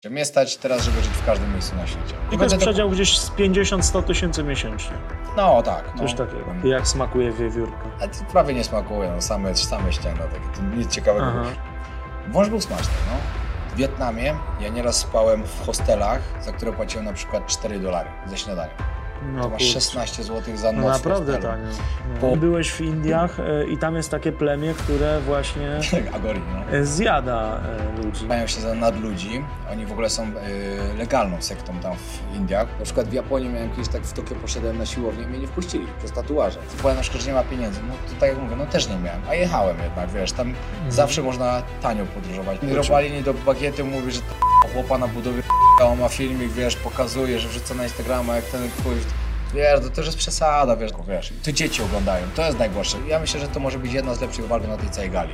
Mnie stać teraz, żeby żyć w każdym miejscu na świecie. I to jest przedział gdzieś z 50-100 tysięcy miesięcznie. No tak. No. Coś takiego. I jak smakuje wiewiórka? A to prawie nie smakuje, no same ścięgna takie, to nic ciekawego. Wąż był smaczny, no. W Wietnamie ja nieraz spałem w hostelach, za które płaciłem na przykład $4 za śniadanie. No, To masz 16 zł za noc. No naprawdę w hostelu. tanio. Byłeś w Indiach i tam jest takie plemię, które właśnie Agori, no. zjada ludzi. Mają się za nadludzi. Oni w ogóle są legalną sektą tam w Indiach. Na przykład w Japonii miałem kiedyś tak w Tokio, poszedłem na siłownię i mnie nie wpuścili przez tatuaże. Powiem na przykład, że nie ma pieniędzy. No to tak jak mówię, no też nie miałem. A jechałem jednak, wiesz, tam zawsze można tanio podróżować. Robali do bagiety, mówi, że chłopa na budowie on ma filmik, wiesz, pokazuje, że wrzuca na Instagrama, jak ten pójść. Wiesz, to już jest przesada, wiesz, to dzieci oglądają, to jest najgorsze. Ja myślę, że to może być jedna z lepszych walk na tej całej gali.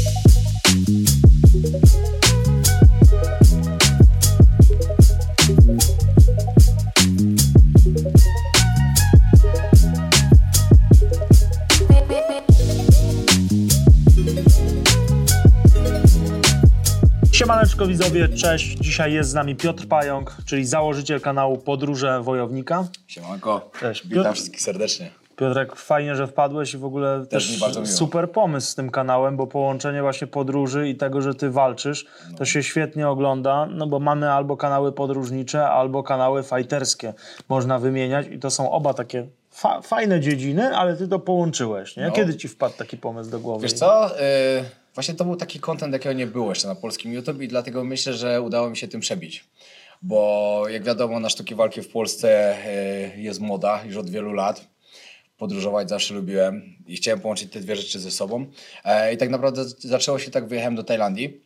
Siemaneczko widzowie, cześć. Dzisiaj jest z nami Piotr Pająk, czyli założyciel kanału Podróże Wojownika. Siemanko, Cześć. witam wszystkich serdecznie. Piotrek, fajnie, że wpadłeś i w ogóle też mi bardzo miło. super pomysł z tym kanałem, bo połączenie właśnie podróży i tego, że ty walczysz, to się świetnie ogląda, no bo mamy albo kanały podróżnicze, albo kanały fajterskie. Można wymieniać i to są oba takie fajne dziedziny, ale ty to połączyłeś, nie? No. Kiedy ci wpadł taki pomysł do głowy? Wiesz co, właśnie to był taki content, jakiego nie było jeszcze na polskim YouTube i dlatego myślę, że udało mi się tym przebić. Bo jak wiadomo, na sztuki walki w Polsce jest moda już od wielu lat. Podróżować zawsze lubiłem i chciałem połączyć te dwie rzeczy ze sobą. I tak naprawdę zaczęło się tak, wyjechałem do Tajlandii.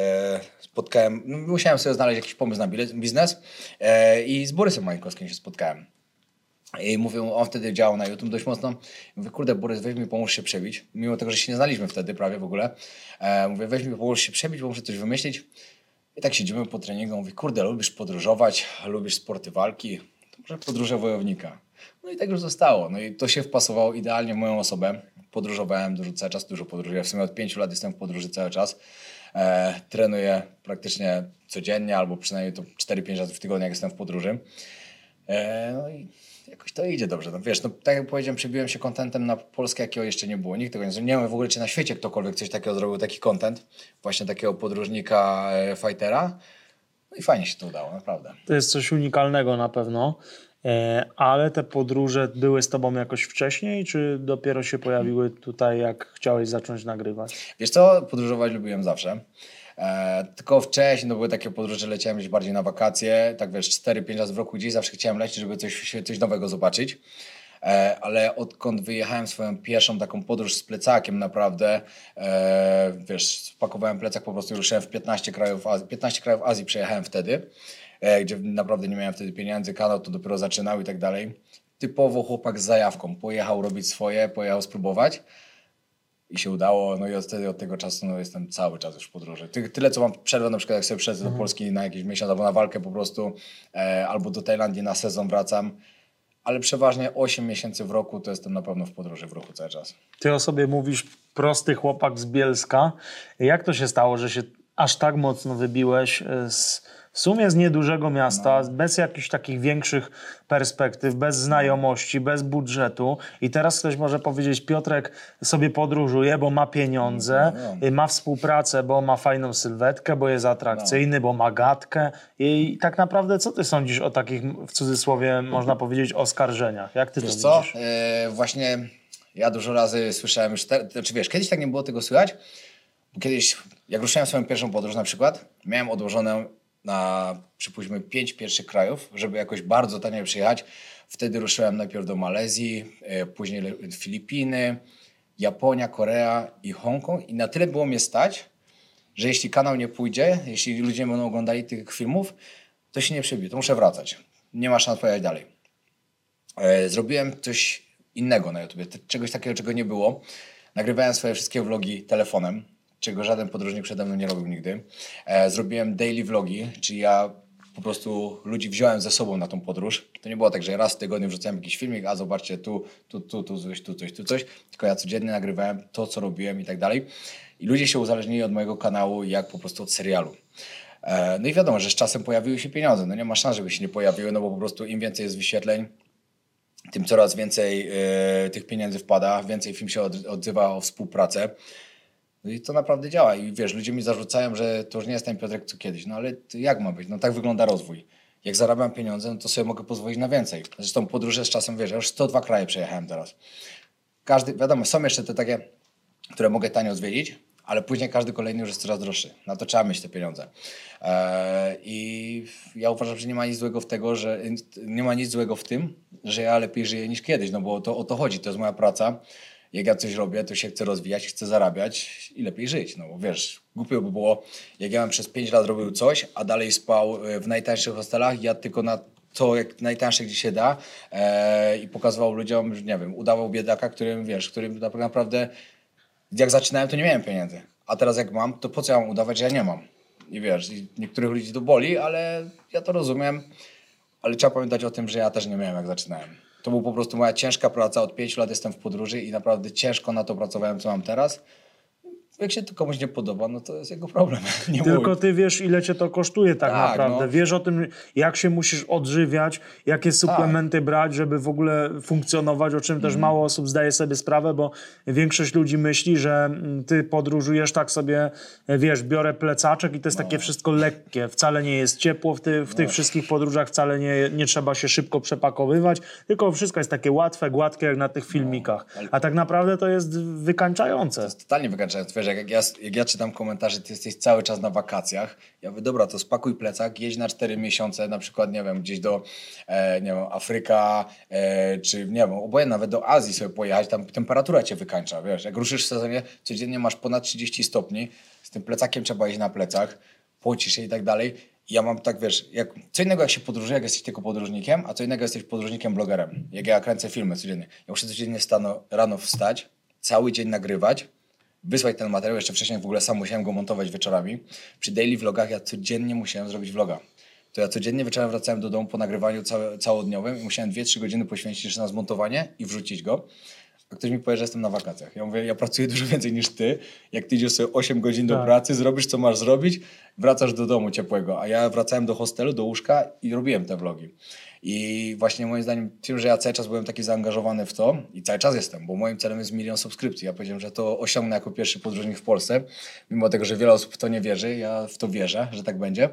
Musiałem sobie znaleźć jakiś pomysł na biznes i z Borysem Mańkowskim się spotkałem. I mówię, on wtedy działał na YouTube dość mocno. Mówię, kurde, Borys, weź mi pomóż się przebić. Mimo tego, że się nie znaliśmy wtedy prawie w ogóle. Mówię, weź mi pomóż się przebić, bo muszę coś wymyślić. I tak siedzimy po treningu. Mówię, kurde, lubisz podróżować, lubisz sporty walki, to może podróże wojownika. No i tak już zostało. No i to się wpasowało idealnie w moją osobę. Podróżowałem cały czas, dużo podróżuję. W sumie od 5 lat jestem w podróży cały czas. Trenuję praktycznie codziennie, albo przynajmniej to 4-5 razy w tygodniu, jak jestem w podróży. No i jakoś to idzie dobrze. No wiesz, no tak jak powiedziałem, przebiłem się kontentem na Polskę, jakiego jeszcze nie było. Nikt tego nie zrobił. Nie wiem w ogóle, czy na świecie ktokolwiek coś takiego zrobił, taki content. Właśnie takiego podróżnika, fightera. No i fajnie się to udało, naprawdę. To jest coś unikalnego na pewno, ale te podróże były z tobą jakoś wcześniej, czy dopiero się pojawiły tutaj, jak chciałeś zacząć nagrywać? Wiesz co, podróżować lubiłem zawsze. Tylko wcześniej to były takie podróże, że leciałem gdzieś bardziej na wakacje. Tak wiesz, 4-5 razy w roku gdzieś zawsze chciałem lecieć, żeby coś nowego zobaczyć. Ale odkąd wyjechałem swoją pierwszą taką podróż z plecakiem naprawdę, wiesz, spakowałem plecak, po prostu ruszyłem w 15 krajów Azji. 15 krajów Azji przejechałem wtedy, gdzie naprawdę nie miałem wtedy pieniędzy, kanał to dopiero zaczynał i tak dalej. Typowo chłopak z zajawką, pojechał robić swoje, pojechał spróbować. I się udało, no i od tego czasu no, jestem cały czas już w podróży. Tyle, co mam przerwę, na przykład jak sobie przylecę do Polski na jakiś miesiąc albo na walkę po prostu, albo do Tajlandii na sezon wracam, ale przeważnie 8 miesięcy w roku to jestem na pewno w podróży w roku cały czas. Ty o sobie mówisz prosty chłopak z Bielska. Jak to się stało, że się aż tak mocno wybiłeś w sumie z niedużego miasta, bez jakichś takich większych perspektyw, bez znajomości, bez budżetu i teraz ktoś może powiedzieć, Piotrek sobie podróżuje, bo ma pieniądze, ma współpracę, bo ma fajną sylwetkę, bo jest atrakcyjny, bo ma gadkę i tak naprawdę co ty sądzisz o takich, w cudzysłowie można powiedzieć, oskarżeniach? Jak ty Wiesz to widzisz? co, właśnie ja dużo razy słyszałem już, znaczy wiesz, kiedyś tak nie było tego słychać, bo kiedyś jak ruszyłem swoją pierwszą podróż na przykład, miałem odłożone na, przypuśćmy, 5 pierwszych krajów, żeby jakoś bardzo tanio przyjechać. Wtedy ruszyłem najpierw do Malezji, później Filipiny, Japonia, Korea i Hongkong. I na tyle było mnie stać, że jeśli kanał nie pójdzie, jeśli ludzie będą oglądali tych filmów, to się nie przebije, to muszę wracać. Nie ma szans pojechać dalej. Zrobiłem coś innego na YouTubie, czegoś takiego, czego nie było. Nagrywałem swoje wszystkie vlogi telefonem, czego żaden podróżnik przede mną nie robił nigdy. Zrobiłem daily vlogi, czyli ja po prostu ludzi wziąłem ze sobą na tą podróż. To nie było tak, że raz w tygodniu wrzucałem jakiś filmik, a zobaczcie tu coś, tylko ja codziennie nagrywałem to, co robiłem i tak dalej. I ludzie się uzależnili od mojego kanału jak po prostu od serialu. No i wiadomo, że z czasem pojawiły się pieniądze. No nie ma szans, żeby się nie pojawiły, no bo po prostu im więcej jest wyświetleń, tym coraz więcej tych pieniędzy wpada, więcej film się odzywa o współpracę. No i to naprawdę działa. I wiesz, ludzie mi zarzucają, że to już nie jest ten Piotrek co kiedyś. No ale to jak ma być? No tak wygląda rozwój. Jak zarabiam pieniądze, no to sobie mogę pozwolić na więcej. Zresztą podróże z czasem, wiesz, ja już 102 kraje przejechałem teraz. Wiadomo, są jeszcze te takie, które mogę tanio zwiedzić, ale później każdy kolejny już jest coraz droższy. Na to trzeba mieć te pieniądze. I ja uważam, że nie ma nic złego w tego, że nie ma nic złego w tym, że ja lepiej żyję niż kiedyś, no bo o to chodzi, to jest moja praca. Jak ja coś robię, to się chcę rozwijać, chcę zarabiać i lepiej żyć. No bo wiesz, głupio by było, jak ja bym przez 5 lat robił coś, a dalej spał w najtańszych hostelach, ja tylko na to, jak najtańsze gdzie się da i pokazywał ludziom, że nie wiem, udawał biedaka, którym tak naprawdę jak zaczynałem, to nie miałem pieniędzy. A teraz jak mam, to po co ja mam udawać, że ja nie mam? I wiesz, niektórych ludzi to boli, ale ja to rozumiem. Ale trzeba pamiętać o tym, że ja też nie miałem jak zaczynałem. To była po prostu moja ciężka praca. Od 5 lat jestem w podróży i naprawdę ciężko na to pracowałem, co mam teraz. Jak się to komuś nie podoba, no to jest jego problem. Nie Tylko mój. ty wiesz, ile cię to kosztuje tak naprawdę. no. Wiesz o tym, jak się musisz odżywiać, jakie suplementy brać, żeby w ogóle funkcjonować, o czym też mało osób zdaje sobie sprawę, bo większość ludzi myśli, że ty podróżujesz tak sobie, wiesz, biorę plecaczek i to jest takie wszystko lekkie. Wcale nie jest ciepło w tych wszystkich podróżach, wcale nie trzeba się szybko przepakowywać, tylko wszystko jest takie łatwe, gładkie, jak na tych filmikach. A tak naprawdę to jest wykańczające. To jest totalnie wykańczające. Wiesz, jak ja czytam komentarze, ty jesteś cały czas na wakacjach. Ja mówię, dobra, to spakuj plecak, jedź na 4 miesiące, na przykład, nie wiem, gdzieś do, nie wiem, Afryka, czy, nie wiem, obojętnie nawet do Azji sobie pojechać, tam temperatura cię wykańcza, wiesz. Jak ruszysz w sezonie, codziennie masz ponad 30 stopni, z tym plecakiem trzeba iść na plecach, pocisz się i tak dalej. I ja mam tak, wiesz, co innego jak się podróżuje, jak jesteś tylko podróżnikiem, a co innego jesteś podróżnikiem, blogerem. Jak ja kręcę filmy codziennie. Ja muszę codziennie rano wstać, cały dzień nagrywać, wysłać ten materiał. Jeszcze wcześniej w ogóle sam musiałem go montować wieczorami. Przy daily vlogach ja codziennie musiałem zrobić vloga. To ja codziennie wieczorem wracałem do domu po nagrywaniu całodniowym i musiałem 2-3 godziny poświęcić jeszcze na zmontowanie i wrzucić go. A ktoś mi powie, że jestem na wakacjach. Ja mówię, ja pracuję dużo więcej niż ty. Jak ty idziesz sobie 8 godzin do pracy, zrobisz co masz zrobić, wracasz do domu ciepłego. A ja wracałem do hostelu, do łóżka i robiłem te vlogi. I właśnie moim zdaniem tym, że ja cały czas byłem taki zaangażowany w to i cały czas jestem, bo moim celem jest 1 000 000 subskrypcji. Ja powiedziałem, że to osiągnę jako pierwszy podróżnik w Polsce. Mimo tego, że wiele osób w to nie wierzy, ja w to wierzę, że tak będzie.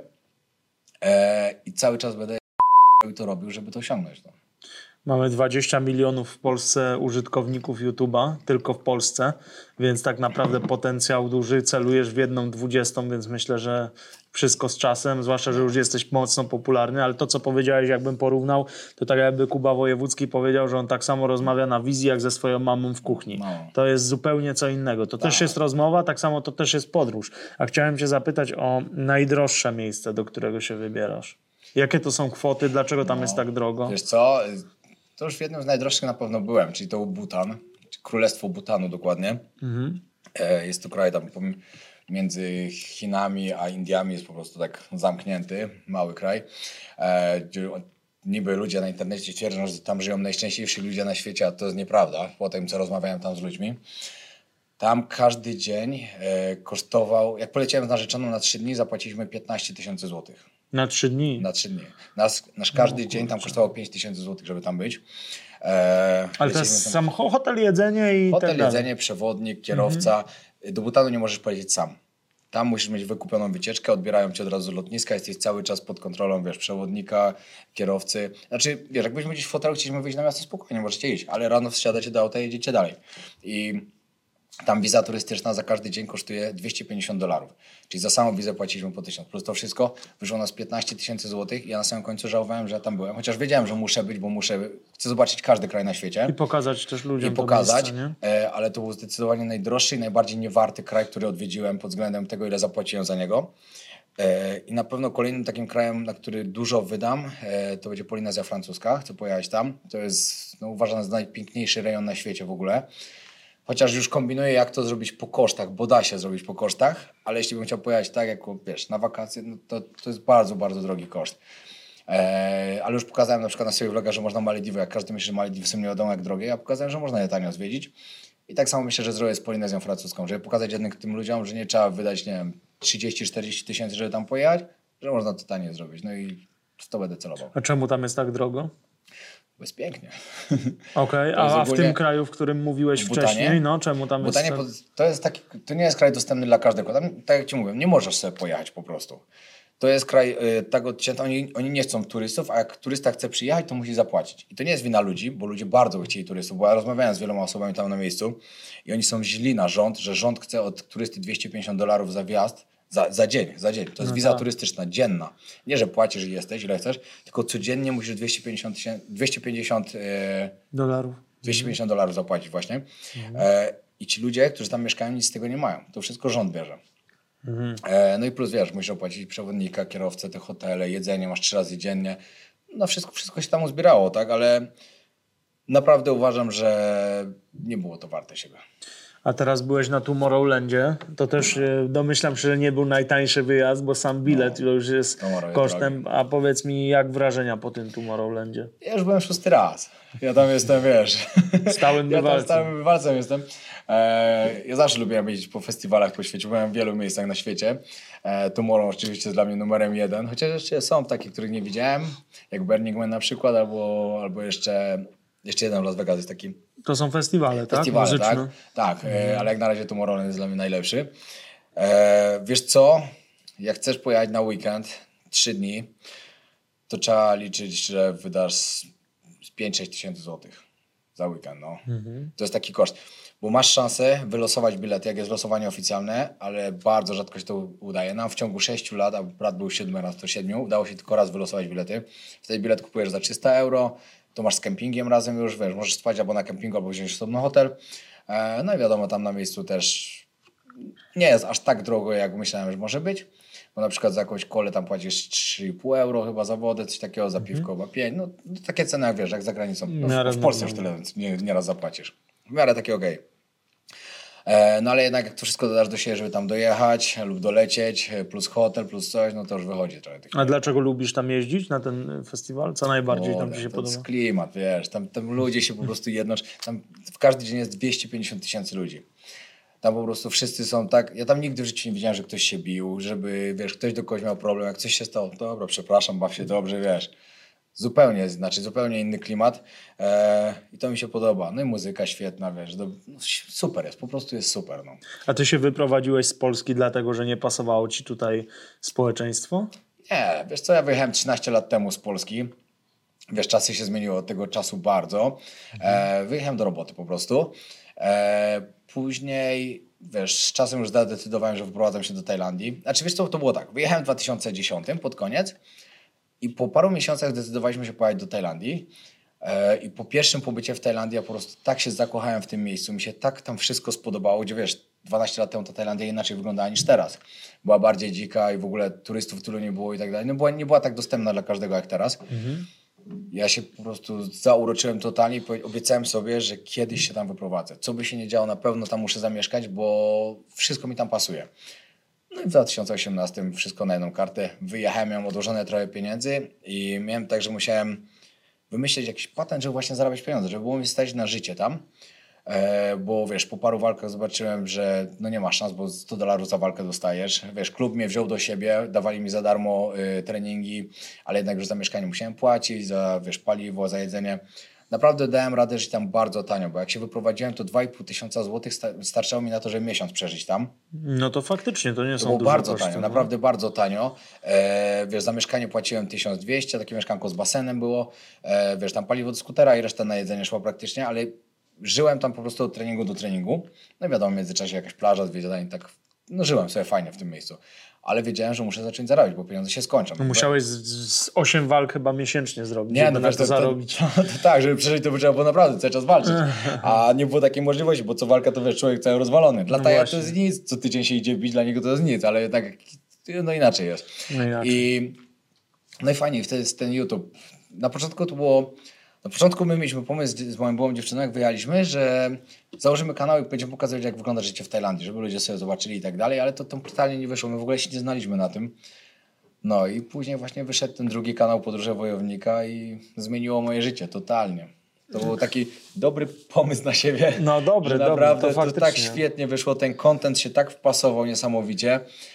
I cały czas będę to robił, żeby to osiągnąć. No. Mamy 20 milionów w Polsce użytkowników YouTube'a, tylko w Polsce, więc tak naprawdę potencjał duży, celujesz w 1/20, więc myślę, że wszystko z czasem, zwłaszcza, że już jesteś mocno popularny, ale to, co powiedziałeś, jakbym porównał, to tak jakby Kuba Wojewódzki powiedział, że on tak samo rozmawia na wizji, jak ze swoją mamą w kuchni. No. To jest zupełnie co innego. To też jest rozmowa, tak samo to też jest podróż. A chciałem cię zapytać o najdroższe miejsce, do którego się wybierasz. Jakie to są kwoty, dlaczego tam jest tak drogo? Wiesz co, to już w jednym z najdroższych na pewno byłem, czyli to był Butan, Królestwo Butanu dokładnie. Jest to kraj tam między Chinami a Indiami, jest po prostu tak zamknięty, mały kraj. Gdzie niby ludzie na internecie twierdzą, że tam żyją najszczęśliwsi ludzie na świecie, a to jest nieprawda, po tym co rozmawiałem tam z ludźmi. Tam każdy dzień kosztował, jak poleciałem z narzeczoną na 3 dni, zapłaciliśmy 15 000 złotych. Na 3 dni? Na 3 dni. Nasz każdy dzień tam kosztowało 5 000 złotych, żeby tam być. Ale to jest sam hotel, jedzenie i hotel, tak dalej. jedzenie, przewodnik, kierowca. Do Butanu nie możesz polecieć sam. Tam musisz mieć wykupioną wycieczkę, odbierają cię od razu z lotniska, jesteś cały czas pod kontrolą, wiesz, przewodnika, kierowcy. Znaczy, wiesz, jak byśmy gdzieś w fotelu, chcieliśmy wyjść na miasto, spokojnie, możecie iść, ale rano wsiadacie do auta i jedziecie dalej. I tam wiza turystyczna za każdy dzień kosztuje $250. Czyli za samą wizę płaciliśmy po 1000. Plus to wszystko wyszło nas 15 000 złotych i ja na samym końcu żałowałem, że ja tam byłem. Chociaż wiedziałem, że muszę być, bo chcę zobaczyć każdy kraj na świecie. I pokazać też ludziom I pokazać, to miejsce, nie? Ale to był zdecydowanie najdroższy i najbardziej niewarty kraj, który odwiedziłem pod względem tego, ile zapłaciłem za niego. I na pewno kolejnym takim krajem, na który dużo wydam, to będzie Polinezja Francuska. Chcę pojechać tam. To jest, uważam, za najpiękniejszy rejon na świecie w ogóle. Chociaż już kombinuję, jak to zrobić po kosztach, bo da się zrobić po kosztach, ale jeśli bym chciał pojechać tak, jak wiesz, na wakacje, no to jest bardzo, bardzo drogi koszt. Ale już pokazałem na przykład na swoich vlogach, że można Malediwy, jak każdy myśli, że Malediwy są nie wiadomo jak drogie, ja pokazałem, że można je tanio zwiedzić. I tak samo myślę, że zrobię z Polinezją Francuską, żeby pokazać jednym tym ludziom, że nie trzeba wydać, nie wiem, 30-40 tysięcy, żeby tam pojechać, że można to tanie zrobić. No i w to będę celował. A czemu tam jest tak drogo? Bo jest pięknie. Okej, To jest a w ogólnie- tym kraju, w którym mówiłeś W Butanie? wcześniej, no czemu tam jest... Butanie to jest taki, to nie jest kraj dostępny dla każdego. Tam, tak jak ci mówiłem, nie możesz sobie pojechać po prostu. To jest kraj tak odcięty, oni nie chcą turystów, a jak turysta chce przyjechać, to musi zapłacić. I to nie jest wina ludzi, bo ludzie bardzo by chcieli turystów, bo ja rozmawiałem z wieloma osobami tam na miejscu i oni są źli na rząd, że rząd chce od turysty $250 za wjazd, za dzień. To jest wiza turystyczna, dzienna. Nie, że płacisz i jesteś, ile chcesz, tylko codziennie musisz 250 dolarów. $250 zapłacić właśnie. I ci ludzie, którzy tam mieszkają, nic z tego nie mają. To wszystko rząd bierze. No i plus wiesz, musisz opłacić przewodnika, kierowcę, te hotele, jedzenie masz 3 razy dziennie. No wszystko się tam uzbierało, tak? Ale naprawdę uważam, że nie było to warte siebie. A teraz byłeś na Tomorrowlandzie, to też domyślam się, że nie był najtańszy wyjazd, bo sam bilet już jest Tomorrow jest kosztem. A powiedz mi, jak wrażenia po tym Tomorrowlandzie? Ja już byłem 6 raz. Ja tam jestem, wiesz... Stałym Ja tam bywalcem. stałym bywalcem jestem. Ja zawsze lubiłem jeździć po festiwalach po świecie. Byłem w wielu miejscach na świecie. Tomorrow oczywiście jest dla mnie numerem 1. Chociaż jeszcze są takie, których nie widziałem. Jak Burning Man na przykład, albo jeszcze jeden w Las Vegas jest taki. To są festiwale, tak? Festiwale, tak? Muzyczne. Tak, ale jak na razie Tomorrowland jest dla mnie najlepszy. Wiesz co? Jak chcesz pojechać na weekend, 3 dni, to trzeba liczyć, że wydasz z 5-6 tysięcy złotych za weekend. No. To jest taki koszt. Bo masz szansę wylosować bilety, jak jest losowanie oficjalne, ale bardzo rzadko się to udaje. Nam w ciągu 6 lat, a brat był 7 raz, to 7, udało się tylko raz wylosować bilety. Wtedy bilet kupujesz za 300 euro, to masz z kempingiem razem już, wiesz, możesz spać albo na kempingu, albo wziąć osobny hotel. No i wiadomo, tam na miejscu też nie jest aż tak drogo, jak myślałem, że może być. Bo na przykład za jakąś kolę tam płacisz 3,5 euro chyba za wodę, coś takiego, za piwko chyba 5. No takie ceny jak wiesz, jak za granicą. No, w Polsce już tyle nieraz zapłacisz. W miarę takie okej. No ale jednak jak to wszystko dodasz do siebie, żeby tam dojechać lub dolecieć, plus hotel, plus coś, no to już wychodzi trochę. A dlaczego lubisz tam jeździć na ten festiwal? Co najbardziej tam ci się To podoba? jest klimat, wiesz, tam ludzie się po prostu jednoczą. Tam w każdy dzień jest 250 tysięcy ludzi. Tam po prostu wszyscy są tak... Ja tam nigdy w życiu nie widziałem, że ktoś się bił, żeby, wiesz, ktoś do kogoś miał problem. Jak coś się stało, dobra, przepraszam, baw się dobrze, wiesz. Zupełnie inny klimat i to mi się podoba. No i muzyka świetna, wiesz, super jest, po prostu jest super. No. A ty się wyprowadziłeś z Polski dlatego, że nie pasowało ci tutaj społeczeństwo? Nie, wiesz co, ja wyjechałem 13 lat temu z Polski. Wiesz, czasy się zmieniły od tego czasu bardzo. Wyjechałem do roboty po prostu. Później, wiesz, z czasem już zdecydowałem, że wyprowadzam się do Tajlandii. Znaczy, wiesz co, to było tak. Wyjechałem w 2010 pod koniec i po paru miesiącach zdecydowaliśmy się pojechać do Tajlandii. I po pierwszym pobycie w Tajlandii ja po prostu tak się zakochałem w tym miejscu. Mi się tak tam wszystko spodobało, gdzie wiesz, 12 lat temu ta Tajlandia inaczej wyglądała niż teraz. Była bardziej dzika i w ogóle turystów tylu nie było i tak dalej. No nie była tak dostępna dla każdego jak teraz. Ja się po prostu zauroczyłem totalnie i obiecałem sobie, że kiedyś się tam wyprowadzę. Co by się nie działo, na pewno tam muszę zamieszkać, bo wszystko mi tam pasuje. No i w 2018 wszystko na jedną kartę. Wyjechałem, miałem odłożone trochę pieniędzy i miałem tak, że musiałem wymyślić jakiś patent, żeby właśnie zarabiać pieniądze, żeby było mi stać na życie tam. Bo wiesz, po paru walkach zobaczyłem, że no nie ma szans, bo $100 za walkę dostajesz. Wiesz, klub mnie wziął do siebie, dawali mi za darmo treningi, ale jednak już za mieszkanie musiałem płacić, za wiesz, paliwo, za jedzenie. Naprawdę dałem radę żyć tam bardzo tanio, bo jak się wyprowadziłem, to 2,5 tysiąca złotych starczało mi na to, żeby miesiąc przeżyć tam. No to faktycznie, to nie To są było duże bardzo koszty, tanio, no. naprawdę bardzo tanio. Wiesz, za mieszkanie płaciłem 1200, takie mieszkanko z basenem było. Wiesz, tam paliwo do skutera i reszta na jedzenie szło praktycznie, ale żyłem tam po prostu od treningu do treningu. No i wiadomo, w międzyczasie jakaś plaża, zwiedzanie, tak, no żyłem sobie fajnie w tym miejscu. Ale wiedziałem, że muszę zacząć zarabiać, bo pieniądze się skończą. No musiałeś z 8 walk chyba miesięcznie zrobić, Nie, żeby no na wiesz, to zarobić. To tak, żeby przeżyć, to by trzeba było naprawdę cały czas walczyć. A nie było takiej możliwości, bo co walka to wiesz, człowiek cały rozwalony. Dla Taja to jest nic, co tydzień się idzie bić, dla niego to jest nic, ale tak no inaczej jest. No inaczej. No i fajnie, wtedy jest ten YouTube. Na początku my mieliśmy pomysł z moją byłą dziewczyną, jak wyjechaliśmy, że założymy kanał i będziemy pokazywać, jak wygląda życie w Tajlandii, żeby ludzie sobie zobaczyli i tak dalej, ale to totalnie nie wyszło. My w ogóle się nie znaliśmy na tym. No i później właśnie wyszedł ten drugi kanał Podróże Wojownika i zmieniło moje życie totalnie. To był taki dobry pomysł na siebie. No dobry, że naprawdę to to tak faktycznie. świetnie wyszło, ten content się tak wpasował niesamowicie.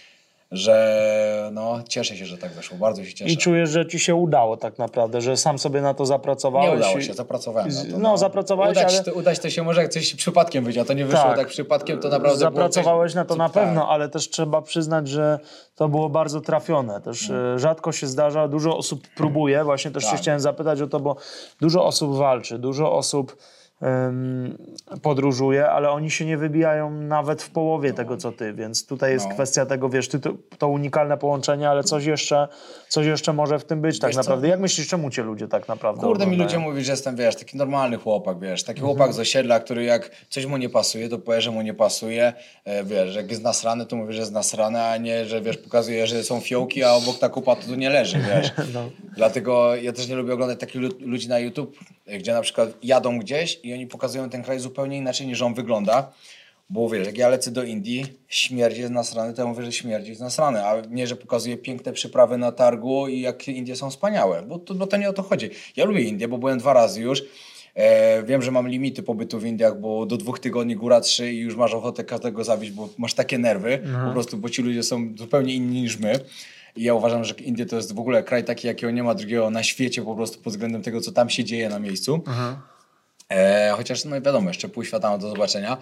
że no cieszę się, że tak wyszło, bardzo się cieszę. I czujesz, że ci się udało tak naprawdę, że sam sobie na to zapracowałeś? Nie udało się, zapracowałem na to. No, zapracowałeś, ale... Udać to się może, jak coś przypadkiem wyjdzie, a to nie wyszło tak przypadkiem, to naprawdę zapracowałeś było na to coś, na pewno, ale też trzeba przyznać, że to było bardzo trafione. Też rzadko się zdarza, dużo osób próbuje, właśnie też się chciałem zapytać o to, bo dużo osób walczy, dużo osób podróżuje, ale oni się nie wybijają nawet w połowie tego, co ty, więc tutaj jest kwestia tego, wiesz, ty to unikalne połączenie, ale coś jeszcze może w tym być tak naprawdę. Jak myślisz, czemu cię ludzie tak naprawdę Kurde, mi oglądają? ludzie mówią, że jestem, wiesz, taki normalny chłopak, wiesz, taki chłopak z osiedla, który jak coś mu nie pasuje, to powie, że mu nie pasuje, wiesz, jak jest nasrany, to mówi, że jest nasrany, a nie, że wiesz, pokazuje, że są fiołki, a obok ta kupa to tu nie leży, wiesz. Dlatego ja też nie lubię oglądać takich ludzi na YouTube, gdzie na przykład jadą gdzieś i oni pokazują ten kraj zupełnie inaczej niż on wygląda. Bo wiesz, jak ja lecę do Indii, śmierdzi jest nasrany, to ja mówię, że śmierdzi jest nasrany, a nie, że pokazuje piękne przyprawy na targu i jak Indie są wspaniałe, bo to nie o to chodzi. Ja lubię Indię, bo byłem 2 razy już. Wiem, że mam limity pobytu w Indiach, bo do 2 tygodni, góra 3 i już masz ochotę każdego zabić, bo masz takie nerwy, po prostu, bo ci ludzie są zupełnie inni niż my. I ja uważam, że Indie to jest w ogóle kraj taki, jakiego nie ma drugiego na świecie, po prostu pod względem tego, co tam się dzieje na miejscu. Chociaż, no wiadomo, jeszcze pół świata ma do zobaczenia.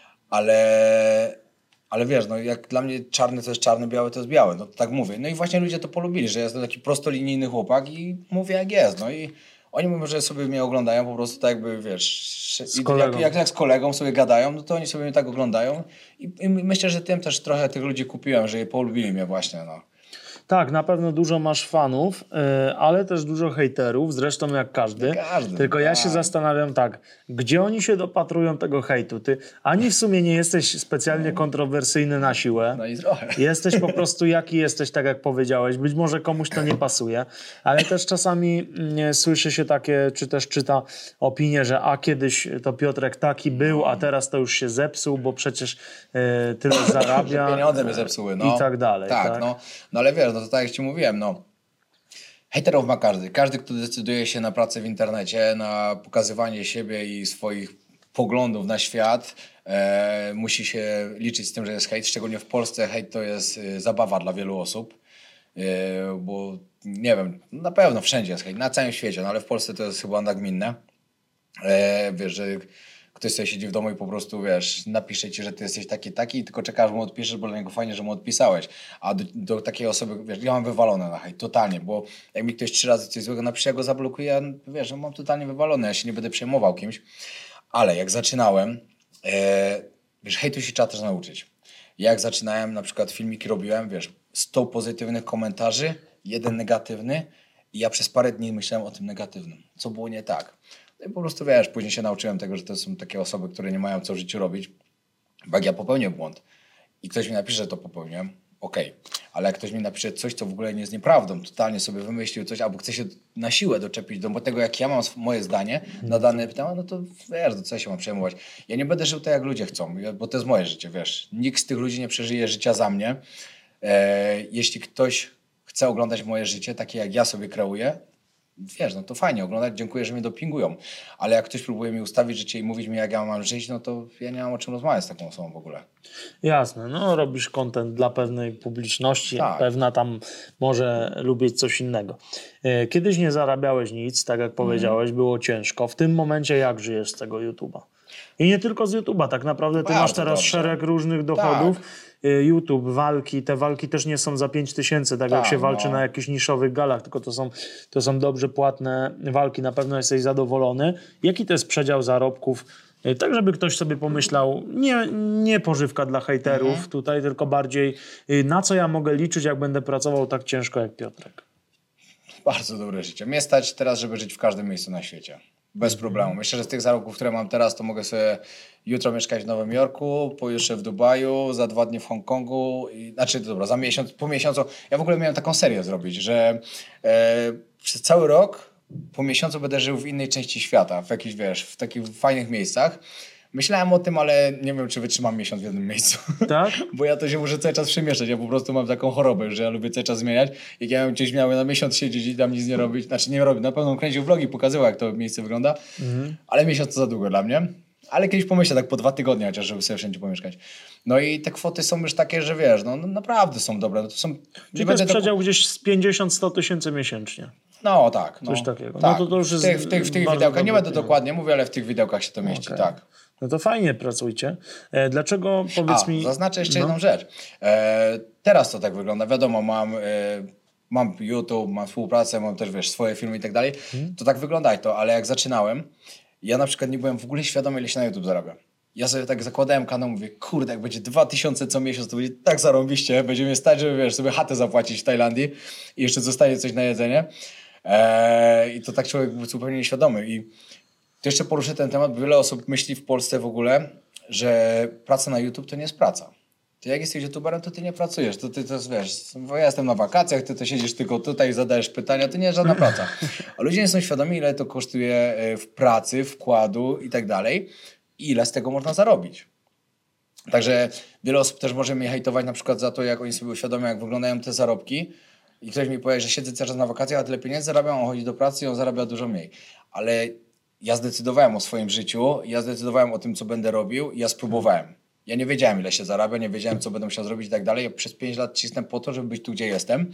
Ale wiesz, no jak dla mnie czarny to jest czarny, biały to jest biały, no to tak mówię. No i właśnie ludzie to polubili, że jestem taki prostolinijny chłopak i mówię jak jest, no i oni mówią, że sobie mnie oglądają po prostu tak jakby, wiesz, jak z kolegą sobie gadają, no to oni sobie mnie tak oglądają i myślę, że tym też trochę tych ludzi kupiłem, że polubili mnie właśnie, no. Tak, na pewno dużo masz fanów, ale też dużo hejterów, zresztą jak każdy. Tylko ja się zastanawiam tak, gdzie oni się dopatrują tego hejtu? Ty ani w sumie nie jesteś specjalnie kontrowersyjny na siłę. No i trochę. Jesteś po prostu jaki jesteś, tak jak powiedziałeś. Być może komuś to nie pasuje, ale też czasami słyszy się takie, czy też czyta opinie, że kiedyś to Piotrek taki był, a teraz to już się zepsuł, bo przecież tyle zarabia. Pieniądze mnie zepsuły, no. I tak dalej. Tak? No ale wiesz, no to tak jak ci mówiłem, no. Hejterów ma każdy. Każdy, kto decyduje się na pracę w internecie, na pokazywanie siebie i swoich poglądów na świat, musi się liczyć z tym, że jest hejt. Szczególnie w Polsce hejt to jest zabawa dla wielu osób. Bo nie wiem, na pewno wszędzie jest hejt, na całym świecie, no ale w Polsce to jest chyba nagminne. Wiesz, że ktoś sobie siedzi w domu i po prostu, wiesz, napisze ci, że ty jesteś taki i tylko czekasz, mu odpiszesz, bo dla niego fajnie, że mu odpisałeś. A do takiej osoby, wiesz, ja mam wywalone na hejt, totalnie, bo jak mi ktoś 3 razy coś złego napisze, ja go zablokuję, wiesz, mam totalnie wywalone, ja się nie będę przejmował kimś. Ale jak zaczynałem, wiesz, hejtu się trzeba też nauczyć. Jak zaczynałem, na przykład filmiki robiłem, wiesz, 100 pozytywnych komentarzy, 1 negatywny i ja przez parę dni myślałem o tym negatywnym, co było nie tak. No i po prostu, wiesz, później się nauczyłem tego, że to są takie osoby, które nie mają co w życiu robić. Bo jak ja popełnię błąd i ktoś mi napisze, że to popełniłem, okej. Ale jak ktoś mi napisze coś, co w ogóle nie jest nieprawdą, totalnie sobie wymyślił coś, albo chce się na siłę doczepić do tego, jak ja mam moje zdanie na dane temat, no to wiesz, do co ja się mam przejmować. Ja nie będę żył tak, jak ludzie chcą, bo to jest moje życie, wiesz. Nikt z tych ludzi nie przeżyje życia za mnie. Jeśli ktoś chce oglądać moje życie, takie jak ja sobie kreuję, wiesz, no to fajnie oglądać, dziękuję, że mnie dopingują. Ale jak ktoś próbuje mi ustawić życie i mówić mi, jak ja mam żyć, no to ja nie mam o czym rozmawiać z taką osobą w ogóle. Jasne, no robisz content dla pewnej publiczności, Tak. Pewna tam może lubić coś innego. Kiedyś nie zarabiałeś nic, tak jak powiedziałeś, było ciężko. W tym momencie jak żyjesz z tego YouTube'a? I nie tylko z YouTube'a, tak naprawdę ty masz teraz szereg różnych dochodów. YouTube, walki, te walki też nie są za 5000, tak jak się walczy na jakichś niszowych galach, tylko to są dobrze płatne walki, na pewno jesteś zadowolony. Jaki to jest przedział zarobków? Tak, żeby ktoś sobie pomyślał, nie pożywka dla hejterów tutaj, tylko bardziej na co ja mogę liczyć, jak będę pracował tak ciężko jak Piotrek. Bardzo dobre życie. Mnie stać teraz, żeby żyć w każdym miejscu na świecie. Bez problemu. Myślę, że z tych zarobków, które mam teraz, to mogę sobie jutro mieszkać w Nowym Jorku, pojutrze w Dubaju, za 2 dni w Hongkongu. Za miesiąc, po miesiącu. Ja w ogóle miałem taką serię zrobić, że przez cały rok, po miesiącu będę żył w innej części świata, w jakichś, wiesz, w takich fajnych miejscach. Myślałem o tym, ale nie wiem, czy wytrzymam miesiąc w jednym miejscu. Tak? Bo ja to się muszę cały czas przemieszczać. Ja po prostu mam taką chorobę, że ja lubię cały czas zmieniać. Jak ja bym gdzieś miał na miesiąc siedzieć i tam nic nie robić, znaczy nie robić, na pewno kręcił vlogi, pokazywał, jak to miejsce wygląda, ale miesiąc to za długo dla mnie. Ale kiedyś pomyślę tak po 2 tygodnie chociaż, żeby sobie wszędzie pomieszkać. No i te kwoty są już takie, że wiesz, no naprawdę są dobre. No to są, Czyli to jest przedział gdzieś z 50-100 tysięcy miesięcznie. No tak. No, Coś takiego. Tak. No to już jest w tych widełkach, nie będę dokładnie mówił, ale w tych widełkach się to mieści, tak. No to fajnie pracujcie. Dlaczego, powiedz mi... Zaznaczę jeszcze jedną rzecz. Teraz to tak wygląda. Wiadomo, mam YouTube, mam współpracę, mam też, wiesz, swoje filmy i tak dalej. To tak wygląda to, ale jak zaczynałem, ja na przykład nie byłem w ogóle świadomy, ile się na YouTube zarabia. Ja sobie tak zakładałem kanał, mówię, kurde, jak będzie 2000 co miesiąc, to będzie tak zarąbiście, będzie mnie stać, żeby, wiesz, sobie chatę zapłacić w Tajlandii i jeszcze zostanie coś na jedzenie. I to tak człowiek był zupełnie nieświadomy. I to jeszcze poruszę ten temat, bo wiele osób myśli w Polsce w ogóle, że praca na YouTube to nie jest praca. Ty jak jesteś youtuberem, to ty nie pracujesz. To ty to wiesz, bo ja jestem na wakacjach, ty to siedzisz tylko tutaj i zadajesz pytania, to nie jest żadna praca. A ludzie nie są świadomi, ile to kosztuje w pracy, wkładu i tak dalej. I ile z tego można zarobić. Także wiele osób też może mnie hejtować na przykład za to, jak oni sobie uświadomią, jak wyglądają te zarobki. I ktoś mi powie, że siedzę cały czas na wakacjach, a tyle pieniędzy zarabiam, on chodzi do pracy i on zarabia dużo mniej. Ale ja zdecydowałem o swoim życiu, ja zdecydowałem o tym, co będę robił i ja spróbowałem. Ja nie wiedziałem, ile się zarabia, nie wiedziałem, co będę musiał zrobić i tak dalej. Ja przez 5 lat cisnę po to, żeby być tu, gdzie jestem.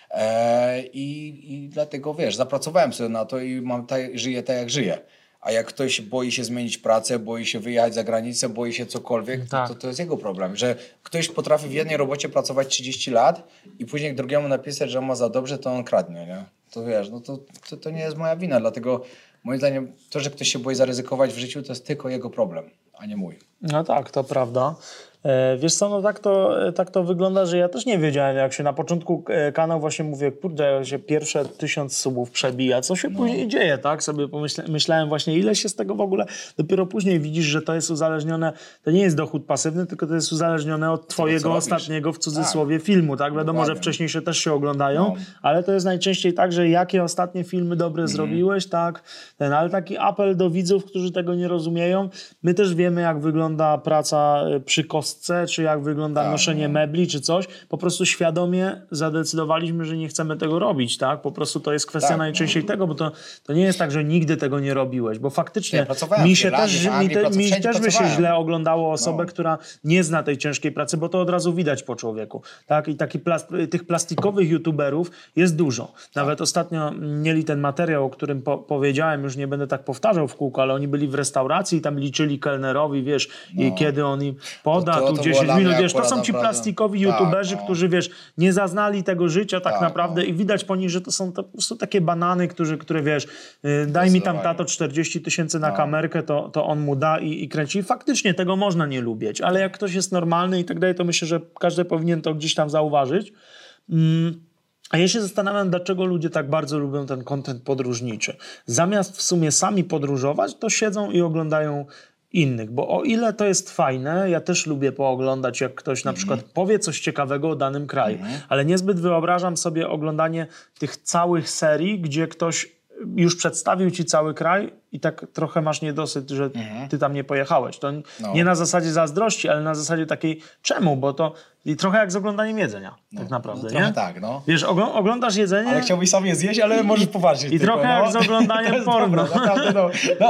I dlatego, wiesz, zapracowałem sobie na to i żyję tak, jak żyję. A jak ktoś boi się zmienić pracę, boi się wyjechać za granicę, boi się cokolwiek, Tak. to jest jego problem. Że ktoś potrafi w jednej robocie pracować 30 lat i później drugiemu napisać, że on ma za dobrze, to on kradnie, nie? To wiesz, no to nie jest moja wina. Dlatego moim zdaniem to, że ktoś się boi zaryzykować w życiu, to jest tylko jego problem, a nie mój. No tak, to prawda. Wiesz co, no tak to wygląda, że ja też nie wiedziałem, jak się na początku kanał właśnie mówię, kurde, jak się pierwsze 1000 subów przebija, co się później dzieje, tak? Sobie myślałem właśnie, ile się z tego w ogóle, dopiero później widzisz, że to jest uzależnione, to nie jest dochód pasywny, tylko to jest uzależnione od twojego ostatniego, w cudzysłowie, filmu, tak? Wiadomo, Dokładnie. że wcześniejsze też się oglądają, ale to jest najczęściej tak, że jakie ostatnie filmy dobre zrobiłeś, tak? Ale taki apel do widzów, którzy tego nie rozumieją, my też wiemy, jak wygląda praca przy kostce, czy jak wygląda noszenie mebli, czy coś. Po prostu świadomie zadecydowaliśmy, że nie chcemy tego robić, tak? Po prostu to jest kwestia najczęściej tego, bo to nie jest tak, że nigdy tego nie robiłeś, bo faktycznie mi też by się źle oglądało osobę, która nie zna tej ciężkiej pracy, bo to od razu widać po człowieku, tak? I tych plastikowych youtuberów jest dużo. Nawet ostatnio mieli ten materiał, o którym powiedziałem, już nie będę tak powtarzał w kółko, ale oni byli w restauracji i tam liczyli kelnerowi, wiesz, i kiedy on im poda, tu 10 minut, wiesz, to są ci plastikowi youtuberzy, którzy, wiesz, nie zaznali tego życia tak naprawdę i widać po nich, że to są po prostu takie banany, które wiesz, daj mi tam tato 40 000 na kamerkę, to on mu da i kręci. I faktycznie tego można nie lubić, ale jak ktoś jest normalny i tak dalej, to myślę, że każdy powinien to gdzieś tam zauważyć. A ja się zastanawiam, dlaczego ludzie tak bardzo lubią ten content podróżniczy. Zamiast w sumie sami podróżować, to siedzą i oglądają innych, bo o ile to jest fajne, ja też lubię pooglądać, jak ktoś na przykład powie coś ciekawego o danym kraju, ale niezbyt wyobrażam sobie oglądanie tych całych serii, gdzie ktoś już przedstawił ci cały kraj i tak trochę masz niedosyt, że ty tam nie pojechałeś. To nie na zasadzie zazdrości, ale na zasadzie takiej czemu, bo to i trochę jak z oglądaniem jedzenia, tak naprawdę, nie? Tak, no. Wiesz, oglądasz jedzenie... Ale chciałbyś sam je zjeść, ale możesz poważnie. I trochę jak z oglądaniem porno. Naprawdę,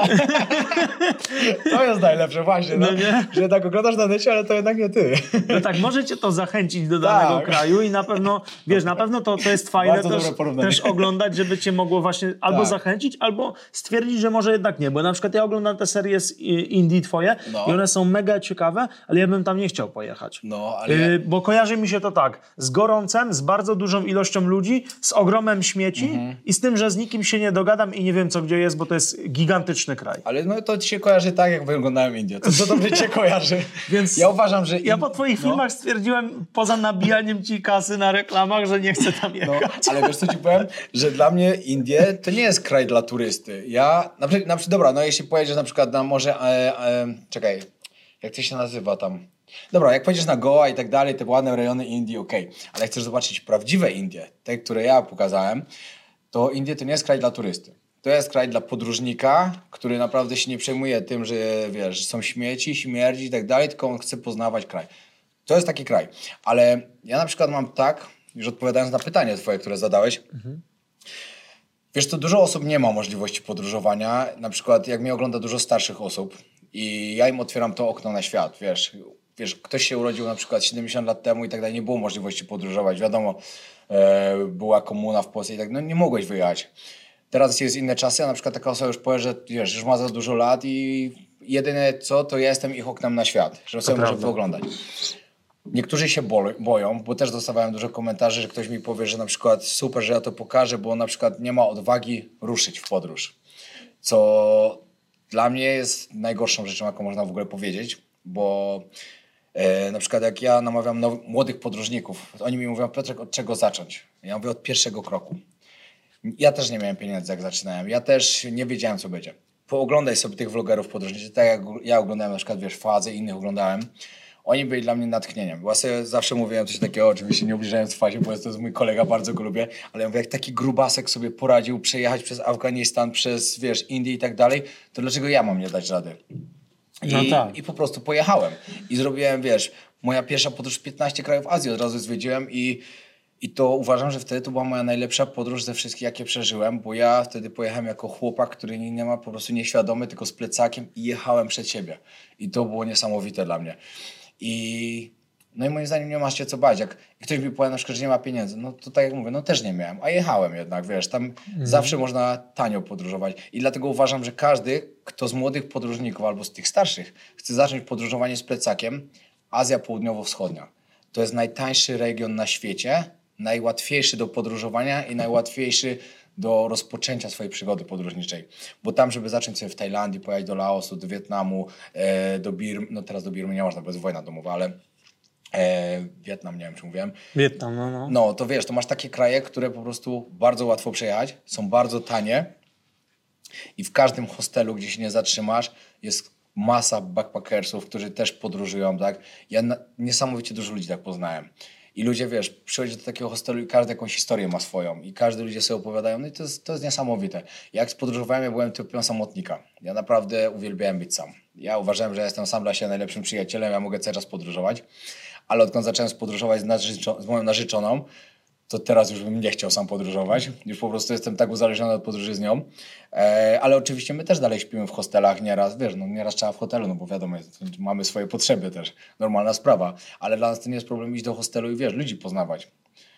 To jest najlepsze właśnie, że tak oglądasz na necie, ale to jednak nie ty. No tak, może cię to zachęcić do danego kraju i na pewno, wiesz, na pewno to jest fajne też oglądać, żeby cię mogło właśnie albo zachęcić, albo stwierdzić, że może jednak nie, bo na przykład ja oglądam te serie z Indii twoje i one są mega ciekawe, ale ja bym tam nie chciał pojechać. Bo kojarzy mi się to tak, z gorącem, z bardzo dużą ilością ludzi, z ogromem śmieci i z tym, że z nikim się nie dogadam i nie wiem, co gdzie jest, bo to jest gigantyczny kraj. Ale no to ci się kojarzy tak, jak wyglądają Indie. To dobrze cię kojarzy. Więc ja uważam, że... Ja po twoich filmach stwierdziłem, poza nabijaniem ci kasy na reklamach, że nie chcę tam jechać. Ale wiesz, co ci powiem? Że dla mnie Indie to nie jest kraj dla turysty. Ja, dobra, no jeśli pojedziesz na przykład na morze... czekaj, jak to się nazywa tam? Dobra, jak pojedziesz na Goa i tak dalej, te ładne rejony Indii, okej. Ale chcesz zobaczyć prawdziwe Indie, te, które ja pokazałem, to Indie to nie jest kraj dla turysty. To jest kraj dla podróżnika, który naprawdę się nie przejmuje tym, że wiesz, że są śmieci, śmierdzi i tak dalej, tylko on chce poznawać kraj. To jest taki kraj. Ale ja na przykład mam tak, już odpowiadając na pytanie twoje, które zadałeś, wiesz, to dużo osób nie ma możliwości podróżowania. Na przykład jak mnie ogląda dużo starszych osób I ja im otwieram to okno na świat, wiesz, ktoś się urodził na przykład 70 lat temu i tak dalej, nie było możliwości podróżować, wiadomo, była komuna w Polsce i tak, no nie mogłeś wyjechać. Teraz jest inne czasy, a na przykład taka osoba już powie, że wiesz, już ma za dużo lat i jedyne co, to ja jestem ich oknem na świat, że sobie może pooglądać. Niektórzy się boją, bo też dostawałem dużo komentarzy, że ktoś mi powie, że na przykład super, że ja to pokażę, bo on na przykład nie ma odwagi ruszyć w podróż. Co dla mnie jest najgorszą rzeczą, jaką można w ogóle powiedzieć, bo na przykład jak ja namawiam młodych podróżników, oni mi mówią, Piotrek, od czego zacząć? Ja mówię, od pierwszego kroku. Ja też nie miałem pieniędzy, jak zaczynałem. Ja też nie wiedziałem, co będzie. Pooglądaj sobie tych vlogerów podróżniczych, tak jak ja oglądałem na przykład, wiesz, Fazę i innych oglądałem. Oni byli dla mnie natchnieniem. Bo ja sobie zawsze mówiłem coś takiego, oczywiście nie ubliżając Fazie, bo to jest mój kolega, bardzo go lubię, ale ja mówię, jak taki grubasek sobie poradził przejechać przez Afganistan, przez, wiesz, Indię i tak dalej, to dlaczego ja mam nie dać rady? I po prostu pojechałem. I zrobiłem, wiesz, moja pierwsza podróż 15 krajów Azji od razu zwiedziłem i to uważam, że wtedy to była moja najlepsza podróż ze wszystkich, jakie przeżyłem, bo ja wtedy pojechałem jako chłopak, który nie ma po prostu nieświadomy, tylko z plecakiem i jechałem przed siebie. I to było niesamowite dla mnie. No i moim zdaniem nie masz się co bać. Jak ktoś mi powie na przykład, że nie ma pieniędzy, no to tak jak mówię, no też nie miałem, a jechałem jednak, wiesz, tam zawsze można tanio podróżować. I dlatego uważam, że każdy, kto z młodych podróżników albo z tych starszych chce zacząć podróżowanie z plecakiem, Azja Południowo-Wschodnia. To jest najtańszy region na świecie, najłatwiejszy do podróżowania i najłatwiejszy do rozpoczęcia swojej przygody podróżniczej. Bo tam, żeby zacząć sobie w Tajlandii, pojechać do Laosu, do Wietnamu, do Birmy, no teraz do Birmy nie można, bo jest wojna domowa, ale Wietnam, nie wiem czy mówiłem. Wietnam, no. No to wiesz, to masz takie kraje, które po prostu bardzo łatwo przejechać, są bardzo tanie i w każdym hostelu, gdzie się nie zatrzymasz, jest masa backpackersów, którzy też podróżują, tak? Ja niesamowicie dużo ludzi tak poznałem. I ludzie, wiesz, przychodzisz do takiego hostelu i każdy jakąś historię ma swoją i każdy ludzie sobie opowiadają, no i to jest niesamowite. Jak podróżowałem, ja byłem typem samotnika. Ja naprawdę uwielbiałem być sam. Ja uważałem, że jestem sam dla siebie najlepszym przyjacielem, ja mogę cały czas podróżować, ale odkąd zacząłem podróżować z moją narzeczoną, to teraz już bym nie chciał sam podróżować. Już po prostu jestem tak uzależniony od podróży z nią. Ale oczywiście my też dalej śpimy w hostelach nieraz. Wiesz, no nieraz trzeba w hotelu, no bo wiadomo, mamy swoje potrzeby też. Normalna sprawa. Ale dla nas to nie jest problem iść do hostelu i wiesz, ludzi poznawać.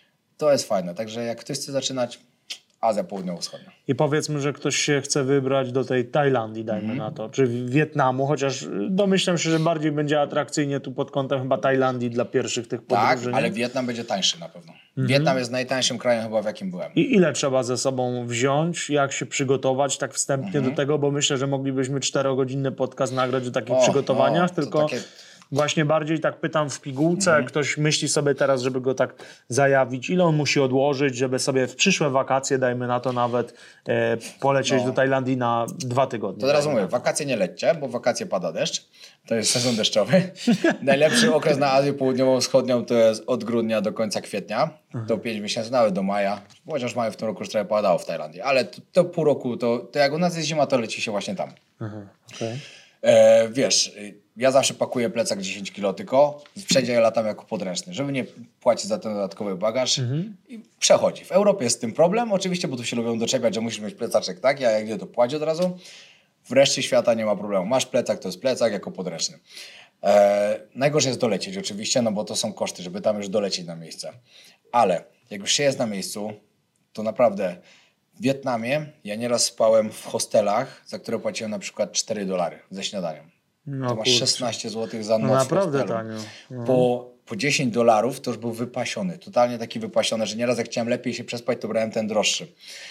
To jest fajne. Także jak ktoś chce zaczynać, Azja Południowo-Wschodnia. I powiedzmy, że ktoś się chce wybrać do tej Tajlandii, dajmy na to, czy Wietnamu, chociaż domyślam się, że bardziej będzie atrakcyjnie tu pod kątem chyba Tajlandii dla pierwszych tych podróży. Tak, ale Wietnam będzie tańszy na pewno. Wietnam jest najtańszym krajem chyba, w jakim byłem. I ile trzeba ze sobą wziąć, jak się przygotować tak wstępnie do tego, bo myślę, że moglibyśmy 4-godzinny podcast nagrać o takich przygotowaniach, tylko takie... właśnie bardziej tak pytam w pigułce, jak ktoś myśli sobie teraz, żeby go tak zajawić, ile on musi odłożyć, żeby sobie w przyszłe wakacje, dajmy na to nawet, polecieć do Tajlandii na 2 tygodnie. To teraz mówię, wakacje nie lećcie, bo w wakacje pada deszcz, to jest sezon deszczowy. Najlepszy okres na Azję Południową-Wschodnią to jest od grudnia do końca kwietnia, to 5 miesięcy, nawet do maja, chociaż maja w tym roku już trochę padało w Tajlandii, ale to pół roku, to jak u nas jest zima, to leci się właśnie tam. Okay. Wiesz, ja zawsze pakuję plecak 10 kg tylko, wszędzie ja latam jako podręczny, żeby nie płacić za ten dodatkowy bagaż i przechodzi. W Europie jest z tym problem, oczywiście, bo tu się lubią doczepiać, że musisz mieć plecaczek, tak? Ja jak idę, to płaci od razu. W reszcie świata nie ma problemu. Masz plecak, to jest plecak jako podręczny. Najgorsze jest dolecieć oczywiście, no bo to są koszty, żeby tam już dolecieć na miejsce. Ale jak już się jest na miejscu, to naprawdę... W Wietnamie ja nieraz spałem w hostelach, za które płaciłem na przykład $4 ze śniadaniem. No, to masz 16 zł za noc. No naprawdę hostelu. tanio. No. Po $10 to już był wypasiony. Totalnie taki wypasiony, że nieraz jak chciałem lepiej się przespać, to brałem ten droższy.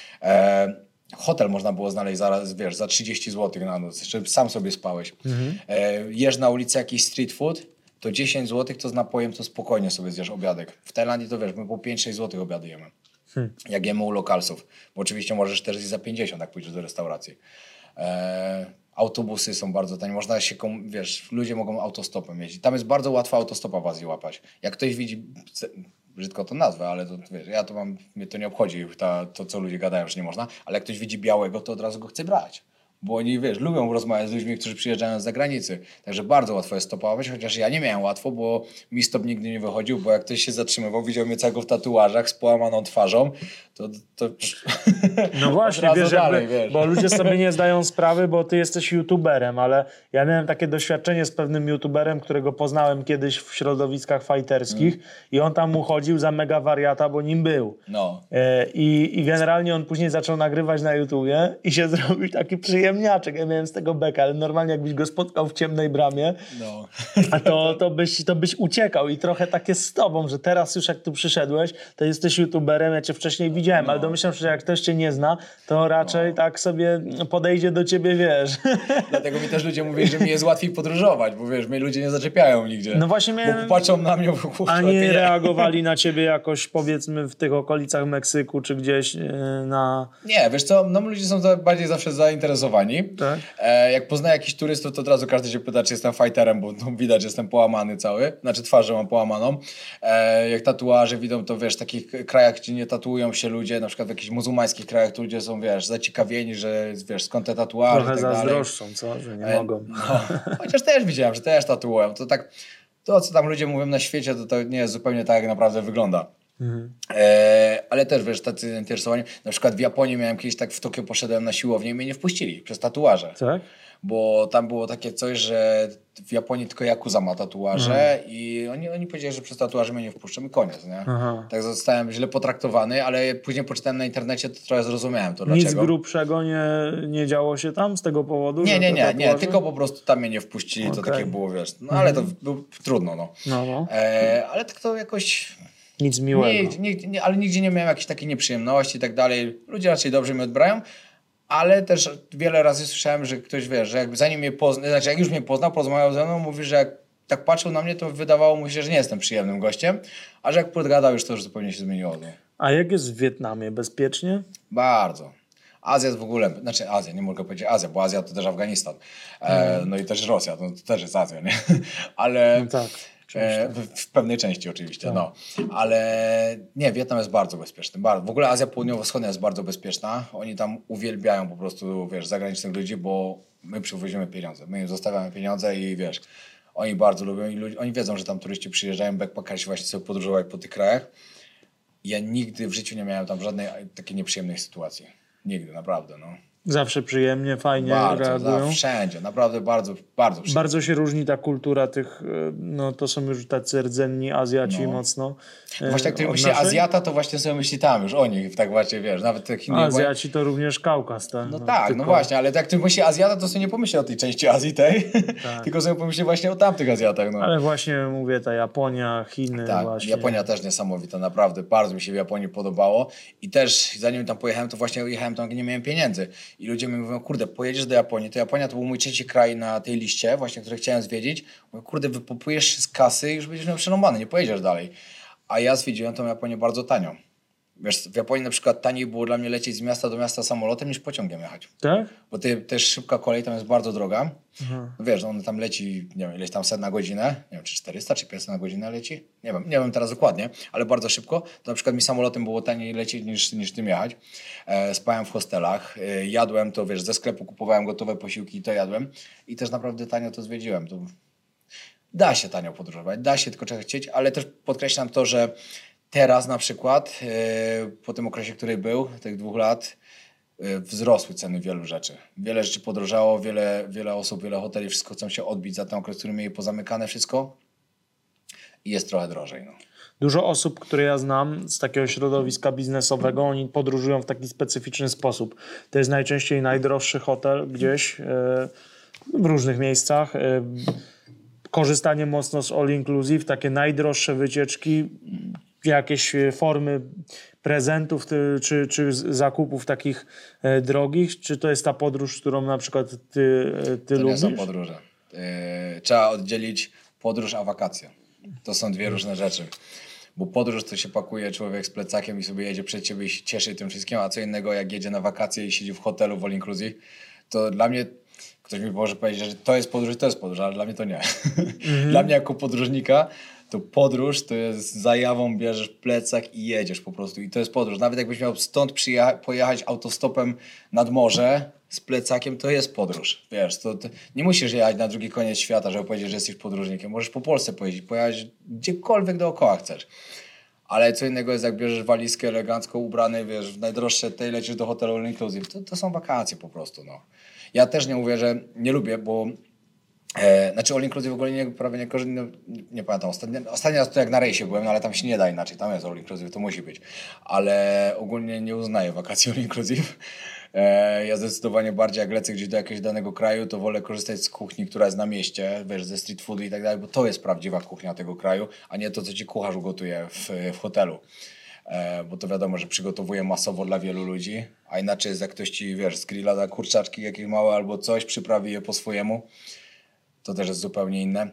Hotel można było znaleźć zaraz, wiesz, za 30 zł na noc, żeby sam sobie spałeś. Jesz na ulicy jakiś street food, to 10 zł to z napojem to spokojnie sobie zjesz obiadek. W Tajlandii to wiesz, my po 5-6 zł obiady jemy. Jak jemy u lokalsów. Bo oczywiście możesz też zjeść za 50, jak pójdziesz do restauracji. Autobusy są bardzo tanie. Można się, wiesz, ludzie mogą autostopem jeździć. Tam jest bardzo łatwo autostopa w Azji łapać. Jak ktoś widzi, brzydko to nazwę, ale to wiesz, mnie to nie obchodzi, to co ludzie gadają, że nie można, ale jak ktoś widzi białego, to od razu go chce brać. Bo oni, wiesz, lubią rozmawiać z ludźmi, którzy przyjeżdżają z zagranicy. Także bardzo łatwo jest stopować, chociaż ja nie miałem łatwo, bo mi stop nigdy nie wychodził, bo jak ktoś się zatrzymywał, widział mnie całego w tatuażach z połamaną twarzą, to No właśnie, od razu wiesz, dalej, jakby, wiesz. bo ludzie sobie nie zdają sprawy, bo ty jesteś youtuberem, ale ja miałem takie doświadczenie z pewnym youtuberem, którego poznałem kiedyś w środowiskach fighterskich i on tam uchodził za mega wariata, bo nim był. No. I generalnie on później zaczął nagrywać na YouTubie i się zrobił taki przyjemniaczek. Ja miałem z tego beka, ale normalnie jakbyś go spotkał w ciemnej bramie, No. a to byś uciekał. I trochę tak jest z tobą, że teraz już jak tu przyszedłeś, to jesteś youtuberem, ja cię wcześniej widziałem, ale domyślam się, że jak ktoś cię nie zna, to raczej tak sobie podejdzie do ciebie, wiesz. Dlatego mi też ludzie mówią, że mi jest łatwiej podróżować, bo wiesz, mnie ludzie nie zaczepiają nigdzie. No właśnie Bo patrzą na mnie, bo a nie reagowali na ciebie jakoś, powiedzmy, w tych okolicach Meksyku, czy gdzieś na... Nie, wiesz co, no ludzie są bardziej zawsze zainteresowani. Tak. Jak poznaję jakichś turystów, to od razu każdy się pyta, czy jestem fighterem, bo no, widać, że jestem połamany cały. Znaczy twarzę mam połamaną. Jak tatuaże widzą, to wiesz, w takich krajach, gdzie nie tatuują się ludzie, na przykład w jakichś muzułmańskich krajach, to ludzie są, wiesz, zaciekawieni, że wiesz, skąd te tatuaże Trochę i tak dalej. zazdroszczą, co? Że nie mogą. No, chociaż też widziałem, że też tatuują. To tak, to co tam ludzie mówią na świecie, to nie jest zupełnie tak, jak naprawdę wygląda. Ale też wiesz, tacy zainteresowani. Na przykład w Japonii miałem kiedyś tak w Tokio poszedłem na siłownię i mnie nie wpuścili przez tatuaże. Tak? Bo tam było takie coś, że w Japonii tylko Yakuza ma tatuaże i oni powiedzieli, że przez tatuaże mnie nie wpuszczą i koniec, nie? Aha. Tak zostałem źle potraktowany, ale później poczytałem na internecie, to trochę zrozumiałem to Nic dlaczego. grubszego nie działo się tam z tego powodu? że te Nie, tatuaże? tylko po prostu tam mnie nie wpuścili, to Okej. takie było, wiesz, no ale to było trudno, no. No. Ale tak to jakoś... Nic miłego. Ale nigdzie nie miałem jakiejś takiej nieprzyjemności i tak dalej. Ludzie raczej dobrze mnie odbierają, ale też wiele razy słyszałem, że ktoś, wiesz, że jakby zanim mnie poznał, znaczy jak już mnie poznał, porozmawiał ze mną, mówi, że jak tak patrzył na mnie, to wydawało mu się, że nie jestem przyjemnym gościem, a że jak podgadał już, to już zupełnie się zmieniło. No. A jak jest w Wietnamie? Bezpiecznie? Bardzo. Azja jest w ogóle, znaczy Azja, nie mogę powiedzieć Azja, bo Azja to też Afganistan. No i też Rosja, to też jest Azja, nie? Ale... No tak. W pewnej części oczywiście, no. Ale nie, Wietnam jest bardzo bezpieczny. W ogóle Azja Południowo-Wschodnia jest bardzo bezpieczna. Oni tam uwielbiają po prostu, wiesz, zagranicznych ludzi, bo my przywozimy pieniądze. My im zostawiamy pieniądze i wiesz, oni bardzo lubią i oni wiedzą, że tam turyści przyjeżdżają, backpackersi właśnie sobie podróżować po tych krajach. Ja nigdy w życiu nie miałem tam żadnej takiej nieprzyjemnej sytuacji. Nigdy, naprawdę, no. Zawsze przyjemnie, fajnie Bardzo, reagują. wszędzie, naprawdę bardzo, bardzo wszędzie. Bardzo się różni ta kultura tych, no to są już tacy rdzenni Azjaci mocno. Właśnie jak ktoś od myśli naszej. Azjata, to właśnie sobie myśli tam już o nich, tak właśnie, wiesz, nawet te Chiny. Azjaci to również Kaukaz, tak? No tak, no właśnie, ale jak ktoś myśli Azjata, to sobie nie pomyśli o tej części Azji tej, tylko sobie pomyśli właśnie o tamtych Azjatach, no. Ale właśnie mówię, ta Japonia, Chiny Tak, właśnie. Japonia też niesamowita, naprawdę, bardzo mi się w Japonii podobało i też zanim tam pojechałem, to właśnie jechałem tam, gdzie nie miałem pieniędzy i ludzie mi mówią, kurde, pojedziesz do Japonii, to Japonia to był mój trzeci kraj na tej liście, właśnie, który chciałem zwiedzić, mówię, kurde, wypopujesz się z kasy i już będziesz miał przerąbane, nie pojedziesz dalej, a ja zwiedziłem tą Japonię bardzo tanio. Wiesz, w Japonii na przykład taniej było dla mnie lecieć z miasta do miasta samolotem niż pociągiem jechać. Tak? Bo też szybka kolej tam jest bardzo droga. No wiesz, on tam leci, nie wiem, ileś tam set na godzinę, nie wiem, czy 400, czy 500 na godzinę leci. Nie wiem teraz dokładnie, ale bardzo szybko. To na przykład mi samolotem było taniej lecieć niż tym jechać. Spałem w hostelach, jadłem to, wiesz, ze sklepu kupowałem gotowe posiłki i to jadłem. I też naprawdę tanio to zwiedziłem. To da się tanio podróżować, da się, tylko trzeba chcieć, ale też podkreślam to, że teraz na przykład, po tym okresie, który był, tych 2 lat, wzrosły ceny wielu rzeczy. Wiele rzeczy podrożało, wiele osób, wiele hoteli, wszystko chcą się odbić za ten okres, który mieli pozamykane wszystko i jest trochę drożej. No. Dużo osób, które ja znam z takiego środowiska biznesowego, oni podróżują w taki specyficzny sposób. To jest najczęściej najdroższy hotel gdzieś w różnych miejscach. Korzystanie mocno z all inclusive, takie najdroższe wycieczki, jakieś formy prezentów czy zakupów takich drogich? Czy to jest ta podróż, którą na przykład ty To lubisz? nie są podróże. Trzeba oddzielić podróż a wakacje. To są 2 różne rzeczy. Bo podróż to się pakuje człowiek z plecakiem i sobie jedzie przed ciebie i się cieszy tym wszystkim, a co innego jak jedzie na wakacje i siedzi w hotelu w all inclusive, to dla mnie ktoś mi może powiedzieć, że to jest podróż, ale dla mnie to nie. Dla mnie jako podróżnika to podróż to jest zajawą, bierzesz plecak i jedziesz po prostu i to jest podróż. Nawet jakbyś miał stąd pojechać autostopem nad morze z plecakiem, to jest podróż. Wiesz, to nie musisz jechać na drugi koniec świata, żeby powiedzieć, że jesteś podróżnikiem. Możesz po Polsce pojechać gdziekolwiek dookoła chcesz. Ale co innego jest, jak bierzesz walizkę elegancko ubrany, wiesz, w najdroższe tej lecisz do hotelu all inclusive. To są wakacje po prostu, no. Ja też nie mówię, że nie lubię, bo znaczy all inclusive w ogóle prawie nie pamiętam. Ostatni raz to jak na rejsie byłem, no ale tam się nie da inaczej, tam jest all inclusive, to musi być. Ale ogólnie nie uznaję wakacji all inclusive. Ja zdecydowanie bardziej jak lecę gdzieś do jakiegoś danego kraju, to wolę korzystać z kuchni, która jest na mieście, wiesz, ze street foodu i tak dalej, bo to jest prawdziwa kuchnia tego kraju, a nie to, co ci kucharz ugotuje w hotelu. Bo to wiadomo, że przygotowuje masowo dla wielu ludzi, a inaczej jest jak ktoś ci, wiesz, z grilla da kurczaczki jakieś małe albo coś, przyprawi je po swojemu. To też jest zupełnie inne.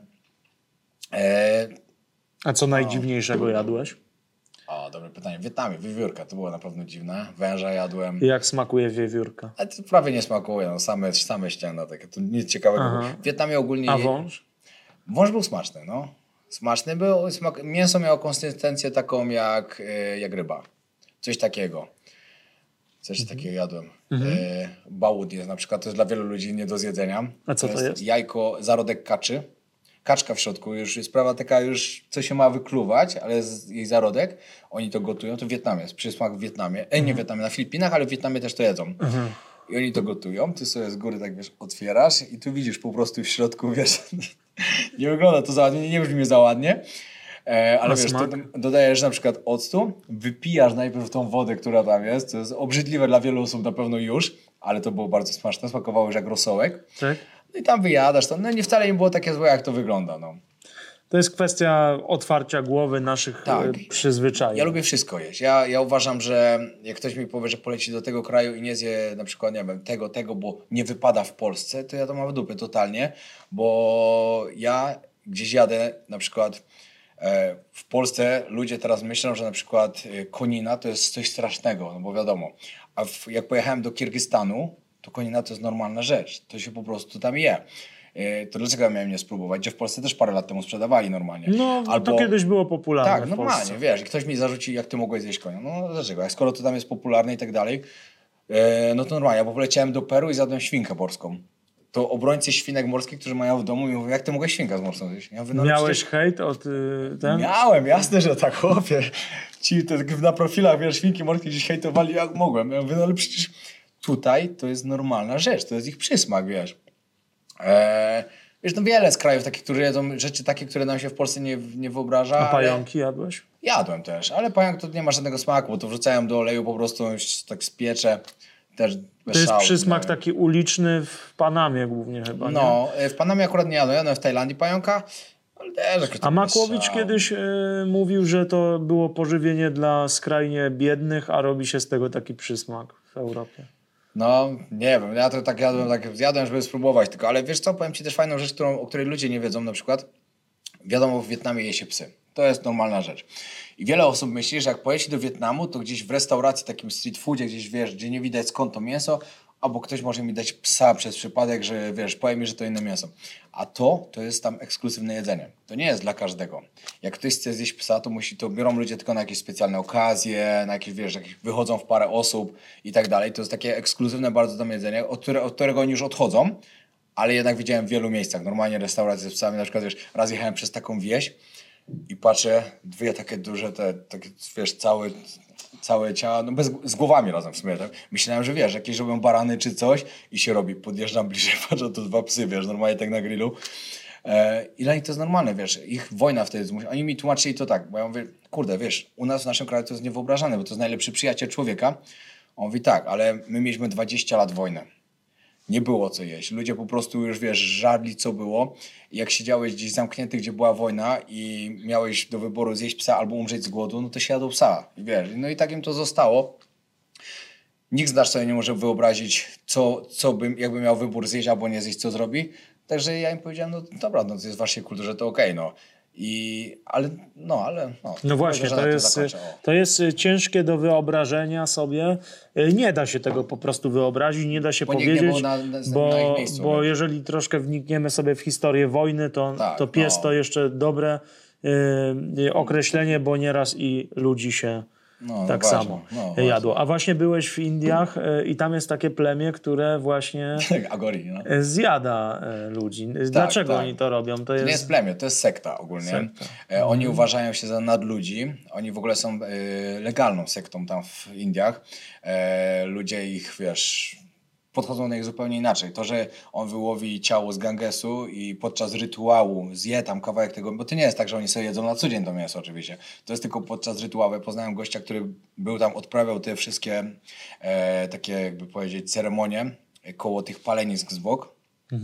A co najdziwniejszego jadłeś? O, dobre pytanie. W Wietnamie, wiewiórka, to było na pewno dziwne. Węża jadłem. Jak smakuje wiewiórka? Ale to prawie nie smakuje, no same ścięgna takie, to nic ciekawego. Aha. W Wietnamie ogólnie... A wąż? Wąż był smaczny, no. Smaczny był, mięso miało konsystencję taką jak ryba. Coś takiego. Coś takiego jadłem. Bałud jest na przykład, to jest dla wielu ludzi nie do zjedzenia. A co to jest? Jajko, zarodek kaczy. Kaczka w środku, już jest sprawa taka już, co się ma wykluwać, ale jest jej zarodek. Oni to gotują, to w Wietnamie jest przysmak w Wietnamie. Nie w Wietnamie, na Filipinach, ale w Wietnamie też to jedzą. I oni to gotują, ty sobie z góry tak, wiesz, otwierasz i tu widzisz po prostu w środku, wiesz, nie wygląda to za ładnie, nie brzmi za ładnie, ale wiesz, to dodajesz na przykład octu, wypijasz najpierw tą wodę, która tam jest, to jest obrzydliwe dla wielu osób na pewno już, ale to było bardzo smaczne, smakowało już jak rosołek. Tak? No i tam wyjadasz to, no nie wcale nie było takie złe, jak to wygląda, no. To jest kwestia otwarcia głowy naszych przyzwyczajeń. Ja lubię wszystko jeść. Ja uważam, że jak ktoś mi powie, że poleci do tego kraju i nie zje na przykład, nie wiem, tego, bo nie wypada w Polsce, to ja to mam w dupie totalnie, bo ja gdzieś jadę na przykład w Polsce ludzie teraz myślą, że na przykład konina to jest coś strasznego, no bo wiadomo. A jak pojechałem do Kirgistanu, to konina to jest normalna rzecz. To się po prostu tam je. To dlaczego ja miałem nie spróbować? Gdzie w Polsce też parę lat temu sprzedawali normalnie. No, to kiedyś było popularne tak, w normalnie, Polsce. wiesz, i ktoś mi zarzuci, jak ty mogłeś zjeść konia. No dlaczego? Jak skoro to tam jest popularne i tak dalej, no to normalnie. Ja poleciałem do Peru i zjadłem świnkę morską. To obrońcy świnek morskich, którzy mają w domu, mi mówią, jak ty mogłeś świnkę z morską zjeść? Ja mówię, no, Miałeś hejt od ten? Miałem, jasne, że tak, chłopie. Ci na profilach, wiesz, świnki morskie gdzieś hejtowali, jak mogłem. Ja mówię, no ale przecież tutaj to jest normalna rzecz, to jest ich przysmak, wiesz. Wiesz, no wiele z krajów takich, które jedzą rzeczy takie, które nam się w Polsce nie wyobraża. A pająki jadłeś? Jadłem też, ale pająk to nie ma żadnego smaku, bo to wrzucają do oleju, po prostu tak spiecze. Też bez To jest szału, przysmak taki uliczny w Panamie głównie chyba, nie? No, w Panamie akurat nie jadłem w Tajlandii pająka, ale też jakoś A tak Makłowicz bez szału. kiedyś mówił, że to było pożywienie dla skrajnie biednych, a robi się z tego taki przysmak w Europie. No, nie wiem, ja to tak zjadłem, żeby spróbować tylko, ale wiesz co, powiem ci też fajną rzecz, o której ludzie nie wiedzą na przykład. Wiadomo, w Wietnamie je się psy. To jest normalna rzecz. I wiele osób myśli, że jak poleci do Wietnamu, to gdzieś w restauracji, takim street foodzie, gdzieś wiesz, gdzie nie widać skąd to mięso, albo ktoś może mi dać psa przez przypadek, że wiesz, powie mi, że to inne mięso. A to jest tam ekskluzywne jedzenie. To nie jest dla każdego. Jak ktoś chce zjeść psa, to biorą ludzie tylko na jakieś specjalne okazje, na jakieś, wiesz, jakieś wychodzą w parę osób i tak dalej. To jest takie ekskluzywne bardzo tam jedzenie, od którego oni już odchodzą, ale jednak widziałem w wielu miejscach, normalnie restauracje z psami, na przykład wiesz, raz jechałem przez taką wieś i patrzę, dwie takie duże, takie, wiesz, całe ciała, no z głowami razem w sumie, tak? Myślałem, że wiesz, jakieś robią barany czy coś i się robi, podjeżdżam bliżej, patrzę, to dwa psy, wiesz, normalnie tak na grillu. I dla nich to jest normalne, wiesz, ich wojna wtedy zmusi. Oni mi tłumaczyli to tak, bo ja mówię, kurde, wiesz, u nas w naszym kraju to jest niewyobrażane, bo to jest najlepszy przyjaciel człowieka. On mówi tak, ale my mieliśmy 20 lat wojny. Nie było co jeść. Ludzie po prostu już, wiesz, żarli co było. I jak siedziałeś gdzieś zamknięty, gdzie była wojna i miałeś do wyboru zjeść psa albo umrzeć z głodu, no to się jadł psa. I wiesz, no i tak im to zostało. Nikt z nas sobie nie może wyobrazić, jakby miał wybór zjeść albo nie zjeść, co zrobi. Także ja im powiedziałem, no dobra, no to jest w waszej kulturze, to okej, no. No właśnie, to jest ciężkie do wyobrażenia sobie. Nie da się tego po prostu wyobrazić, nie da się Bo powiedzieć, nikt nie był na ich miejscu, bo jeżeli troszkę wnikniemy sobie w historię wojny, to pies to jeszcze dobre określenie, bo nieraz i ludzi się No, tak właśnie, samo no, właśnie. jadło. A właśnie byłeś w Indiach i tam jest takie plemię, które właśnie Agori, no. zjada ludzi. Dlaczego tak. oni to robią? To To nie jest jest plemię, to jest sekta ogólnie. sekta. Oni uważają się za nadludzi. Oni w ogóle są legalną sektą tam w Indiach. Ludzie ich, wiesz, podchodzą do nich zupełnie inaczej. To, że on wyłowi ciało z Gangesu i podczas rytuału zje tam kawałek tego, bo to nie jest tak, że oni sobie jedzą na co dzień to mięso oczywiście. To jest tylko podczas rytuału. Ja poznałem gościa, który był tam, odprawiał te wszystkie takie, jakby powiedzieć, ceremonie koło tych palenisk z bok.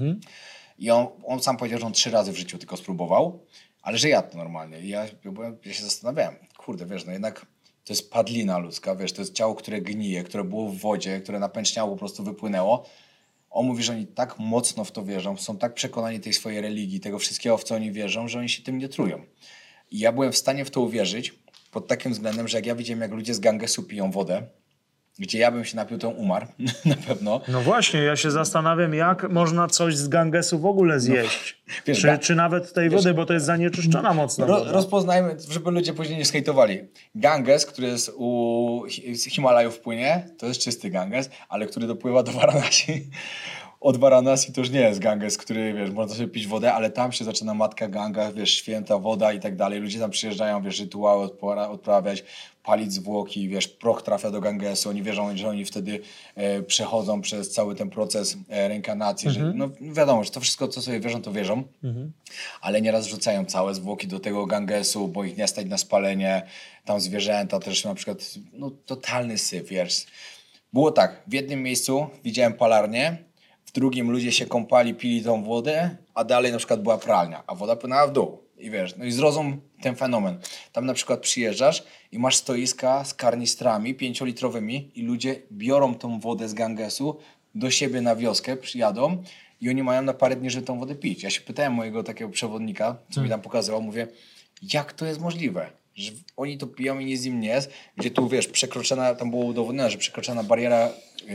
I on sam powiedział, że on 3 razy w życiu tylko spróbował, ale że jadł to normalnie. I ja się zastanawiałem, kurde, wiesz, no jednak to jest padlina ludzka, wiesz, to jest ciało, które gnije, które było w wodzie, które napęczniało, po prostu wypłynęło. On mówi, że oni tak mocno w to wierzą, są tak przekonani tej swojej religii, tego wszystkiego, w co oni wierzą, że oni się tym nie trują. I ja byłem w stanie w to uwierzyć pod takim względem, że jak ja widziałem, jak ludzie z Gangesu piją wodę, gdzie ja bym się napił, to umarł, na pewno. No właśnie, ja się zastanawiam, jak można coś z Gangesu w ogóle zjeść. Wiesz, Czy nawet tej wody, bo to jest zanieczyszczona mocno woda. Rozpoznajmy, żeby ludzie później nie skejtowali. Ganges, który jest z Himalajów płynie, to jest czysty Ganges, ale który dopływa do Varanasi. Od Varanasi to już nie jest Ganges, który, wiesz, można sobie pić wodę, ale tam się zaczyna matka Ganga, wiesz, święta woda i tak dalej. Ludzie tam przyjeżdżają, wiesz, rytuały odprawiać, palić zwłoki, wiesz, proch trafia do Gangesu. Oni wierzą, że oni wtedy przechodzą przez cały ten proces reinkarnacji. Że, no wiadomo, że to wszystko, co sobie wierzą, to wierzą. Ale nieraz wrzucają całe zwłoki do tego Gangesu, bo ich nie stać na spalenie. Tam zwierzęta też na przykład, no totalny syf, wiesz. Było tak, w jednym miejscu widziałem palarnię, w drugim ludzie się kąpali, pili tą wodę, a dalej na przykład była pralnia, a woda płynęła w dół. I wiesz, no i zrozum ten fenomen. Tam na przykład przyjeżdżasz i masz stoiska z karnistrami 5-litrowymi i ludzie biorą tą wodę z Gangesu do siebie na wioskę, przyjadą i oni mają na parę dni, żeby tą wodę pić. Ja się pytałem mojego takiego przewodnika, co mi tam pokazywał, mówię, jak to jest możliwe? Że oni to piją i nic im nie jest, gdzie tu, wiesz, przekroczona, tam było udowodnione, że przekroczona bariera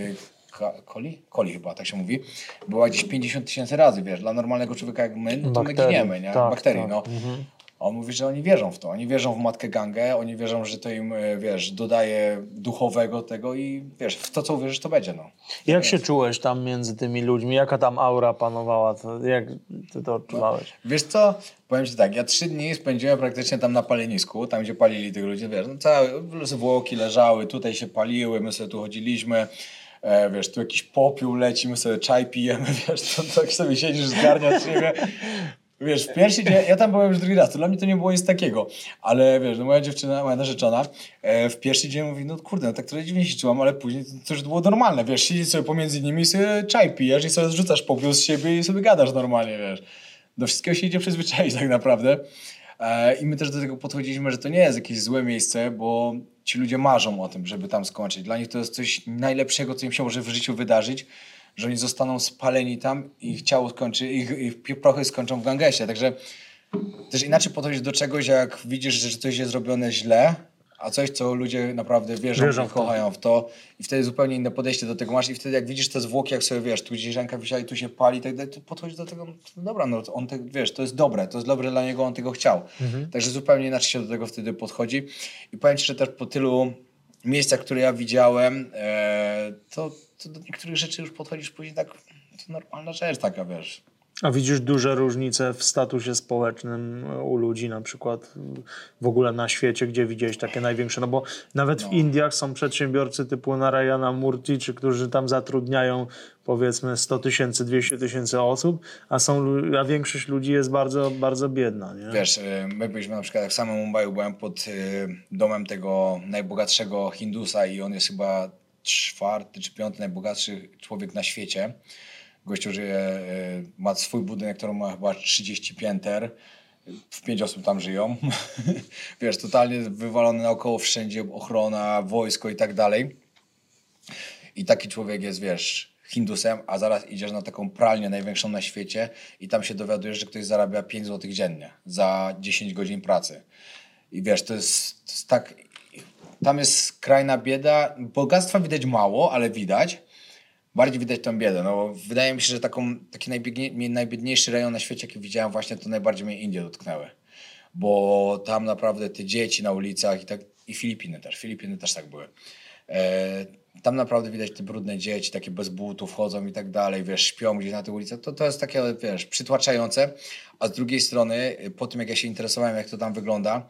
coli chyba, tak się mówi, była gdzieś 50 000 razy, wiesz, dla normalnego człowieka jak my, no to my giniemy, nie? Tak, Bakterii, tak. no. On mówi, że oni wierzą w to, oni wierzą w Matkę Gangę, oni wierzą, że to im, wiesz, dodaje duchowego tego i wiesz, w to, co uwierzysz, to będzie, no. Jak się czułeś tam między tymi ludźmi? Jaka tam aura panowała? Jak ty to odczuwałeś? Wiesz co, powiem ci tak, ja 3 dni spędziłem praktycznie tam na palenisku, tam gdzie palili tych ludzi, wiesz, no całe zwłoki leżały, tutaj się paliły, my sobie tu chodziliśmy, wiesz, tu jakiś popiół leci, my sobie czaj pijemy, wiesz, to tak sobie siedzisz, zgarniasz siebie. Wiesz, w pierwszy dzień, ja tam byłem już drugi raz, to dla mnie to nie było nic takiego, ale wiesz, no moja dziewczyna, moja narzeczona, w pierwszy dzień mówi, no kurde, no tak trochę dziwnie się czułam, ale później to już było normalne, wiesz, siedzisz sobie pomiędzy nimi i sobie czaj pijesz i sobie zrzucasz popiół z siebie i sobie gadasz normalnie, wiesz. Do wszystkiego się idzie przyzwyczaić tak naprawdę. I my też do tego podchodziliśmy, że to nie jest jakieś złe miejsce, bo ci ludzie marzą o tym, żeby tam skończyć. Dla nich to jest coś najlepszego, co im się może w życiu wydarzyć, że oni zostaną spaleni tam i ich ciało skończy, ich prochy skończą w Gangesie. Także też inaczej podchodzić do czegoś, jak widzisz, że coś jest zrobione źle, a coś, co ludzie naprawdę wierzą Wierzą i w to. kochają w to. I wtedy zupełnie inne podejście do tego masz. I wtedy jak widzisz te zwłoki, jak sobie wiesz, tu gdzieś ręka wisiała i tu się pali i tak dalej, to podchodzisz do tego, no dobra, no on te, wiesz, to jest dobre dla niego, on tego chciał. Także zupełnie inaczej się do tego wtedy podchodzi. I powiem ci, że też po tylu miejscach, które ja widziałem, to do niektórych rzeczy już podchodzisz później tak, to normalna rzecz taka, wiesz. A widzisz duże różnice w statusie społecznym u ludzi, na przykład w ogóle na świecie, gdzie widziałeś takie największe? No bo nawet w Indiach są przedsiębiorcy typu Narayana Murthy, czy którzy tam zatrudniają powiedzmy 100 000, 200 000 osób, a większość ludzi jest bardzo, bardzo biedna, nie? Wiesz, my byliśmy na przykład, jak w samym Mumbaiu byłem pod domem tego najbogatszego Hindusa i on jest chyba 4. czy 5. najbogatszy człowiek na świecie. Gościu żyje, ma swój budynek, który ma chyba 30 pięter. 5 osób tam żyją. Wiesz, totalnie wywalony naokoło wszędzie, ochrona, wojsko i tak dalej. I taki człowiek jest, wiesz, Hindusem, a zaraz idziesz na taką pralnię największą na świecie i tam się dowiadujesz, że ktoś zarabia 5 zł dziennie za 10 godzin pracy. I wiesz, to jest tak... Tam jest skrajna bieda. Bogactwa widać mało, ale widać. Bardziej widać tą biedę. No, wydaje mi się, że taki najbiedniejszy rejon na świecie, jaki widziałem właśnie, to najbardziej mnie Indie dotknęły. Bo tam naprawdę te dzieci na ulicach i tak, i Filipiny też. Filipiny też tak były. Tam naprawdę widać te brudne dzieci, takie bez butów chodzą i tak dalej, wiesz, śpią gdzieś na tej ulicy. To jest takie, wiesz, przytłaczające. A z drugiej strony, po tym jak ja się interesowałem, jak to tam wygląda,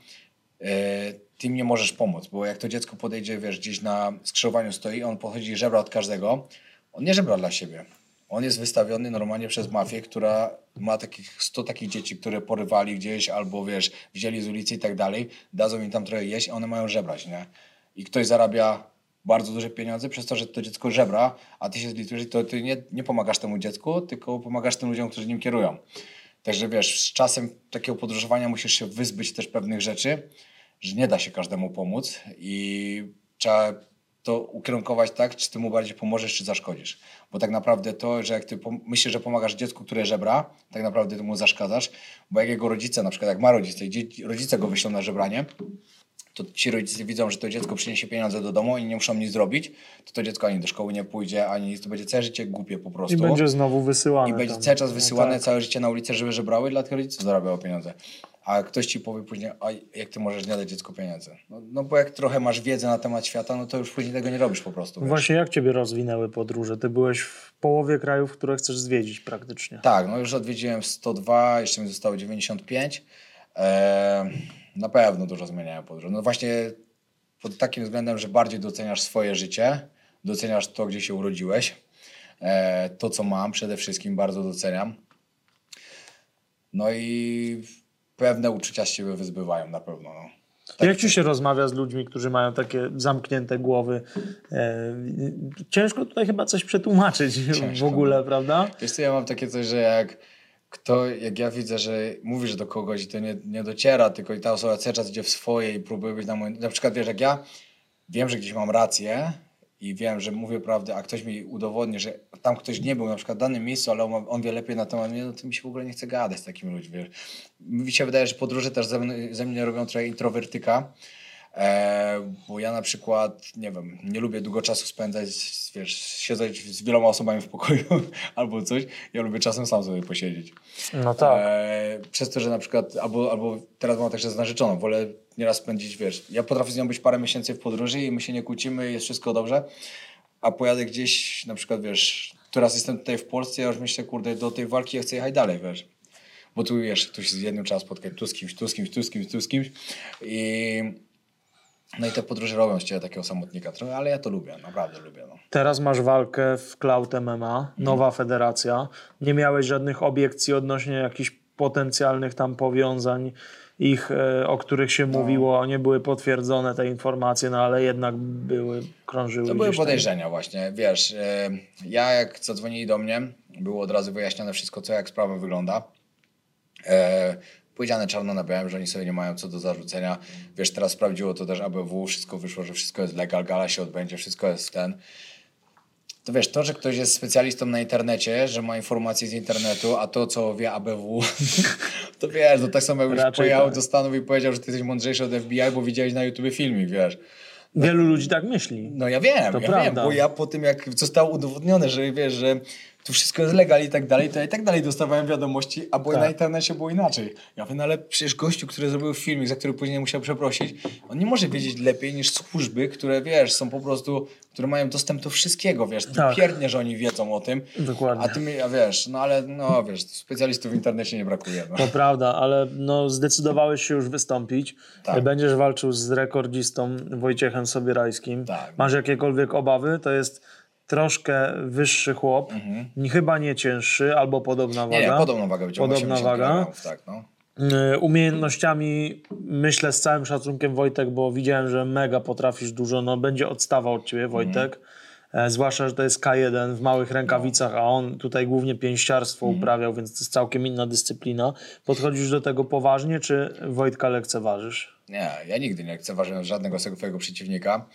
ty im nie możesz pomóc, bo jak to dziecko podejdzie, wiesz, gdzieś na skrzyżowaniu stoi, on podchodzi i żebra od każdego, on nie żebra dla siebie. On jest wystawiony normalnie przez mafię, która ma takich 100 takich dzieci, które porywali gdzieś albo, wiesz, wzięli z ulicy i tak dalej, dadzą im tam trochę jeść, one mają żebrać, nie? I ktoś zarabia bardzo duże pieniądze przez to, że to dziecko żebra, a ty się zlitujesz, to ty nie pomagasz temu dziecku, tylko pomagasz tym ludziom, którzy nim kierują. Także wiesz, z czasem takiego podróżowania musisz się wyzbyć też pewnych rzeczy, że nie da się każdemu pomóc i trzeba to ukierunkować tak, czy ty mu bardziej pomożesz, czy zaszkodzisz. Bo tak naprawdę to, że jak ty myślisz, że pomagasz dziecku, które żebra, tak naprawdę ty mu zaszkadzasz, bo jak jego rodzice, na przykład jak ma rodzice i rodzice go wyślą na żebranie, to ci rodzice widzą, że to dziecko przyniesie pieniądze do domu i nie muszą nic zrobić, to dziecko ani do szkoły nie pójdzie, ani nic, to będzie całe życie głupie po prostu. I będzie znowu wysyłane. I będzie cały czas wysyłane, całe życie na ulicę, żeby żebrały, dla tych rodziców zarabiało pieniądze. A ktoś ci powie później, a jak ty możesz nie dać dziecku pieniędzy? No bo jak trochę masz wiedzę na temat świata, no to już później tego nie robisz po prostu. Wiesz? Właśnie jak ciebie rozwinęły podróże? Ty byłeś w połowie krajów, które chcesz zwiedzić praktycznie. Tak, no już odwiedziłem 102, jeszcze mi zostało 95. Na pewno dużo zmieniałem podróż. No właśnie pod takim względem, że bardziej doceniasz swoje życie, doceniasz to, gdzie się urodziłeś, to, co mam przede wszystkim bardzo doceniam. No i pewne uczucia z siebie wyzbywają na pewno. No. Tak, Jak ci się rozmawia z ludźmi, którzy mają takie zamknięte głowy? Ciężko tutaj chyba coś przetłumaczyć w ogóle, prawda? Wiesz co, ja mam takie coś, że jak ja widzę, że mówisz do kogoś i to nie dociera, tylko i ta osoba cały czas idzie w swoje i próbuje być na przykład wiesz, jak ja wiem, że gdzieś mam rację i wiem, że mówię prawdę, a ktoś mi udowodni, że tam ktoś nie był na przykład w danym miejscu, ale on wie lepiej na temat mnie, no to mi się w ogóle nie chce gadać z takimi ludźmi. Wiesz. Mi się wydaje, że podróże też ze mnie robią trochę introwertyka, bo ja na przykład, nie wiem, nie lubię długo czasu spędzać, wiesz, siedzieć z wieloma osobami w pokoju albo coś. Ja lubię czasem sam sobie posiedzieć. No tak. Przez to, że na przykład, albo teraz mam także z narzeczoną, wolę nieraz spędzić, wiesz, ja potrafię z nią być parę miesięcy w podróży i my się nie kłócimy, jest wszystko dobrze, a pojadę gdzieś, na przykład, wiesz, teraz jestem tutaj w Polsce, ja już myślę, kurde, do tej walki ja chcę jechać dalej, wiesz. Bo tu, wiesz, tu się z jednym trzeba spotkać, tu z kimś no i te podróże robią z ciebie takiego samotnika trochę, ale ja to lubię, naprawdę lubię. No. Teraz masz walkę w Cloud MMA, nowa federacja. Nie miałeś żadnych obiekcji odnośnie jakichś potencjalnych tam powiązań o których się mówiło, nie były potwierdzone te informacje, no ale jednak krążyły. To były podejrzenia właśnie, wiesz, ja jak zadzwonili do mnie, było od razu wyjaśnione wszystko, jak sprawa wygląda. Powiedziane czarno na białym, że oni sobie nie mają co do zarzucenia. Wiesz, teraz sprawdziło to też ABW, wszystko wyszło, że wszystko jest legal, gala się odbędzie, wszystko jest To wiesz, to, że ktoś jest specjalistą na internecie, że ma informacje z internetu, a to, co wie ABW, to wiesz, to tak samo jakbyś pojechał do Stanów i powiedział, że ty jesteś mądrzejszy od FBI, bo widziałeś na YouTubie filmik, wiesz. Wielu ludzi tak myśli. No ja wiem, bo ja po tym, jak zostało udowodnione, że wiesz, że tu wszystko jest legal i tak dalej, to ja i tak dalej dostawałem wiadomości, a bo na internecie było inaczej. Ja mówię, no ale przecież gościu, który zrobił filmik, za który później musiał przeprosić, on nie może wiedzieć lepiej niż służby, które wiesz, są po prostu, które mają dostęp do wszystkiego, wiesz, ty pierdnie, że oni wiedzą o tym. Dokładnie. A ty wiesz, no ale no wiesz, specjalistów w internecie nie brakuje. No. To prawda, ale no zdecydowałeś się już wystąpić. Tak. Będziesz walczył z rekordzistą Wojciechem Sobierajskim. Tak. Masz jakiekolwiek obawy? To jest troszkę wyższy chłop, chyba nie cięższy, albo podobna waga. Nie, podobną wagę będzie. Podobna waga. Tak, no. Umiejętnościami myślę z całym szacunkiem, Wojtek, bo widziałem, że mega potrafisz dużo, no będzie odstawał od ciebie, Wojtek. Zwłaszcza, że to jest K1 w małych rękawicach, a on tutaj głównie pięściarstwo uprawiał, więc to jest całkiem inna dyscyplina. Podchodzisz do tego poważnie, czy Wojtka lekceważysz? Nie, ja nigdy nie lekceważyłem żadnego swojego przeciwnika.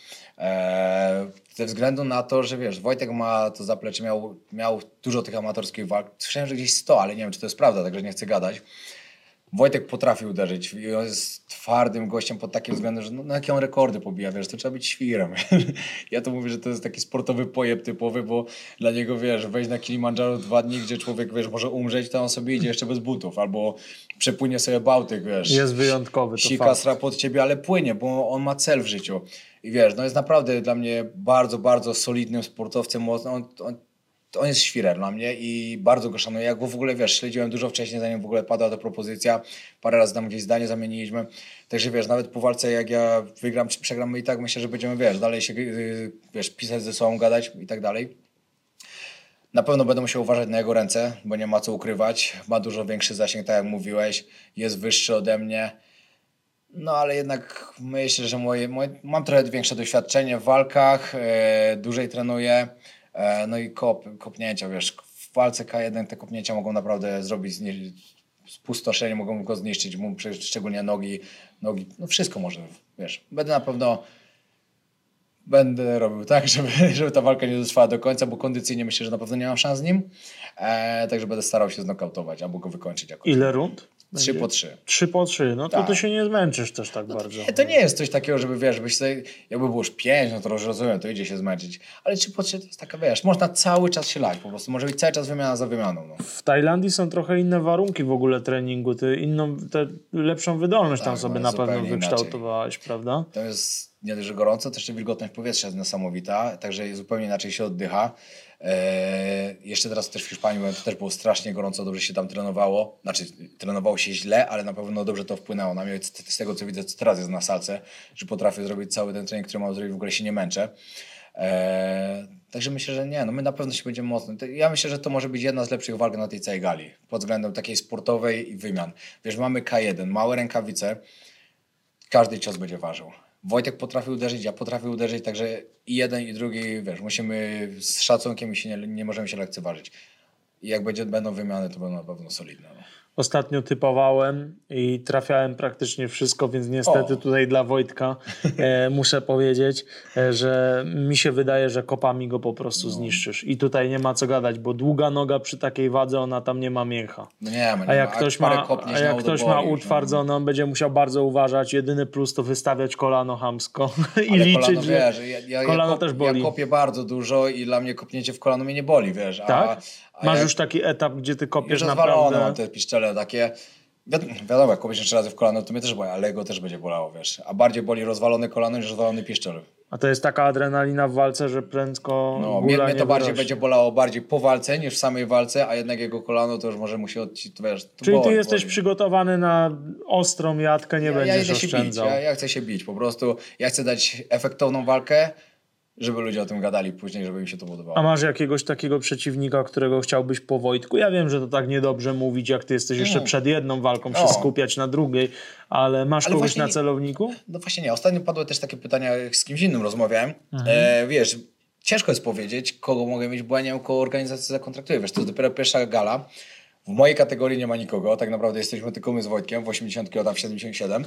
Ze względu na to, że wiesz, Wojtek ma to zaplecze, miał dużo tych amatorskich walk. Słyszałem, że gdzieś 100, ale nie wiem, czy to jest prawda, także nie chcę gadać. Wojtek potrafi uderzyć i on jest twardym gościem pod takim względem, że no jakie on rekordy pobija, wiesz, to trzeba być świrem. Ja to mówię, że to jest taki sportowy pojeb typowy, bo dla niego, wiesz, wejść na Kilimandżaro 2 dni, gdzie człowiek, wiesz, może umrzeć, to on sobie idzie jeszcze bez butów, albo przepłynie sobie Bałtyk, wiesz. Jest wyjątkowy, to Sika fakt. sra pod ciebie, ale płynie, bo on ma cel w życiu. I wiesz, no jest naprawdę dla mnie bardzo, bardzo solidnym sportowcem. On jest świrer dla mnie i bardzo go szanuję. Jak go w ogóle, wiesz, śledziłem dużo wcześniej, zanim w ogóle padła ta propozycja. Parę razy tam gdzieś zdanie zamieniliśmy. Także wiesz, nawet po walce, jak ja wygram czy przegram, my i tak myślę, że będziemy, wiesz, dalej się, wiesz, pisać ze sobą, gadać i tak dalej. Na pewno będę musiał uważać na jego ręce, bo nie ma co ukrywać. Ma dużo większy zasięg, tak jak mówiłeś. Jest wyższy ode mnie. No ale jednak myślę, że mam trochę większe doświadczenie w walkach, dłużej trenuję, no i kopnięcia, wiesz, w walce K1 te kopnięcia mogą naprawdę zrobić spustoszenie, mogą go zniszczyć, szczególnie nogi, no wszystko może, wiesz, będę robił tak, żeby ta walka nie dotrwała do końca, bo kondycyjnie myślę, że na pewno nie mam szans z nim, także będę starał się znokautować albo go wykończyć jakoś. Ile rund? 3 po 3. 3 po 3, no to Tak. ty się nie zmęczysz też tak bardzo. Nie, to nie jest coś takiego, żeby wiesz, jakby było już 5, no to już rozumiem, to idzie się zmęczyć. Ale 3 po 3 to jest taka, wiesz, można cały czas się lać po prostu. Może być cały czas wymiana za wymianą. No. W Tajlandii są trochę inne warunki w ogóle treningu. Ty lepszą wydolność tam Tak, sobie no, na pewno zupełnie wykształtowałeś, prawda? To jest nie dość, że gorąco, to jeszcze wilgotność powietrza jest niesamowita, także zupełnie inaczej się oddycha. Jeszcze teraz też w Hiszpanii byłem, to też było strasznie gorąco, dobrze się tam trenowało. Znaczy, trenowało się źle, ale na pewno dobrze to wpłynęło na mnie. Z tego, co widzę, co teraz jest na salce, że potrafię zrobić cały ten trening, który mam zrobić, w ogóle się nie męczę. Także myślę, że nie, no my na pewno się będziemy mocno. Ja myślę, że to może być jedna z lepszych walk na tej całej gali, pod względem takiej sportowej i wymian. Wiesz, mamy K1, małe rękawice, każdy cios będzie ważył. Wojtek potrafi uderzyć, ja potrafię uderzyć, także i jeden i drugi, wiesz, musimy z szacunkiem i nie możemy się lekceważyć. I jak będą wymiany, to będą na pewno solidne. No. Ostatnio typowałem i trafiałem praktycznie wszystko, więc niestety tutaj dla Wojtka muszę powiedzieć, że mi się wydaje, że kopami go po prostu zniszczysz. I tutaj nie ma co gadać, bo długa noga przy takiej wadze, ona tam nie ma mięcha. No nie ma, A jak ktoś ma utwardzone, on będzie musiał bardzo uważać. Jedyny plus to wystawiać kolano chamsko i ale liczyć, kolano, że wiesz, kolano też boli. Ja kopię bardzo dużo i dla mnie kopnięcie w kolano mnie nie boli, wiesz. Tak? Masz już taki etap, gdzie ty kopiesz już naprawdę... mam te piszczele takie. Wiadomo, jak kopiesz 3 razy w kolano, to mnie też boli, ale jego też będzie bolało, wiesz. A bardziej boli rozwalone kolano niż rozwalony piszczel. A to jest taka adrenalina w walce, że prędko No, gula mnie nie to bardziej wyrośnie. będzie bolało bardziej po walce niż w samej walce, a jednak jego kolano to już może mu się wiesz, to Czyli ty boli, jesteś przygotowany na ostrą jatkę, nie ja będziesz idę się bić, oszczędzał. ja chcę się bić, po prostu ja chcę dać efektowną walkę, żeby ludzie o tym gadali później, żeby im się to podobało. A masz jakiegoś takiego przeciwnika, którego chciałbyś po Wojtku? Ja wiem, że to tak niedobrze mówić, jak ty jesteś jeszcze przed jedną walką, się skupiać na drugiej, ale masz kogoś właśnie na celowniku? No właśnie nie. Ostatnio padły też takie pytania, jak z kimś innym rozmawiałem. Wiesz, ciężko jest powiedzieć, kogo mogę mieć, bo ja nie wiem, kogo organizacja zakontraktuje. Wiesz, to jest dopiero pierwsza gala. W mojej kategorii nie ma nikogo. Tak naprawdę jesteśmy tylko my z Wojtkiem w 80 kg, tam w 77.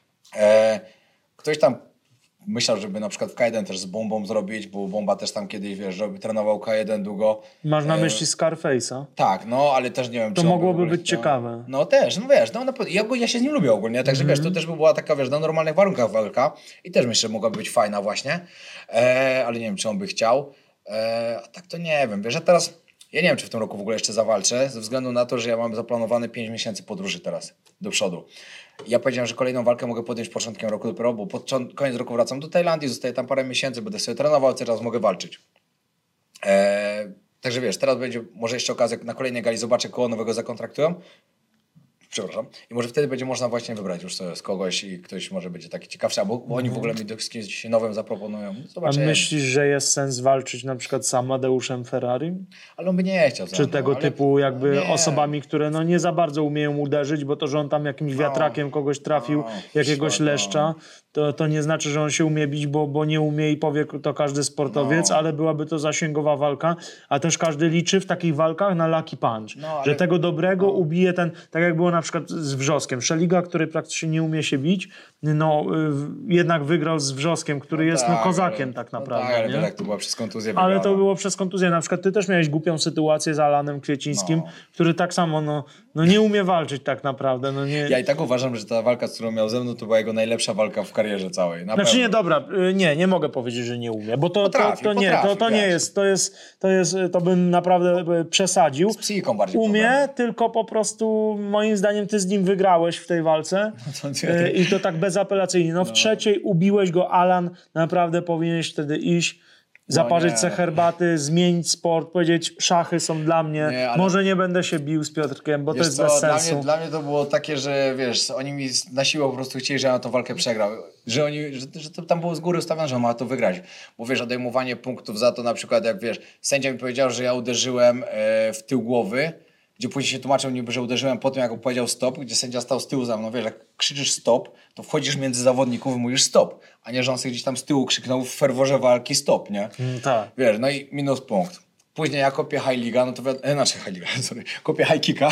Ktoś tam myślał, żeby na przykład w K1 też z Bombą zrobić, bo Bomba też tam kiedyś, wiesz, trenował K1 długo. Masz na myśli Scarface'a? Tak, no, ale też nie wiem, To czy on mogłoby w ogóle być ciekawe. No też, no wiesz, no ja się z nim lubię ogólnie, także wiesz, to też by była taka, wiesz, na normalnych warunkach walka i też myślę, że mogłaby być fajna właśnie, ale nie wiem, czy on by chciał, a tak to nie wiem, wiesz, a teraz ja nie wiem, czy w tym roku w ogóle jeszcze zawalczę, ze względu na to, że ja mam zaplanowane 5 miesięcy podróży teraz do przodu. Ja powiedziałem, że kolejną walkę mogę podjąć początkiem roku dopiero, bo pod koniec roku wracam do Tajlandii, zostaję tam parę miesięcy, będę sobie trenował, teraz mogę walczyć. Także wiesz, teraz będzie może jeszcze okazja na kolejnej gali, zobaczę, kogo nowego zakontraktują. Przepraszam. I może wtedy będzie można właśnie wybrać już sobie z kogoś i ktoś może będzie taki ciekawszy, bo oni w ogóle mi z kimś nowym zaproponują. Zobaczymy. A myślisz, że jest sens walczyć na przykład z Amadeuszem Ferrari? Ale on by nie chciał. Czy tego typu jakby nie. osobami, które no nie za bardzo umieją uderzyć, bo to, że on tam jakimś wiatrakiem kogoś trafił, jakiegoś leszcza, to nie znaczy, że on się umie bić, bo nie umie i powie to każdy sportowiec, ale byłaby to zasięgowa walka, a też każdy liczy w takich walkach na lucky punch, że tego dobrego ubije ten, tak jak było na przykład z Wrzoskiem. Szeliga, który praktycznie nie umie się bić, jednak wygrał z Wrzoskiem, który jest kozakiem ale, tak naprawdę. No tak, ale nie? wiesz, jak to była przez kontuzję Ale wygrana. to było przez kontuzję. Na przykład ty też miałeś głupią sytuację z Alanem Kwiecińskim, który tak samo nie umie walczyć tak naprawdę. No nie... Ja i tak uważam, że ta walka, z którą miał ze mną, to była jego najlepsza walka w karierze całej. Na Znaczy pewno. nie, dobra, nie mogę powiedzieć, że nie umie, bo to nie jest, to bym naprawdę przesadził. Z psychiką bardziej Umie, problem. tylko po prostu moim zdaniem ty z nim wygrałeś w tej walce i to tak bezapelacyjnie. W trzeciej ubiłeś go, Alan, naprawdę powinieneś wtedy iść, zaparzyć se herbaty, zmienić sport, powiedzieć szachy są dla mnie, Nie, ale... może nie będę się bił z Piotrkiem, bo Wiesz to jest co, bez sensu. Dla mnie to było takie, że wiesz, oni mi na siłę po prostu chcieli, że ja na tą walkę przegrał. Że to tam było z góry ustawione, że on ma to wygrać. Bo wiesz, odejmowanie punktów za to na przykład, jak wiesz, sędzia mi powiedział, że ja uderzyłem w tył głowy, gdzie później się tłumaczył niby, że uderzyłem po tym, jak on powiedział stop, gdzie sędzia stał z tyłu za mną. Wiesz, jak krzyczysz stop, to wchodzisz między zawodników i mówisz stop, a nie, że on sobie gdzieś tam z tyłu krzyknął w ferworze walki stop, nie? Tak. Wiesz, no i minus punkt. Później ja kopię high liga, no to kopię high kicka,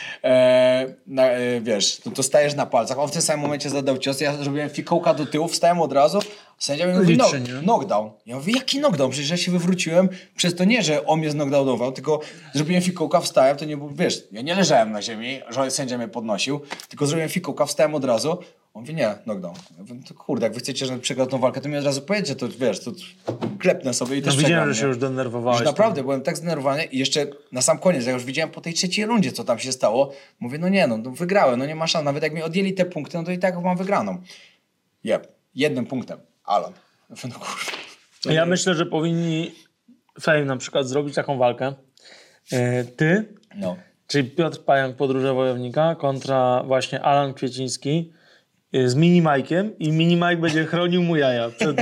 wiesz, to stajesz na palcach, on w tym samym momencie zadał cios, ja zrobiłem fikołka do tyłu, wstałem od razu, sędzia mi mówi knockdown. Ja mówię, jaki knockdown? Przecież ja się wywróciłem, przez to nie, że on mnie znokdownował, tylko zrobiłem fikołka, wstałem, to nie było, wiesz, ja nie leżałem na ziemi, że sędzia mnie podnosił, tylko zrobiłem fikołka, wstałem od razu. On mówi, nie, knockdown. Ja mówię, to kurde, jak wy chcecie, żebym przegrał tą walkę, to mi od razu powiedzcie, to wiesz, to klepnę sobie i też przegram. Widziałem, że się już denerwowałeś. Już naprawdę, byłem tak zdenerwowany i jeszcze na sam koniec, jak już widziałem po tej trzeciej rundzie, co tam się stało, mówię, no wygrałem, nie ma szans, nawet jak mi odjęli te punkty, no to i tak mam wygraną. Jednym punktem, Alan. No kurwa. Ja myślę, że powinni Fame na przykład zrobić taką walkę. Ty, czyli Piotr Pająk, Podróże Wojownika, kontra właśnie Alan Kwieciński z Minimajkiem i Minimajk będzie chronił mu jaja przed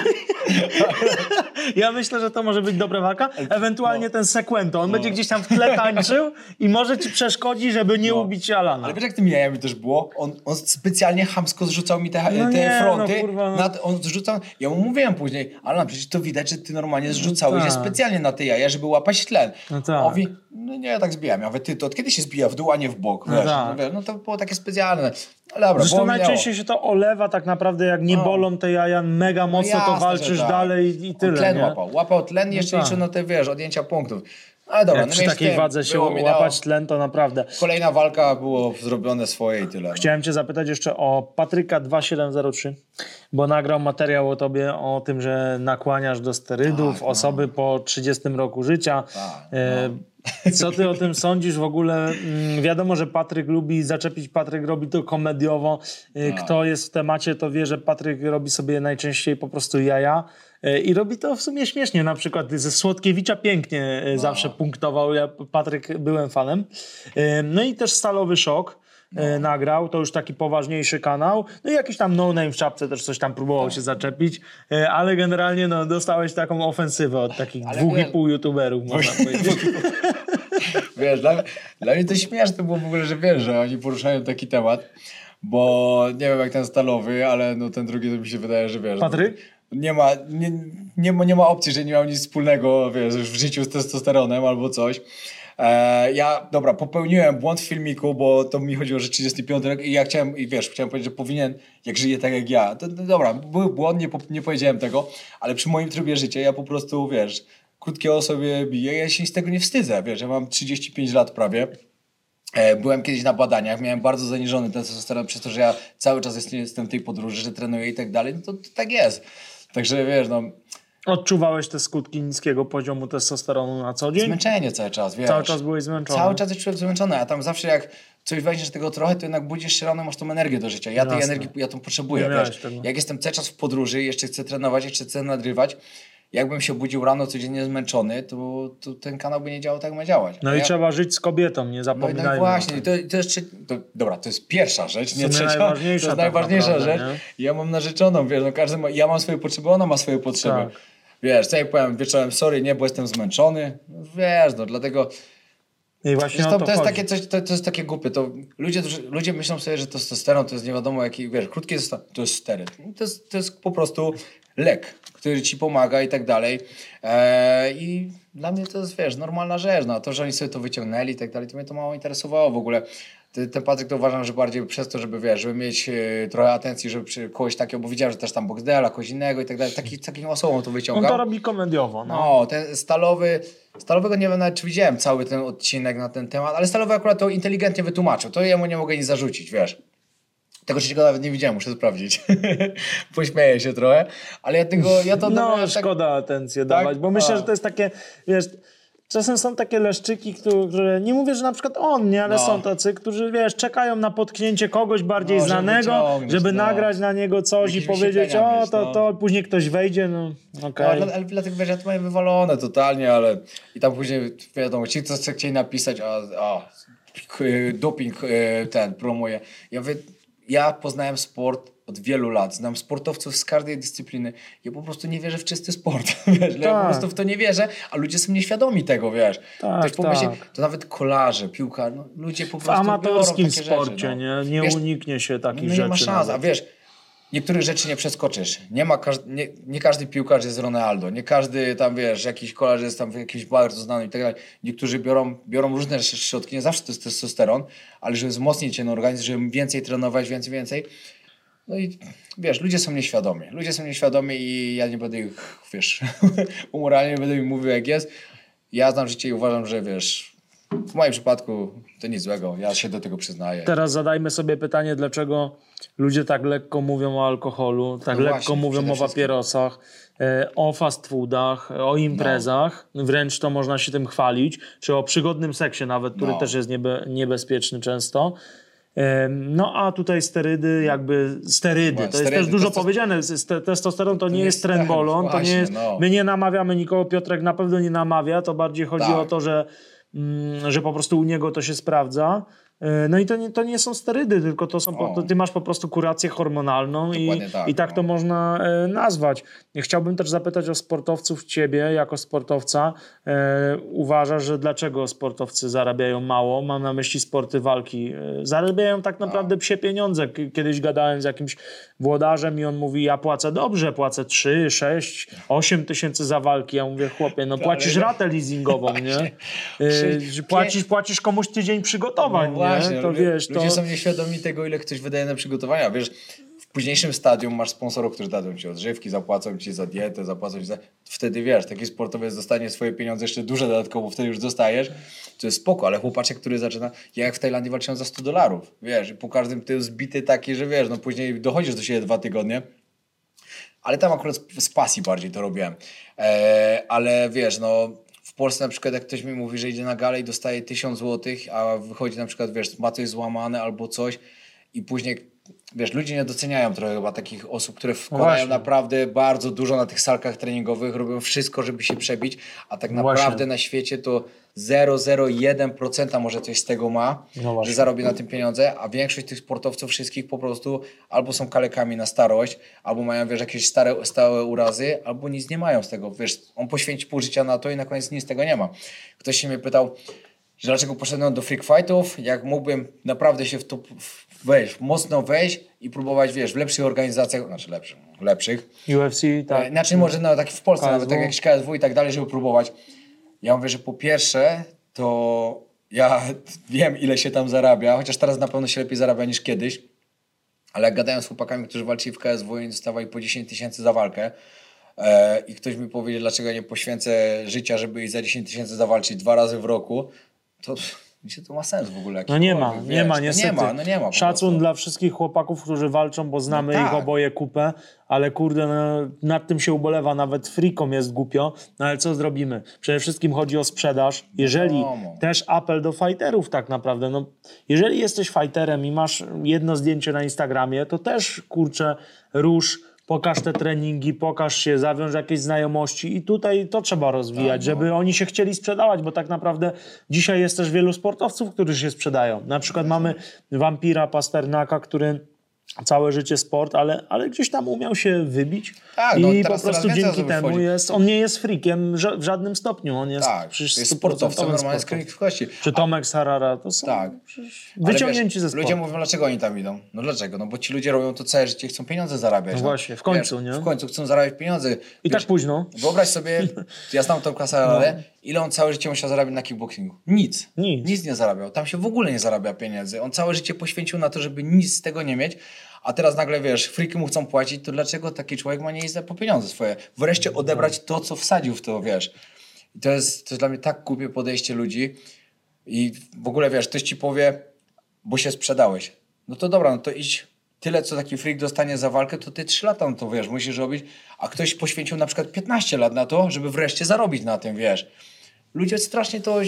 Ja myślę, że to może być dobra walka. Ewentualnie ten Sekwento. On będzie gdzieś tam w tle tańczył i może ci przeszkodzi, żeby nie ubić Alana. Ale wiesz, jak tymi jajami też było? On specjalnie chamsko zrzucał mi te fronty. On zrzucał... Ja mu mówiłem później, Alan, przecież to widać, że ty normalnie zrzucałeś je specjalnie na te jaja, żeby łapać tlen. A on mówi, nie, ja tak zbijam. Ja mówię, ty, to od kiedy się zbija w dół, a nie w bok? Wiesz? No to było takie specjalne. Ale dobra, zresztą najczęściej się to olewa tak naprawdę, jak nie bolą te jaja mega mocno, to walczysz dalej i tyle. Tlen łapał tlen i jeszcze liczył na te, wiesz, odjęcia punktów. Ale dobra, jak przy takiej wadze się łapać tlen, to naprawdę. Kolejna walka, było zrobione swoje i tyle. Chciałem cię zapytać jeszcze o Patryka 2703, bo nagrał materiał o tobie, o tym, że nakłaniasz do sterydów osoby po 30 roku życia. Co ty o tym sądzisz w ogóle? Wiadomo, że Patryk lubi zaczepić, Patryk robi to komediowo. Kto jest w temacie, to wie, że Patryk robi sobie najczęściej po prostu jaja. I robi to w sumie śmiesznie. Na przykład ze Słodkiewicza pięknie zawsze punktował. Ja, Patryk, byłem fanem. No i też Stalowy Szok nagrał. To już taki poważniejszy kanał. No i jakiś tam no-name w czapce też coś tam próbował się zaczepić. Ale generalnie dostałeś taką ofensywę od takich 2,5 youtuberów, można powiedzieć. Wiesz, dla mnie to śmieszne było w ogóle, że wiesz, że oni poruszają taki temat. Bo nie wiem jak ten Stalowy, ale ten drugi to mi się wydaje, że wiesz... Patryk? Nie ma opcji, że nie miał nic wspólnego, wiesz, w życiu z testosteronem albo coś. Ja, popełniłem błąd w filmiku, bo to mi chodziło, że 35 rok i ja chciałem powiedzieć, że powinien, jak żyje tak jak ja. Był błąd, nie powiedziałem tego, ale przy moim trybie życia ja po prostu, wiesz, krótkie o sobie biję, ja się z tego nie wstydzę, wiesz, ja mam 35 lat prawie. Byłem kiedyś na badaniach, miałem bardzo zaniżony testosteron przez to, że ja cały czas jestem w tej podróży, że trenuję i tak dalej, no to tak jest. Także wiesz, Odczuwałeś te skutki niskiego poziomu testosteronu na co dzień? Zmęczenie cały czas, wiesz. Cały czas byłeś zmęczony. Cały czas człowiek zmęczony, a tam zawsze jak coś weźmiesz tego trochę, to jednak budzisz się rano, masz tą energię do życia. Ja tej energii, ja tą potrzebuję, wiesz. Jak jestem cały czas w podróży, jeszcze chcę trenować, jeszcze chcę nadrywać, jakbym się budził rano codziennie zmęczony, to ten kanał by nie działał tak, jak ma działać. I trzeba żyć z kobietą, nie zapominajmy. No właśnie, to jest pierwsza rzecz, nie trzecia. To jest najważniejsza rzecz. Nie? Ja mam narzeczoną, wiesz, ja mam swoje potrzeby, ona ma swoje potrzeby. Tak. Wiesz, co ja powiem wieczorem, sorry, nie, bo jestem zmęczony. Wiesz, dlatego... I właśnie Zresztą o to to jest chodzi. takie coś, to jest takie głupie. To ludzie myślą sobie, że testosteron to jest nie wiadomo jaki, wiesz, krótki to jest steryt. To jest po prostu lek, który ci pomaga i tak dalej. I dla mnie to jest, wiesz, normalna rzecz. No, a to, że oni sobie to wyciągnęli i tak dalej, to mnie to mało interesowało w ogóle. Ten Patryk to uważam, że bardziej przez to, żeby, wiesz, żeby mieć trochę atencji, żeby przy kogoś takiego, bo widziałem, że też tam Boxdela, kogoś innego i tak dalej, taką osobą to On wyciągał. to robi komediowo. No. No, ten Stalowego nie wiem nawet, czy widziałem cały ten odcinek na ten temat, ale Stalowy akurat to inteligentnie wytłumaczył. To jemu nie mogę nic zarzucić, wiesz. Tego trzeciego nawet nie widziałem, muszę sprawdzić. Pośmieję się trochę, ale ja to... No, tak, szkoda atencję dawać, bo myślę, że to jest takie, wiesz, czasem są takie leszczyki, które, nie mówię, że na przykład on, nie, ale są tacy, którzy, wiesz, czekają na potknięcie kogoś bardziej żeby znanego, wyciągnąć, żeby nagrać na niego coś Jakieś i powiedzieć, wyświetlenia mieć, to później ktoś wejdzie, no okej. ale dlatego, wiesz, ja to mam wywalone totalnie, ale i tam później, wiadomo, ci, co chcieli napisać, doping ten promuje. Ja mówię, ja poznałem sport od wielu lat, znam sportowców z każdej dyscypliny. Ja po prostu nie wierzę w czysty sport, wiesz, ja po prostu w to nie wierzę, a ludzie są nieświadomi tego, wiesz. Tak, To nawet kolarze, piłkarze, no, ludzie po W prostu amatorskim biorą takie sporcie, rzeczy, nie Wiesz, uniknie się takich no rzeczy. nie ma szans, nawet. a wiesz, niektórych rzeczy nie przeskoczysz. Nie każdy piłkarz jest Ronaldo, nie każdy tam, wiesz, jakiś kolarz jest tam jakiś bardzo znany i tak dalej. Niektórzy biorą różne środki, nie zawsze to jest testosteron, ale żeby wzmocnić ten organizm, żeby więcej trenować, więcej. No i wiesz, ludzie są nieświadomi i ja nie będę ich, wiesz, umoralnie nie będę im mówił jak jest. Ja znam życie i uważam, że wiesz, w moim przypadku to nic złego, ja się do tego przyznaję. Teraz zadajmy sobie pytanie, dlaczego ludzie tak lekko mówią o alkoholu, tak No lekko właśnie, mówią przede o wszystkim. papierosach, o fast foodach, o imprezach, wręcz to można się tym chwalić, czy o przygodnym seksie nawet, który też jest niebezpieczny często. No a tutaj sterydy, to jest też dużo powiedziane. Testosteron to nie jest trenbolon, to nie jest, my nie namawiamy nikogo, Piotrek na pewno nie namawia, to bardziej chodzi o to, że po prostu u niego to się sprawdza. No i to nie są sterydy, tylko to są ty masz po prostu kurację hormonalną i tak to można nazwać. Chciałbym też zapytać o sportowców, ciebie jako sportowca. Uważasz, że dlaczego sportowcy zarabiają mało? Mam na myśli sporty walki. Zarabiają tak naprawdę psie pieniądze. Kiedyś gadałem z jakimś włodarzem i on mówi, ja płacę dobrze, płacę 3, 6, 8 tysięcy za walki. Ja mówię, chłopie, no płacisz ratę leasingową, nie? Płacisz komuś tydzień przygotowań, nie? Właśnie, To wiesz, ludzie są nieświadomi tego, ile ktoś wydaje na przygotowania. Wiesz, w późniejszym stadium masz sponsorów, którzy dadzą ci odżywki, zapłacą ci za dietę, zapłacą ci za... Wtedy wiesz, taki sportowiec dostanie swoje pieniądze jeszcze duże dodatkowo, wtedy już dostajesz. To jest spoko, ale chłopaczek, który zaczyna... Ja jak w Tajlandii walczyłem za $100, wiesz, i po każdym ty zbity taki, że wiesz, no później dochodzisz do siebie 2 tygodnie. Ale tam akurat z pasji bardziej to robiłem. Ale wiesz, no... W Polsce na przykład jak ktoś mi mówi, że idzie na galę i dostaje 1000 zł, a wychodzi na przykład, wiesz, ma coś złamane albo coś i później, wiesz, ludzie nie doceniają trochę chyba takich osób, które wkładają naprawdę bardzo dużo na tych salkach treningowych, robią wszystko, żeby się przebić, a tak naprawdę na świecie to 0,01% może coś z tego ma, że zarobi na tym pieniądze, a większość tych sportowców wszystkich po prostu albo są kalekami na starość, albo mają, wiesz, jakieś stałe urazy, albo nic nie mają z tego, wiesz, on poświęci pół życia na to i na koniec nic z tego nie ma. Ktoś się mnie pytał, że dlaczego poszedłem do freak fightów, jak mógłbym naprawdę się w to mocno wejść i próbować, wiesz, w lepszych organizacjach, znaczy lepszych. UFC, tak. Znaczy może tak w Polsce, KSW. nawet tak jakiś KSW i tak dalej, żeby próbować. Ja mówię, że po pierwsze, to ja wiem, ile się tam zarabia, chociaż teraz na pewno się lepiej zarabia niż kiedyś, ale jak gadałem z chłopakami, którzy walczyli w KSW i dostawali po 10 tysięcy za walkę i ktoś mi powiedział, dlaczego ja nie poświęcę życia, żeby i za 10 tysięcy zawalczyć 2 razy w roku, to gdzie to ma sens w ogóle? No nie ma niestety. Nie ma Szacun dla wszystkich chłopaków, którzy walczą, bo znamy ich oboje kupę, ale kurde, no, nad tym się ubolewa, nawet freakom jest głupio, no ale co zrobimy? Przede wszystkim chodzi o sprzedaż. Jeżeli też apel do fighterów tak naprawdę, no jeżeli jesteś fighterem i masz jedno zdjęcie na Instagramie, to też kurczę, rusz, pokaż te treningi, pokaż się, zawiąż jakieś znajomości i tutaj to trzeba rozwijać, żeby oni się chcieli sprzedawać, bo tak naprawdę dzisiaj jest też wielu sportowców, którzy się sprzedają. Na przykład mamy Wampira Pasternaka, który całe życie sport, ale gdzieś tam umiał się wybić Tak, no i po teraz coraz prostu więcej dzięki osób temu wchodzi. on nie jest freakiem w żadnym stopniu, on jest Tak, przecież jest 100% sportowcem normalnie z sportowcem. krwi w kości. Czy Tomek Sarara, to są Tak. wyciągnięci Ale ze wiesz, sportu. ludzie mówią, dlaczego oni tam idą? No dlaczego? No bo ci ludzie robią to całe życie, chcą pieniądze zarabiać. No właśnie, w końcu, nie? W końcu chcą zarabiać pieniądze. I tak późno. Wyobraź sobie, ja znam Tomka Sararę, ile on całe życie musiał zarabiać na kickboxingu? Nic. Nic. Nie zarabiał. Tam się w ogóle nie zarabia pieniędzy. On całe życie poświęcił na to, żeby nic z tego nie mieć, a teraz nagle, wiesz, friki mu chcą płacić, to dlaczego taki człowiek ma nie iść po pieniądze swoje? Wreszcie odebrać to, co wsadził w to, wiesz. I to jest dla mnie tak głupie podejście ludzi i w ogóle, wiesz, ktoś ci powie, bo się sprzedałeś. No to dobra, no to idź. Tyle, co taki freak dostanie za walkę, to ty 3 lata to, wiesz, musisz robić, a ktoś poświęcił na przykład 15 lat na to, żeby wreszcie zarobić na tym, wiesz. Ludzie strasznie to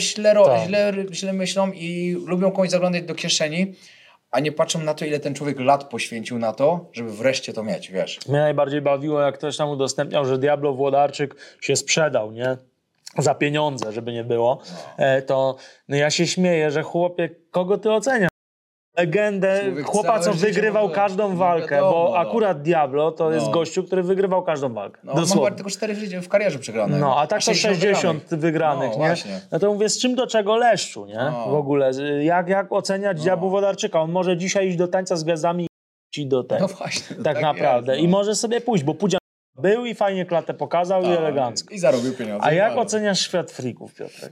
źle myślą i lubią komuś zaglądać do kieszeni, a nie patrzą na to, ile ten człowiek lat poświęcił na to, żeby wreszcie to mieć, wiesz. Mnie najbardziej bawiło, jak ktoś tam udostępniał, że Diablo Włodarczyk się sprzedał, nie? Za pieniądze, żeby nie było. To no ja się śmieję, że chłopie, kogo ty oceniasz? Legendę, Człowiek chłopa, co całe życie wygrywał w ogóle, każdą no walkę, wiadomo, bo no. akurat Diablo to jest No. gościu, który wygrywał każdą walkę. No, on ma Dosłownie. tylko 4 w karierze przegrane. No, a tak to 60 wygranych, No, nie? właśnie. No to mówię, z czym do czego Leszczu, nie? No. W ogóle, jak oceniać Diabła Włodarczyka? On może dzisiaj iść do tańca z gwiazdami i do tego. No właśnie. no tak naprawdę. Jest, no. I może sobie pójść, bo Pudzian był i fajnie klatę pokazał i elegancko. I zarobił pieniądze. A i jak bardzo. oceniasz świat frików, Piotrek?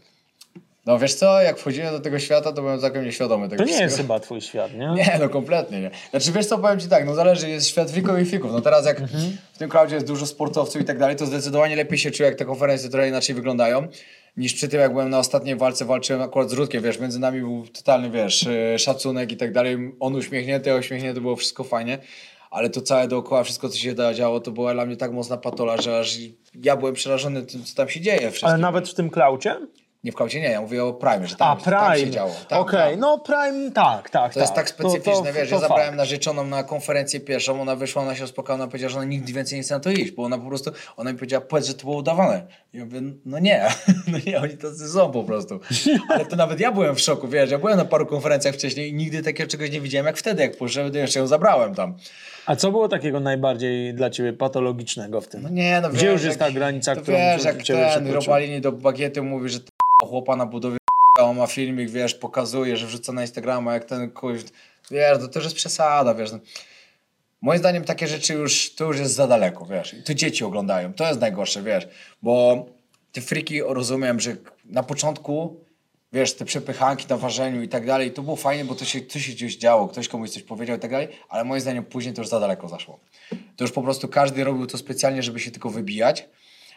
No wiesz co, jak wchodziłem do tego świata, to byłem całkiem nieświadomy tego To nie jest wszystkiego. chyba twój świat, nie? Nie, no kompletnie nie. Znaczy wiesz co, powiem ci tak, no zależy, jest świat frików i fików. No teraz jak w tym crowdzie jest dużo sportowców i tak dalej, to zdecydowanie lepiej się czuję, jak te konferencje trochę inaczej wyglądają, niż przy tym, jak byłem na ostatniej walce, walczyłem akurat z Rudkiem, wiesz, między nami był totalny, wiesz, szacunek i tak dalej. On uśmiechnięty, było wszystko fajnie. Ale to całe dookoła, wszystko co się działo, to była dla mnie tak mocna patola, że aż ja byłem przerażony tym, co tam się dzieje. Wszystkim. Ale nawet w tym klaucie? Nie w kaucie, nie, ja mówię o Prime, że tam się działo. Tam, Okej, tam. no Prime, tak. To jest tak specyficzne, wiesz, ja to zabrałem fakt. narzeczoną na konferencję pierwszą, ona wyszła, ona się uspokojona, ona powiedziała, że ona nigdy więcej nie chce na to iść, bo ona po prostu, ona mi powiedziała, powiedz, że to było udawane. I ja mówię, no nie, no nie, oni tacy są po prostu. Ale to nawet ja byłem w szoku, wiesz, ja byłem na paru konferencjach wcześniej i nigdy takiego czegoś nie widziałem, jak wtedy, jak poszedłem, to jeszcze ją zabrałem tam. A co było takiego najbardziej dla ciebie patologicznego w tym? No nie, no Gdzie wiesz, już jest ta granica, to którą wiesz, jak ciebie ten przekroczył? Robalini do Bagiety mówi, że chłopa na budowie on ma filmik, wiesz, pokazuje, że wrzuca na Instagrama, jak ten kuś, wiesz, to już jest przesada, wiesz. No. Moim zdaniem takie rzeczy to już jest za daleko, wiesz. I to dzieci oglądają, to jest najgorsze, wiesz. Bo te friki, rozumiem, że na początku, wiesz, te przepychanki na ważeniu i tak dalej, to było fajnie, bo to się gdzieś działo, ktoś komuś coś powiedział i tak dalej, ale moim zdaniem później to już za daleko zaszło. To już po prostu każdy robił to specjalnie, żeby się tylko wybijać,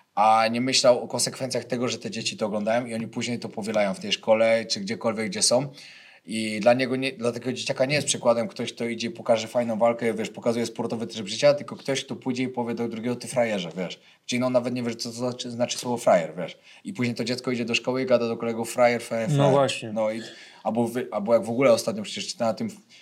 a nie myślał o konsekwencjach tego, że te dzieci to oglądają i oni później to powielają w tej szkole, czy gdziekolwiek, gdzie są. I dla takiego dzieciaka nie jest przykładem ktoś, kto idzie i pokaże fajną walkę, wiesz, pokazuje sportowy tryb życia, tylko ktoś, kto pójdzie i powie do drugiego, ty frajerze, wiesz. Gdzie no nawet nie wiesz, co to znaczy słowo frajer, wiesz. I później to dziecko idzie do szkoły i gada do kolegów frajer. No właśnie. No i, albo jak w ogóle ostatnio, przecież czytałem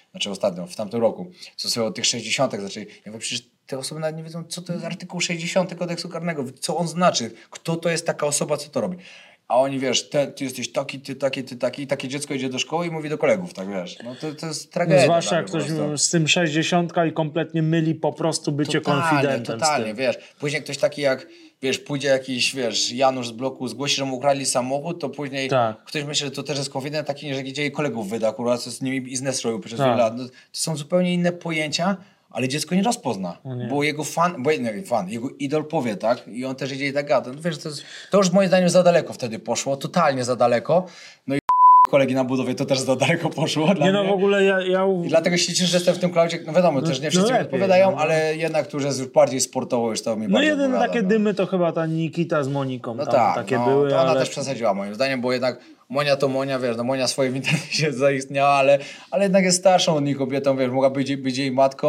w tamtym roku, co sobie o tych 60 zaczęli. Ja mówię, przecież te osoby nawet nie wiedzą, co to jest artykuł 60 kodeksu karnego, co on znaczy, kto to jest taka osoba, co to robi. A oni, wiesz, ty jesteś taki, ty taki, i takie dziecko idzie do szkoły i mówi do kolegów, tak wiesz. No to jest tragedia. No zwłaszcza jak dla mnie ktoś z tym 60 i kompletnie myli po prostu bycie konfidentem. Totalnie, wiesz. Później ktoś taki jak, wiesz, pójdzie jakiś, wiesz, Janusz z bloku zgłosi, że mu ukradli samochód, to później ktoś myśli, że to też jest konfident taki, że idzie i kolegów wyda, kurwa, co z nimi biznes robił przez wiele lat. No, to są zupełnie inne pojęcia, ale dziecko nie rozpozna, bo jego jego idol powie, tak? I on też idzie i tak gada. No wiesz, to już moim zdaniem za daleko wtedy poszło, totalnie za daleko. No i kolegi na budowie to też za daleko poszło dla Nie no, mnie. w ogóle ja... I dlatego się cieszę, że jestem w tym klaudzie. No wiadomo, też nie wszyscy mi odpowiadają, ale jednak, który jest już bardziej sportowo, już to mi No bardziej jedyne odpowiada, takie dymy to chyba ta Nikita z Moniką. No tam tak, takie były, to ona ale... też przesadziła moim zdaniem, bo jednak Monia to Monia, wiesz, no Monia swoje w internecie zaistniała, ale jednak jest starszą od niej kobietą, wiesz, mogła być jej matką,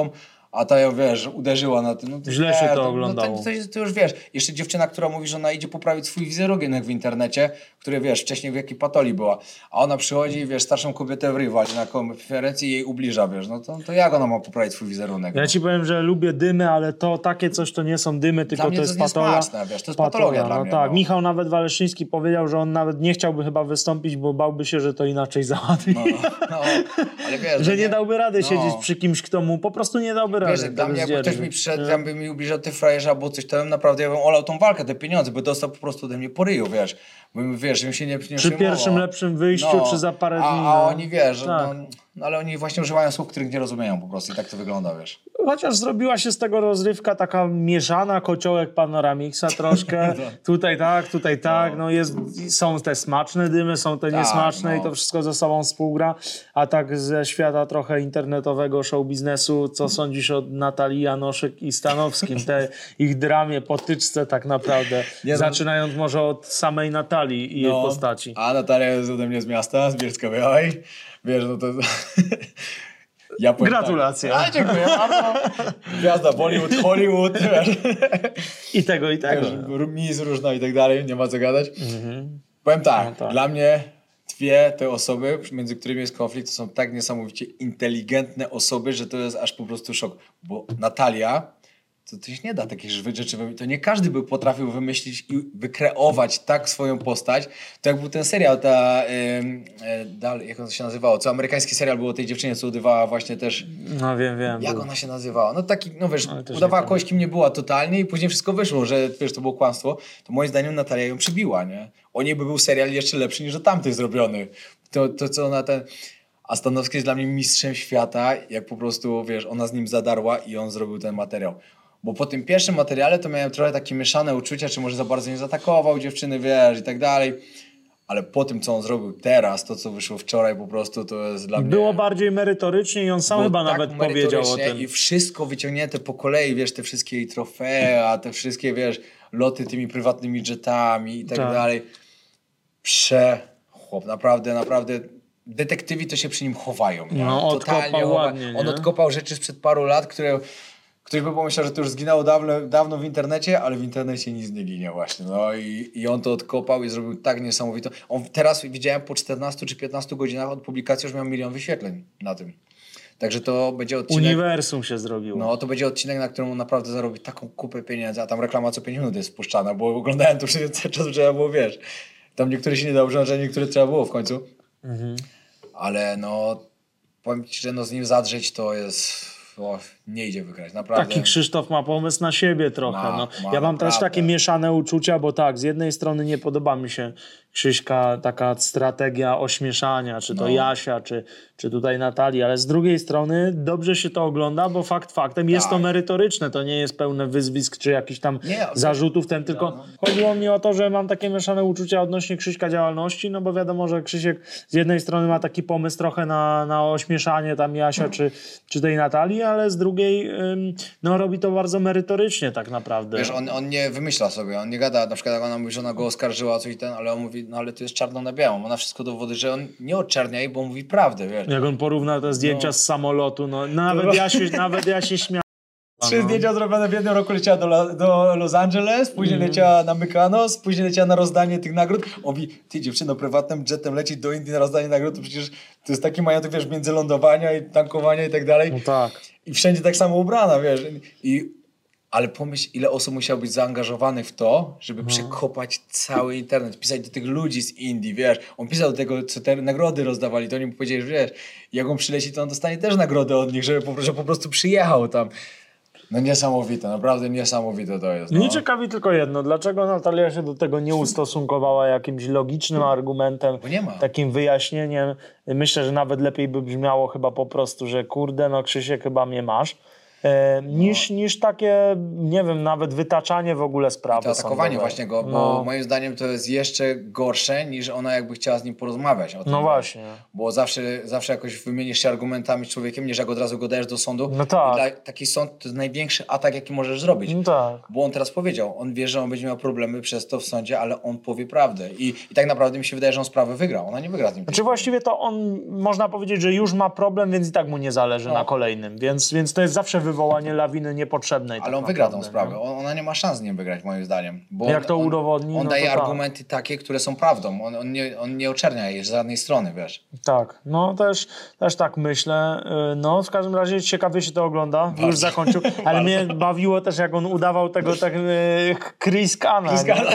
A ta ją, wiesz, uderzyła na tym. No to Źle się to oglądało. To już wiesz, jeszcze dziewczyna, która mówi, że ona idzie poprawić swój wizerunek w internecie, który, wiesz, wcześniej w jakiej patolii była, a ona przychodzi i, wiesz, starszą kobietę wywali na konferencji i jej ubliża, wiesz, no to jak ona ma poprawić swój wizerunek? Ja ci powiem, że lubię dymy, ale to takie coś to nie są dymy, tylko Dla mnie to jest to jest patola. niesmaczne, wiesz, to jest patologia dla no mnie. tak, No. Michał nawet Waleszyński powiedział, że on nawet nie chciałby chyba wystąpić, bo bałby się, że to inaczej załatwi. No, ale wiesz, Że nie dałby rady no. siedzieć przy kimś, kto mu po prostu nie dałby rady. Wiesz, jak dla mnie, jakby zdzierży. ktoś mi przyszedł, ja bym mi ubliżał ty frajerze albo coś, to bym naprawdę, ja bym olał tą walkę, te pieniądze, by dostał po prostu ode mnie po ryju, wiesz. Bym, wiesz, żebym się nie Przy przejmował. pierwszym lepszym wyjściu, czy za parę dni. A oni, wiesz, Tak. no, ale oni właśnie używają słów, których nie rozumieją po prostu i tak to wygląda, wiesz. Chociaż zrobiła się z tego rozrywka taka mieszana, kociołek Panoramixa troszkę. Tutaj tak. No są te smaczne dymy, są te niesmaczne i to wszystko ze sobą współgra. A tak ze świata trochę internetowego show biznesu, co sądzisz o Natalii Janoszek i Stanowskim? Te ich dramie, potyczce tak naprawdę. Zaczynając może od samej Natalii i jej postaci. A Natalia jest ode mnie z miasta, z Bielska-Białej. Wiesz, no to... Ja powiem Gratulacje. Tak. A, dziękuję bardzo. Gwiazda Bollywood, Hollywood, wiesz. I tego. Miss różna i tak dalej, nie ma co gadać. Powiem tak, No tak. dla mnie dwie te osoby, między którymi jest konflikt, to są tak niesamowicie inteligentne osoby, że to jest aż po prostu szok. Bo Natalia, to się nie da takich rzeczy wymyślić. To nie każdy by potrafił wymyślić i wykreować tak swoją postać. To jak był ten serial, jak on się nazywało? Co amerykański serial był o tej dziewczynie, co udawała właśnie też... No wiem. Jak ona się nazywała? No taki, no wiesz, też udawała nie kogoś, kim nie była totalnie i później wszystko wyszło, że wiesz, to było kłamstwo. To moim zdaniem Natalia ją przybiła, nie? O niej by był serial jeszcze lepszy niż o tamtych zrobiony. To co ona ten... A Stanowski jest dla mnie mistrzem świata, jak po prostu, wiesz, ona z nim zadarła i on zrobił ten materiał. Bo po tym pierwszym materiale to miałem trochę takie mieszane uczucia, czy może za bardzo nie zaatakował dziewczyny, wiesz, i tak dalej. Ale po tym, co on zrobił teraz, to co wyszło wczoraj po prostu, to jest dla mnie... Było bardziej merytorycznie i on sam chyba tak nawet powiedział o tym. I wszystko wyciągnięte po kolei, wiesz, te wszystkie jej trofea, te wszystkie, wiesz, loty tymi prywatnymi jetami i tak dalej. Chłop, naprawdę... Detektywi to się przy nim chowają. Nie? No, odkopał ładnie, on odkopał rzeczy sprzed paru lat, które... Ktoś by pomyślał, że to już zginęło dawno w internecie, ale w internecie nic nie ginie właśnie. No i on to odkopał i zrobił tak niesamowito. On teraz widziałem po 14 czy 15 godzinach od publikacji już miał 1 000 000 wyświetleń na tym. Także to będzie odcinek... Uniwersum się zrobiło. No to będzie odcinek, na którym on naprawdę zarobi taką kupę pieniędzy, a tam reklama co 5 minut jest wpuszczana, bo oglądałem to przez cały czas, trzeba było, wiesz. Tam niektóre się nie dało używać, a niektóre trzeba było w końcu. Ale no, powiem ci, że no z nim zadrzeć to jest... nie idzie wygrać, naprawdę. Taki Krzysztof ma pomysł na siebie trochę. Ja mam też takie mieszane uczucia, bo tak, z jednej strony nie podoba mi się Krzyśka taka strategia ośmieszania, czy to Jasia, czy tutaj Natalii, ale z drugiej strony dobrze się to ogląda, bo faktem jest to merytoryczne, to nie jest pełne wyzwisk, czy jakichś tam zarzutów, tylko chodziło mi o to, że mam takie mieszane uczucia odnośnie Krzyśka działalności, no bo wiadomo, że Krzysiek z jednej strony ma taki pomysł trochę na ośmieszanie tam Jasia, czy tej Natalii, ale z drugiej no robi to bardzo merytorycznie tak naprawdę. Wiesz, on nie wymyśla sobie, on nie gada, na przykład jak ona mówi, że ona go oskarżyła o coś ale on mówi, no ale to jest czarno na białym, ona wszystko dowodzi, że on nie odczernia jej, bo mówi prawdę, wiesz. Jak on porówna te zdjęcia z samolotu, no nawet ja się śmiałem. 3 zdjęcia zrobione w jednym roku, leciała do Los Angeles, później leciała na Mykonos, później leciała na rozdanie tych nagród. On mówi, ty dziewczyno, prywatnym jetem lecieć do Indii na rozdanie nagród, to przecież to jest taki majątek, wiesz, między lądowania i tankowania i tak dalej. No tak. I wszędzie tak samo ubrana, wiesz. Ale pomyśl, ile osób musiało być zaangażowanych w to, żeby przekopać cały internet, pisać do tych ludzi z Indii, wiesz. On pisał do tego, co te nagrody rozdawali, to oni mu powiedzieli, że wiesz, jak on przyleci, to on dostanie też nagrodę od nich, że po prostu przyjechał tam. No niesamowite, naprawdę niesamowite to jest. No. Mnie ciekawi tylko jedno, dlaczego Natalia się do tego nie ustosunkowała jakimś logicznym argumentem, Bo nie ma. takim wyjaśnieniem. Myślę, że nawet lepiej by brzmiało chyba po prostu, że kurde, no Krzysiek, chyba mnie masz. Niż takie, nie wiem, nawet wytaczanie w ogóle sprawy. To atakowanie właśnie go, bo moim zdaniem to jest jeszcze gorsze, niż ona jakby chciała z nim porozmawiać o tym. No właśnie. Bo zawsze jakoś wymienisz się argumentami z człowiekiem, niż jak od razu go dajesz do sądu. No tak. I dla taki sąd to jest największy atak, jaki możesz zrobić. No tak. Bo on teraz powiedział, on wie, że on będzie miał problemy przez to w sądzie, ale on powie prawdę. I tak naprawdę mi się wydaje, że on sprawę wygrał. Ona nie wygra z nim. Znaczy właściwie to on, można powiedzieć, że już ma problem, więc i tak mu nie zależy na kolejnym. Więc to jest zawsze wywołanie lawiny niepotrzebnej. Ale tak on wygra tą naprawdę, sprawę. nie? Ona nie ma szans z nim wygrać, moim zdaniem. Bo Jak to udowodni, On no daje to tak. argumenty takie, które są prawdą. On nie oczernia jej z żadnej strony, wiesz. Tak, no też tak myślę. No w każdym razie ciekawie się to ogląda. Już zakończył. Ale mnie bawiło też, jak on udawał tego tak Chris Kana.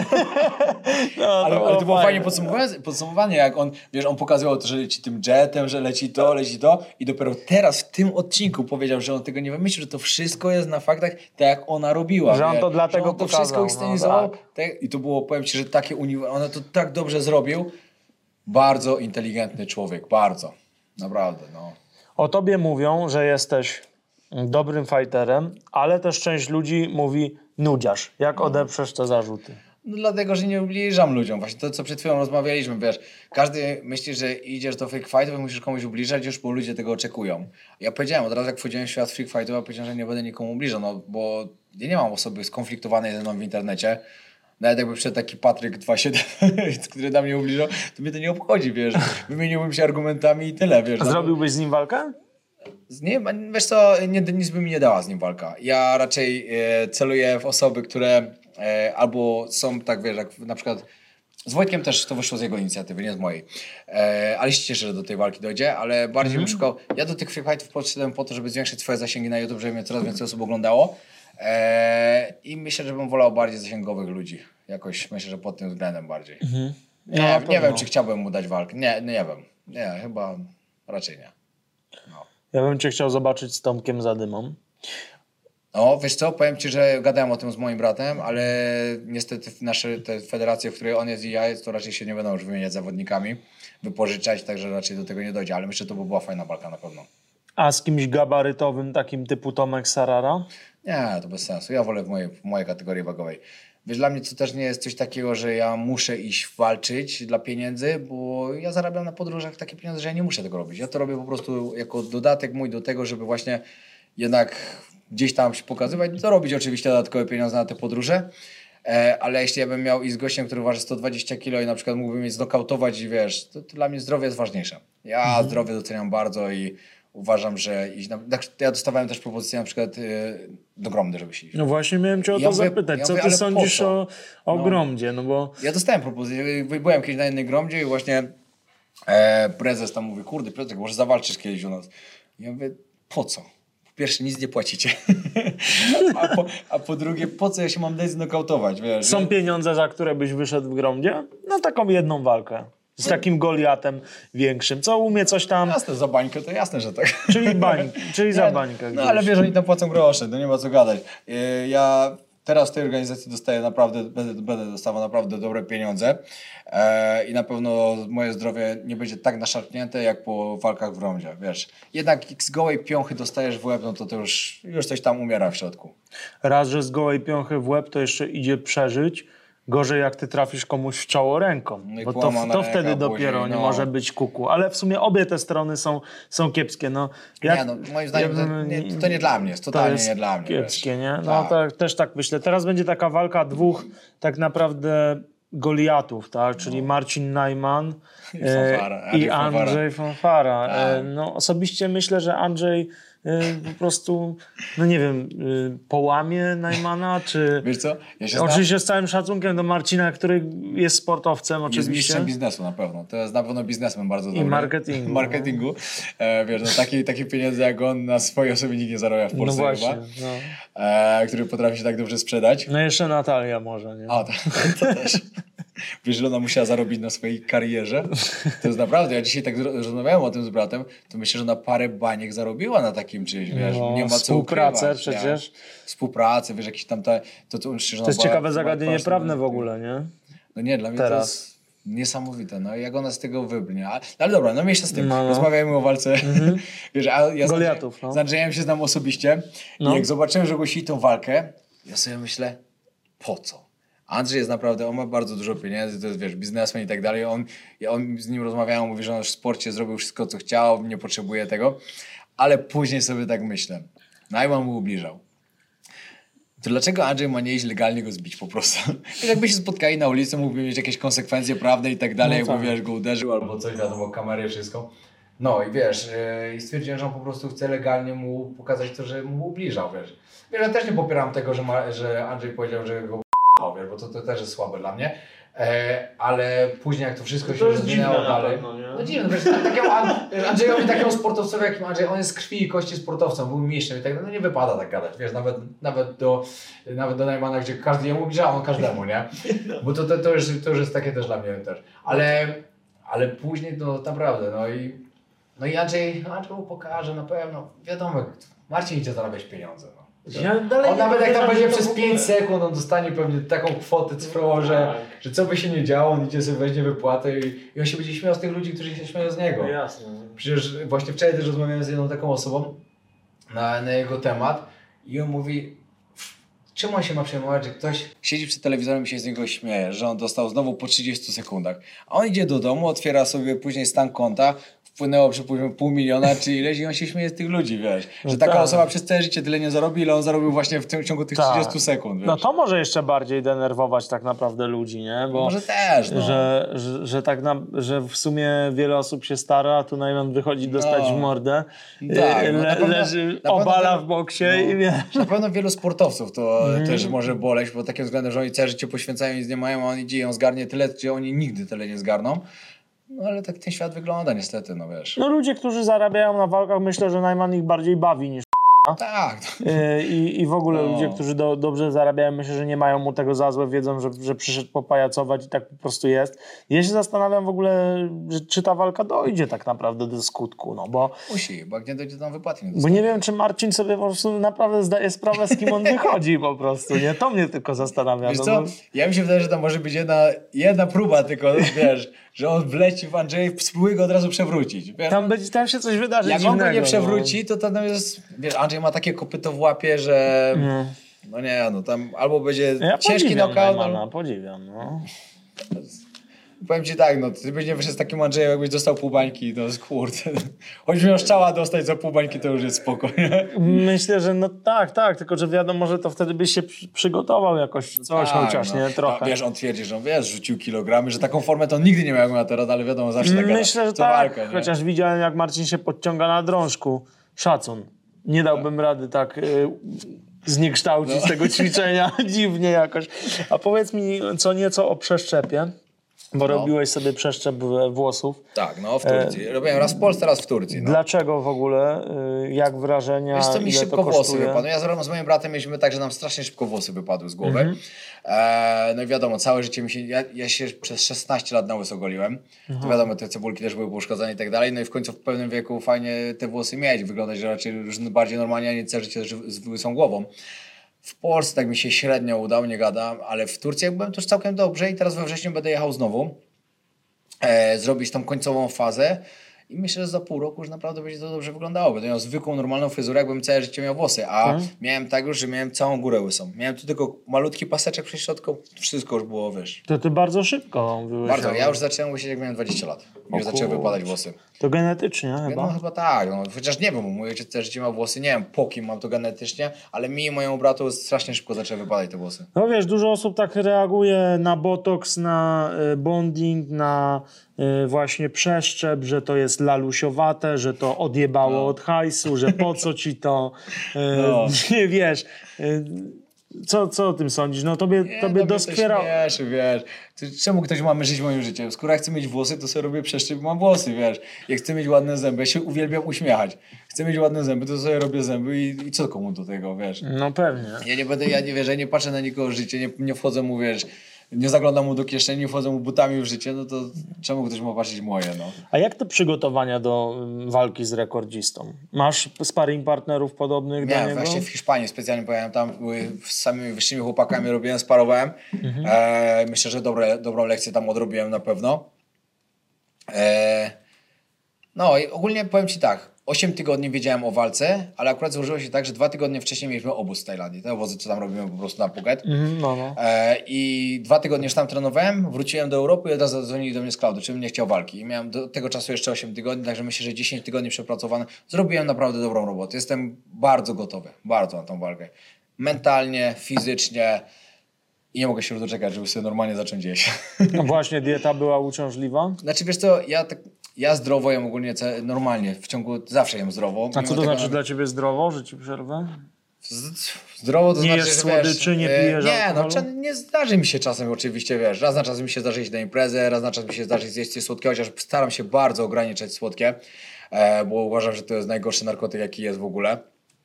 No, Ale to było fajnie fajne. podsumowanie, jak on, wiesz, on pokazywał to, że leci tym jetem, że leci to i dopiero teraz w tym odcinku powiedział, że on tego nie wymyślił, że to wszystko jest na faktach, tak jak ona robiła. Że on wiesz, to dlatego że on to pokazał, wszystko no, inscenizował tak. I to było, powiem ci, że takie on to tak dobrze zrobił. Bardzo inteligentny człowiek, bardzo. Naprawdę, no. O tobie mówią, że jesteś dobrym fighterem, ale też część ludzi mówi nudziarz. Jak odeprzesz te zarzuty? No dlatego, że nie ubliżam ludziom. Właśnie to, co przed chwilą rozmawialiśmy, wiesz, każdy myśli, że idziesz do freak fightów i musisz komuś ubliżać już, bo ludzie tego oczekują. Ja powiedziałem, od razu jak wchodziłem w świat freak fightów, ja powiedziałem, że nie będę nikomu ubliżał, no bo ja nie mam osoby skonfliktowanej ze mną w internecie. Nawet jakby przyszedł taki Patryk 2.7, który na mnie ubliżał, to mnie to nie obchodzi, wiesz. Wymieniłbym się argumentami i tyle, wiesz. Zrobiłbyś z nim walkę? Z nim, wiesz co, nic by mi nie dała z nim walka. Ja raczej celuję w osoby, które albo są tak, wiesz, jak na przykład z Wojtkiem też to wyszło z jego inicjatywy, nie z mojej. Ale się cieszę, że do tej walki dojdzie, ale bardziej bym szukał, ja do tych free fightów podszedłem po to, żeby zwiększyć swoje zasięgi na YouTube, żeby mnie coraz więcej osób oglądało. I myślę, że bym wolał bardziej zasięgowych ludzi. Jakoś myślę, że pod tym względem bardziej. Nie wiem, czy chciałbym mu dać walkę. Nie wiem. Nie, chyba raczej nie. Ja bym cię chciał zobaczyć z Tomkiem Zadymą. No, wiesz co, powiem ci, że gadałem o tym z moim bratem, ale niestety nasze te federacje, w której on jest i ja jest, to raczej się nie będą już wymieniać zawodnikami, wypożyczać, także raczej do tego nie dojdzie, ale myślę, że to by była fajna walka na pewno. A z kimś gabarytowym, takim typu Tomek Sarara? Nie, to bez sensu. Ja wolę w mojej kategorii wagowej. Wiesz, dla mnie to też nie jest coś takiego, że ja muszę iść walczyć dla pieniędzy, bo ja zarabiam na podróżach takie pieniądze, że ja nie muszę tego robić. Ja to robię po prostu jako dodatek mój do tego, żeby właśnie jednak gdzieś tam się pokazywać, to robić oczywiście dodatkowe pieniądze na te podróże, ale jeśli ja bym miał iść z gościem, który waży 120 kg i na przykład mógłbym mnie znokautować i wiesz, to dla mnie zdrowie jest ważniejsze. Ja zdrowie doceniam bardzo i uważam, że ja dostawałem też propozycję na przykład do Gromdy, żeby się iść. No właśnie miałem cię o Ja to mówię- zapytać. ja Co mówię, ty ale sądzisz po co? o Gromdzie? No bo Ja dostałem propozycję, byłem kiedyś na jednej Gromdzie i właśnie prezes tam mówi, kurde Piotrek, może zawalczysz kiedyś u nas. Ja mówię, po co? Po pierwsze, nic nie płacicie. a po drugie, po co ja się mam dać znokautować, wiesz? są pieniądze, za które byś wyszedł w Gromdzie? No taką jedną walkę. Z takim Goliatem większym. Co umie coś tam, Jasne, za bańkę to jasne, że tak. czyli za bańkę. No ale wiesz, oni tam płacą grosze, no nie ma co gadać. Ja teraz w tej organizacji dostaję naprawdę, będę dostawał naprawdę dobre pieniądze i na pewno moje zdrowie nie będzie tak naszarpnięte jak po walkach w rondzie, wiesz. Jednak jak z gołej piąchy dostajesz w łeb, no to już coś tam umiera w środku. Raz, że z gołej piąchy w łeb to jeszcze idzie przeżyć. Gorzej jak ty trafisz komuś w czoło ręką, No i bo połamana to ręka wtedy później, dopiero nie no. może być kuku. Ale w sumie obie te strony są kiepskie. No, Nie, no moim zdaniem to nie dla mnie, jest totalnie nie dla mnie. Kiepskie, wiesz. nie? No tak, też tak myślę. Teraz będzie taka walka dwóch tak naprawdę Goliatów, tak? Czyli Marcin Najman i Andrzej Fonfara. No, osobiście myślę, że Andrzej po prostu, no nie wiem, połamie Najmana, czy... Wiesz co? Ja się Oczywiście z całym szacunkiem do Marcina, który jest sportowcem, Jest oczywiście. mistrzem biznesu na pewno. To jest na pewno biznesmen bardzo dobry. I marketingu. Marketingu. Wiesz, no, takich pieniędzy jak on na swojej osobie nikt nie zarabia w No Polsce właśnie. chyba. No. Który potrafi się tak dobrze sprzedać. No jeszcze Natalia może, nie? A, to też. Wiesz, że ona musiała zarobić na swojej karierze. To jest naprawdę, ja dzisiaj tak rozmawiałem o tym z bratem, to myślę, że na parę baniek zarobiła na takim czymś, wiesz, No, nie ma co współpracę ukrywać, przecież. Nie? Współpracę, wiesz, jakieś tam to To jest ciekawe zagadnienie prawne w ogóle, nie? No nie, dla mnie Teraz. to jest niesamowite, no jak ona z tego wybrnie. Ale dobra, no mniejsza z tym. No. Rozmawiajmy o walce. Wiesz, a ja Goliatów, no. z Andrzejem się znam osobiście i jak zobaczyłem, że ogłosili tą walkę, ja sobie myślę, po co? Andrzej jest naprawdę, on ma bardzo dużo pieniędzy, to jest, wiesz, biznesmen i tak dalej. On z nim rozmawiałem, mówi, że on w sporcie zrobił wszystko, co chciał, nie potrzebuje tego. Ale później sobie tak myślę, Najman mu ubliżał. To dlaczego Andrzej ma nie iść legalnie go zbić po prostu? Jakby się spotkali na ulicy, mógłby mieć jakieś konsekwencje prawne i tak dalej, No tak. jakby, wiesz, go uderzył albo coś, wiadomo, kamerę, wszystko. No i wiesz, i stwierdziłem, że on po prostu chce legalnie mu pokazać to, że mu ubliżał, wiesz. Wiesz, ja też nie popieram tego, że Andrzej powiedział, że go wiesz, bo to też jest słabe dla mnie. Ale później jak to wszystko To się jest rozwinęło dziwne na dalej. pewno, nie? No dziwne, wiesz, Andrzejowi takiemu sportowcowi jakim Andrzej, on jest z krwi i kości sportowcem, był mistrzem i tak, no nie wypada tak gadać, wiesz, nawet do Najmana, gdzie każdy jemu ubliża, on każdemu, nie? Bo to już jest takie też dla mnie też. Ale później to naprawdę, no i Andrzej mu pokaże na pewno, wiadomo, Marcin idzie zarabiać pieniądze, no. Ja dalej On nie nawet jak tam uwierzam, będzie że to przez w ogóle- 5 sekund, on dostanie pewnie taką kwotę cyfrową, że co by się nie działo, on idzie sobie weźmie wypłatę i on się będzie śmiał z tych ludzi, którzy się śmieją z niego. No jasne. Przecież właśnie wczoraj też rozmawiałem z jedną taką osobą na jego temat i on mówi, czym on się ma przejmować, że ktoś siedzi przed telewizorem i się z niego śmieje, że on dostał znowu po 30 sekundach. A on idzie do domu, otwiera sobie później stan konta, wpłynęło przypuśćmy 500 000 czy ileś i on się śmieje z tych ludzi, wiesz. Że taka tak. osoba przez całe życie tyle nie zarobi, ile on zarobił właśnie w tym ciągu tych Tak. 30 sekund, wiesz. No to może jeszcze bardziej denerwować tak naprawdę ludzi, nie? Bo Może też, no. że w sumie wiele osób się stara, a tu Najman wychodzi dostać w mordę, Tak, no na pewno- leży, na pewno obala wielu- w boksie no. i wiesz. Na pewno wielu sportowców to też może boleć, bo takim względem, że oni całe życie poświęcają i nic nie mają, a on idzie i on zgarnie tyle, gdzie oni nigdy tyle nie zgarną. No ale tak ten świat wygląda niestety, no wiesz. No ludzie, którzy zarabiają na walkach, myślę, że Najman ich bardziej bawi niż Tak. I w ogóle No. ludzie, którzy dobrze zarabiają, myślę, że nie mają mu tego za złe, wiedzą, że przyszedł popajacować i tak po prostu jest. Ja się zastanawiam w ogóle, czy ta walka dojdzie tak naprawdę do skutku, no bo Musi, bo jak nie dojdzie, to tam wypłaty nie Bo dostanie. nie wiem, czy Marcin sobie po prostu naprawdę zdaje sprawę, z kim on wychodzi po prostu, nie? To mnie tylko zastanawia. Wiesz no co, bo- ja mi się wydaje, że tam może być jedna próba tylko, wiesz, że on wleci w Andrzeja i spróbuje go od razu przewrócić. Wiesz? Tam się coś wydarzy Jak on dziwnego. go nie przewróci, to tam jest, wiesz, Andrzej ma takie kopyto w łapie, że no nie, no tam albo będzie No. Ja ciężki podziwiam knockout, Najmana, podziwiam, no. powiem ci tak, no ty byś nie wyszedł z takim Andrzejem, jakbyś dostał pół bańki, to jest kurde. Choćby miał szczała dostać za pół bańki, to już jest spoko, nie? Myślę, że no tak, tylko że wiadomo, że to wtedy byś się przygotował jakoś coś chociaż, no. nie? Trochę. No, wiesz, on twierdzi, że on rzucił kilogramy, że taką formę to on nigdy nie miał jak ma teraz, ale wiadomo, zawsze taka Myślę, że co tak, walkę, nie? chociaż widziałem, jak Marcin się podciąga na drążku. Szacun. Nie dałbym rady tak zniekształcić tego ćwiczenia dziwnie jakoś. A powiedz mi co nieco o przeszczepie, bo robiłeś sobie przeszczep włosów. Tak, no w Turcji. Robiłem raz w Polsce, raz w Turcji. No. Dlaczego w ogóle? Jak wrażenia? Wiesz co, mi ile szybko to włosy kosztuje? wypadły. Ja z moim bratem mieliśmy tak, że nam strasznie szybko włosy wypadły z głowy. Mhm. No i wiadomo, całe życie mi się... Ja się przez 16 lat na łyso goliłem. Mhm. To wiadomo, te cebulki też były uszkodzone i tak dalej. No i w końcu w pewnym wieku fajnie te włosy mieć. Wyglądać że raczej już bardziej normalnie, a nie całe życie z łysą głową. W Polsce tak mi się średnio udało, nie gadam, ale w Turcji jak byłem to już całkiem dobrze i teraz we wrześniu będę jechał znowu. Zrobić tą końcową fazę i myślę, że za pół roku już naprawdę będzie to dobrze wyglądało. Będę miał zwykłą, normalną fryzurę, jakbym całe życie miał włosy, a miałem tak już, że miałem całą górę łysą. Miałem tu tylko malutki paseczek przez środką, wszystko już było, wiesz. To ty bardzo szybko byłeś. Bardzo, ja już zacząłem łysieć jak miałem 20 lat. Mi już zaczęły wypadać włosy. To genetycznie No chyba. chyba tak, no, chociaż nie wiem, mój ojciec też życie ma włosy, nie wiem po kim mam to genetycznie, ale mi i mojemu bratu strasznie szybko zaczęły wypadać te włosy. No wiesz, dużo osób tak reaguje na botoks, na bonding, na właśnie przeszczep, że to jest lalusiowate, że to odjebało od hajsu, że po co ci to, nie wiesz. Co o tym sądzisz? No tobie doskwiera... To śmieszy, wiesz. Czemu ktoś ma żyć moim życiem? Skoro ja chcę mieć włosy, to sobie robię przeszczep i mam włosy, wiesz. Jak chcę mieć ładne zęby, ja się uwielbiam uśmiechać. Chcę mieć ładne zęby, to sobie robię zęby i co komu do tego, wiesz. No pewnie. Ja nie wiesz, ja nie patrzę na nikogo życie, nie wchodzę mu, wiesz, nie zaglądam mu do kieszeni, nie wchodzę mu butami w życie, no to czemu ktoś ma patrzeć moje, no. A jak te przygotowania do walki z rekordzistą? Masz sparring partnerów podobnych do Miałem niego? właśnie w Hiszpanii, specjalnie pojechałem tam, z samymi wyższymi chłopakami robiłem, sparowałem. Myślę, że dobrą lekcję tam odrobiłem na pewno. No i ogólnie powiem ci tak, 8 tygodni wiedziałem o walce, ale akurat złożyło się tak, że 2 tygodnie wcześniej mieliśmy obóz w Tajlandii. Te obozy, co tam robimy po prostu na Phuket. No. I 2 tygodnie już tam trenowałem, wróciłem do Europy i od razu zadzwonili do mnie z Cloudu, czym nie chciał walki. I miałem do tego czasu jeszcze 8 tygodni, także myślę, że 10 tygodni przepracowane. Zrobiłem naprawdę dobrą robotę. Jestem bardzo gotowy, bardzo na tą walkę. Mentalnie, fizycznie i nie mogę się już doczekać, żeby sobie normalnie zacząć jeść. No właśnie, dieta była uciążliwa? Znaczy wiesz co, ja zdrowo jem ogólnie normalnie, w ciągu zawsze jem zdrowo. A co to znaczy dla ciebie zdrowo, że ci przerwę? Zdrowo to nie znaczy, jesz że słodyczy, wiesz, nie pijesz nie, no alkoholu? nie zdarzy mi się czasem oczywiście, wiesz, raz na czas mi się zdarzy iść na imprezę, raz na czas mi się zdarzy zjeść coś słodkiego, chociaż staram się bardzo ograniczać słodkie, bo uważam, że to jest najgorszy narkotyk, jaki jest w ogóle.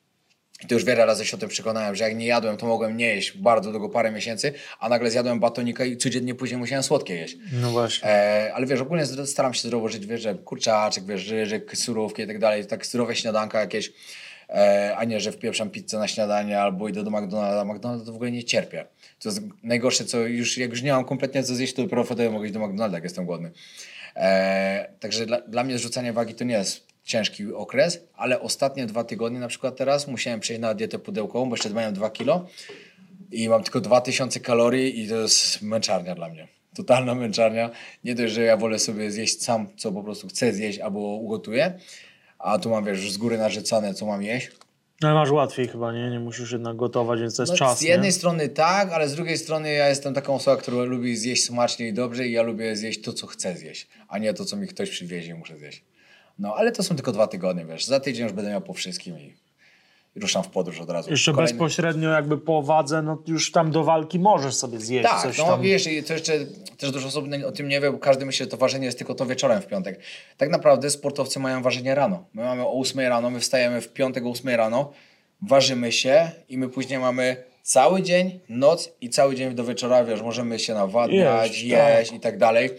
I to już wiele razy się o tym przekonałem, że jak nie jadłem, to mogłem nie jeść bardzo długo, parę miesięcy, a nagle zjadłem batonika i codziennie później musiałem słodkie jeść. No właśnie. Ale wiesz, ogólnie staram się zdrowo żyć, wiesz, że kurczaczek, wiesz, ryżyk, surówki i tak dalej, tak zdrowe śniadanka jakieś, a nie, że wpieprzam pizzę na śniadanie albo idę do McDonalda. McDonalda to w ogóle nie cierpię. To jest najgorsze, co już, jak już nie mam kompletnie co zjeść, to dopiero wtedy mogę iść do McDonalda, jak jestem głodny. Także dla mnie zrzucanie wagi to nie jest ciężki okres, ale ostatnie 2 tygodnie, na przykład teraz, musiałem przejść na dietę pudełkową, bo jeszcze miałem 2 kilo i mam tylko 2000 kalorii i to jest męczarnia dla mnie. Totalna męczarnia. Nie dość, że ja wolę sobie zjeść sam, co po prostu chcę zjeść albo ugotuję, a tu mam, wiesz, już z góry narzucane, co mam jeść. No masz łatwiej chyba, nie? Nie musisz jednak gotować, więc to jest czas, Z jednej nie? strony tak, ale z drugiej strony ja jestem taką osobą, która lubi zjeść smacznie i dobrze i ja lubię zjeść to, co chcę zjeść, a nie to, co mi ktoś przywiezie i muszę zjeść. No, ale to są tylko 2 tygodnie, wiesz. Za tydzień już będę miał po wszystkim i ruszam w podróż od razu. Jeszcze bezpośrednio jakby po wadze, no już tam do walki możesz sobie zjeść tak, coś no tam. wiesz, i to jeszcze też dużo osób o tym nie wie, bo każdy myśli, że to ważenie jest tylko to wieczorem w piątek. Tak naprawdę sportowcy mają ważenie rano. My mamy o 8 rano, my wstajemy w piątek o 8 rano, ważymy się i my później mamy cały dzień, noc i cały dzień do wieczora, wiesz, możemy się nawadniać, jeść i tak dalej.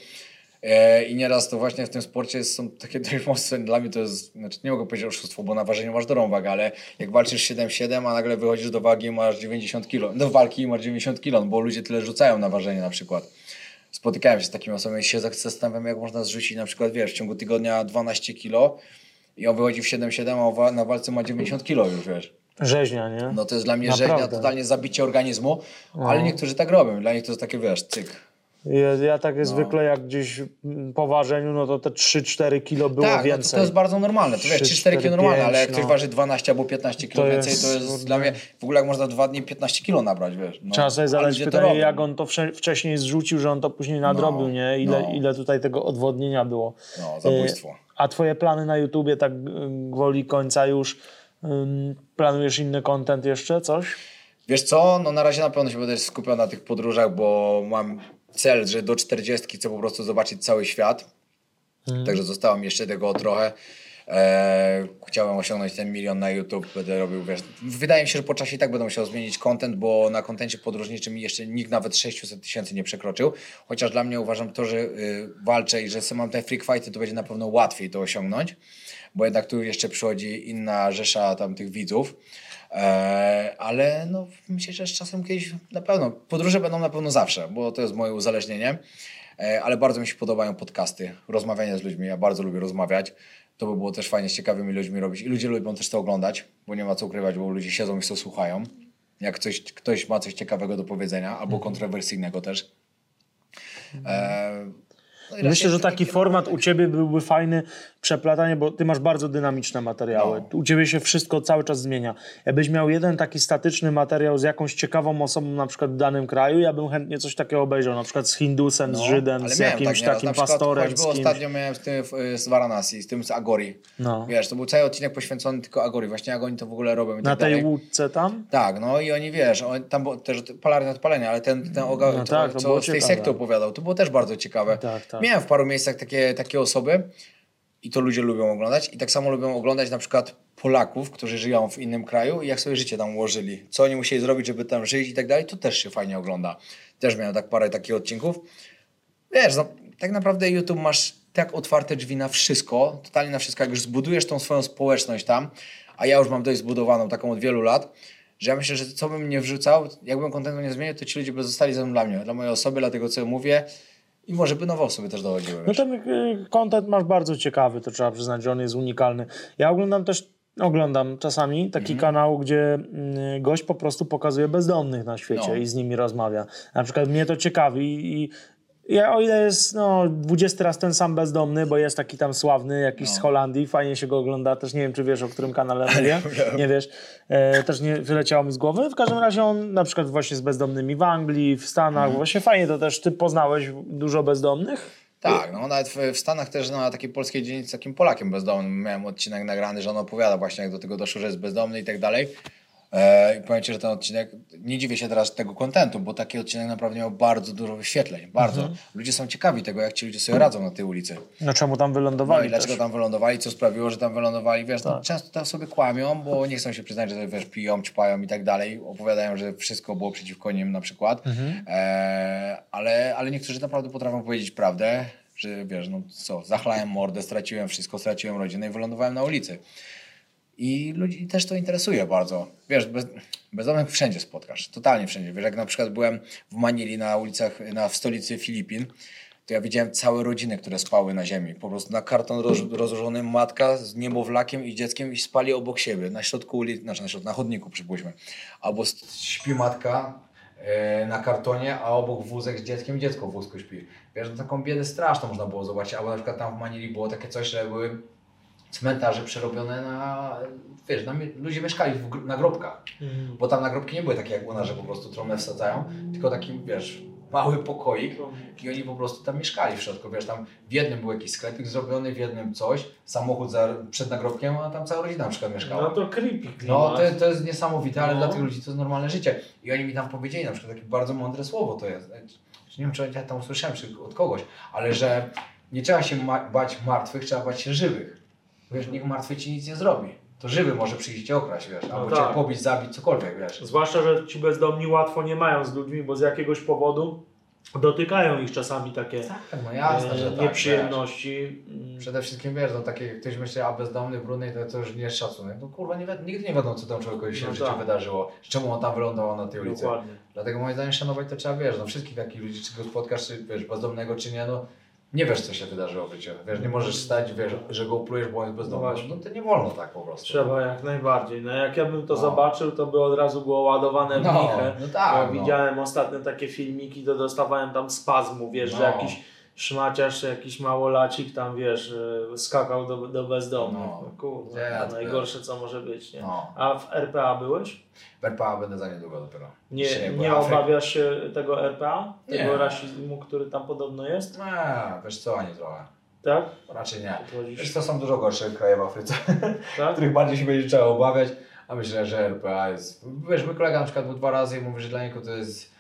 I nieraz to właśnie w tym sporcie są takie dość mocne, dla mnie to jest, znaczy nie mogę powiedzieć oszustwo, bo na ważeniu masz dobrą wagę, ale jak walczysz 7-7, a nagle wychodzisz do wagi i masz 90 kg, do walki i masz 90 kg, bo ludzie tyle rzucają na ważenie na przykład. Spotykałem się z takimi osobami i się zastanawiam, jak można zrzucić na przykład, wiesz, w ciągu tygodnia 12 kg i on wychodzi w 7-7, a na walce ma 90 kg już, wiesz. Rzeźnia, nie? No to jest dla mnie Naprawdę. rzeźnia, totalnie zabicie organizmu, ale niektórzy tak robią, dla nich to jest takie, wiesz, cyk. Ja tak zwykle jak gdzieś po ważeniu, no to te 3-4 kilo było tak, więcej. No to jest bardzo normalne. To wiesz, 3-4 kg normalne, ale jak ktoś waży 12 albo 15 kg To więcej, jest to jest dla mnie w ogóle jak można 2 dni 15 kg nabrać, wiesz. No, Trzeba sobie ale zadać ludzie to pytanie, robią. jak on to wcześniej zrzucił, że on to później nadrobił, nie? Ile tutaj tego odwodnienia było. No, zabójstwo. A twoje plany na YouTubie tak gwoli końca już, planujesz inny content jeszcze, coś? Wiesz co, no na razie na pewno się będę skupiał na tych podróżach, bo mam cel, że do 40 chcę po prostu zobaczyć cały świat. Także zostało mi jeszcze tego trochę. Chciałem osiągnąć ten 1 milion na YouTube, będę robił, wiesz, wydaje mi się, że po czasie i tak będę musiał zmienić content, bo na kontencie podróżniczym jeszcze nikt nawet 600 000 nie przekroczył, chociaż dla mnie uważam to, że walczę i że mam te freak fighty, to będzie na pewno łatwiej to osiągnąć, bo jednak tu jeszcze przychodzi inna rzesza tam tych widzów. Ale no, myślę, że z czasem kiedyś na pewno, podróże będą na pewno zawsze, bo to jest moje uzależnienie, ale bardzo mi się podobają podcasty, rozmawianie z ludźmi, ja bardzo lubię rozmawiać, to by było też fajnie z ciekawymi ludźmi robić i ludzie lubią też to oglądać, bo nie ma co ukrywać, bo ludzie siedzą i to słuchają, jak ktoś ma coś ciekawego do powiedzenia, albo kontrowersyjnego też. No i Myślę, raczej że taki takie format u ciebie byłby fajny, przeplatanie, bo ty masz bardzo dynamiczne materiały. U ciebie się wszystko cały czas zmienia. Jakbyś miał jeden taki statyczny materiał z jakąś ciekawą osobą na przykład w danym kraju, ja bym chętnie coś takiego obejrzał, na przykład z Hindusem, z Żydem, ale z miałem jakimś nieraz. takim Na przykład pastorem. choćby Z kimś. ostatnio miałem z Varanasi, z tym z Agori. No. Wiesz, to był cały odcinek poświęcony tylko Agori. Właśnie jak oni to w ogóle robią i Na tak tej dalej. łódce tam? Tak, no i oni, wiesz, tam było też polarne odpalenie, ale ten No tak, to co było z tej ciekawe. sekty opowiadał, to było też bardzo ciekawe. Tak. Miałem w paru miejscach takie osoby i to ludzie lubią oglądać i tak samo lubią oglądać na przykład Polaków, którzy żyją w innym kraju i jak sobie życie tam ułożyli. Co oni musieli zrobić, żeby tam żyć i tak dalej, to też się fajnie ogląda. Też miałem tak parę takich odcinków. Wiesz, no, tak naprawdę YouTube masz tak otwarte drzwi na wszystko, totalnie na wszystko. Jak już zbudujesz tą swoją społeczność tam, a ja już mam dość zbudowaną taką od wielu lat, że ja myślę, że co bym nie wrzucał, jakbym kontentu nie zmienił, to ci ludzie by zostali ze mną dla mnie, dla mojej osoby, dla tego, co mówię i może by nowe osoby też dochodziły. No Wiesz. ten content masz bardzo ciekawy, to trzeba przyznać, że on jest unikalny. Ja oglądam czasami taki kanał, gdzie gość po prostu pokazuje bezdomnych na świecie No. i z nimi rozmawia. Na przykład mnie to ciekawi i o ile jest 20 raz ten sam bezdomny, bo jest taki tam sławny, jakiś z Holandii, fajnie się go ogląda, też nie wiem, czy wiesz, o którym kanale mówię, nie wiesz, też nie wyleciało mi z głowy. W każdym razie on na przykład właśnie z bezdomnymi w Anglii, w Stanach, właśnie fajnie to też, ty poznałeś dużo bezdomnych? Tak, no nawet w Stanach też na takiej polskiej dzielnicy z takim Polakiem bezdomnym miałem odcinek nagrany, że on opowiada właśnie, jak do tego doszło, że jest bezdomny i tak dalej. I powiem ci, że ten odcinek, nie dziwię się teraz tego kontentu, bo taki odcinek naprawdę miał bardzo dużo wyświetleń, bardzo. Ludzie są ciekawi tego, jak ci ludzie sobie radzą na tej ulicy. No czemu tam wylądowali No i dlaczego też? tam wylądowali, co sprawiło, że tam wylądowali, wiesz, no, często tam sobie kłamią, bo nie chcą się przyznać, że wiesz, piją, ćpają i tak dalej, opowiadają, że wszystko było przeciwko nim na przykład, ale niektórzy naprawdę potrafią powiedzieć prawdę, że wiesz, no co, zachlałem mordę, straciłem wszystko, straciłem rodzinę i wylądowałem na ulicy. I ludzi też to interesuje bardzo. Wiesz, bezdomnych wszędzie spotkasz, totalnie wszędzie. Wiesz, jak na przykład byłem w Manili na ulicach, w stolicy Filipin, to ja widziałem całe rodziny, które spały na ziemi. Po prostu na karton rozłożony matka z niemowlakiem i dzieckiem i spali obok siebie, na środku ulicy, znaczy na chodniku przypuśćmy. Albo śpi matka na kartonie, a obok wózek z dzieckiem i dziecko w wózku śpi. Wiesz, no, taką biedę straszną można było zobaczyć. Albo na przykład tam w Manili było takie coś, że były cmentarze przerobione na, wiesz, ludzie mieszkali w nagrobkach, bo tam nagrobki nie były takie jak u nas, że po prostu trumnę wsadzają, tylko taki, wiesz, mały pokoik i oni po prostu tam mieszkali w środku, wiesz, tam w jednym był jakiś sklepik zrobiony, w jednym coś, samochód przed nagrobkiem, a tam cała rodzina na przykład mieszkała. No to creepy klimat. No to jest niesamowite, ale dla tych ludzi to jest normalne życie. I oni mi tam powiedzieli na przykład takie bardzo mądre słowo to jest, nie wiem, czy ja tam usłyszałem, czy od kogoś, ale że nie trzeba się bać martwych, trzeba bać się żywych. Wiesz, nikt martwy ci nic nie zrobi. To żywy może przyjść cię okraść, wiesz, albo cię pobić, zabić, cokolwiek, wiesz. Zwłaszcza, że ci bezdomni łatwo nie mają z ludźmi, bo z jakiegoś powodu dotykają ich czasami takie no jasne, że nieprzyjemności. Przede wszystkim, wiesz, no takie, ktoś myśli, a bezdomny w brudnej to już nie jest szacunek. No kurwa, nigdy nie wiadomo, co tam człowiekowi się w życiu wydarzyło, czemu on tam wylądował na tej ulicy. Dokładnie. Dlatego moim zdaniem szanować to trzeba, wiesz, no wszystkich takich ludzi, czy go spotkasz, czy wiesz, bezdomnego, czy nie, no nie wiesz, co się wydarzyło w życiu. Wiesz, nie możesz stać, wiesz, że go uplujesz, bo on jest bezdomny. No to nie wolno tak po prostu. Trzeba jak najbardziej. No jak ja bym to zobaczył, to by od razu było ładowane w michę. No tak, widziałem ostatnio takie filmiki, to dostawałem tam spazmu, wiesz, że jakiś szmaciarz, jakiś małolacik tam, wiesz, skakał do bezdomnych. No kurwa, najgorsze co może być, nie? A w RPA byłeś? W RPA będę za niedługo dopiero. Nie obawiasz się tego RPA? Tego rasizmu, który tam podobno jest? Nie, wiesz co, ani trochę. Tak? Raczej nie. Wiesz, to są dużo gorsze kraje w Afryce, tak? których bardziej się będzie trzeba obawiać, a myślę, że RPA jest... Wiesz, mój kolega na przykład był 2 razy i mówi, że dla niego to jest...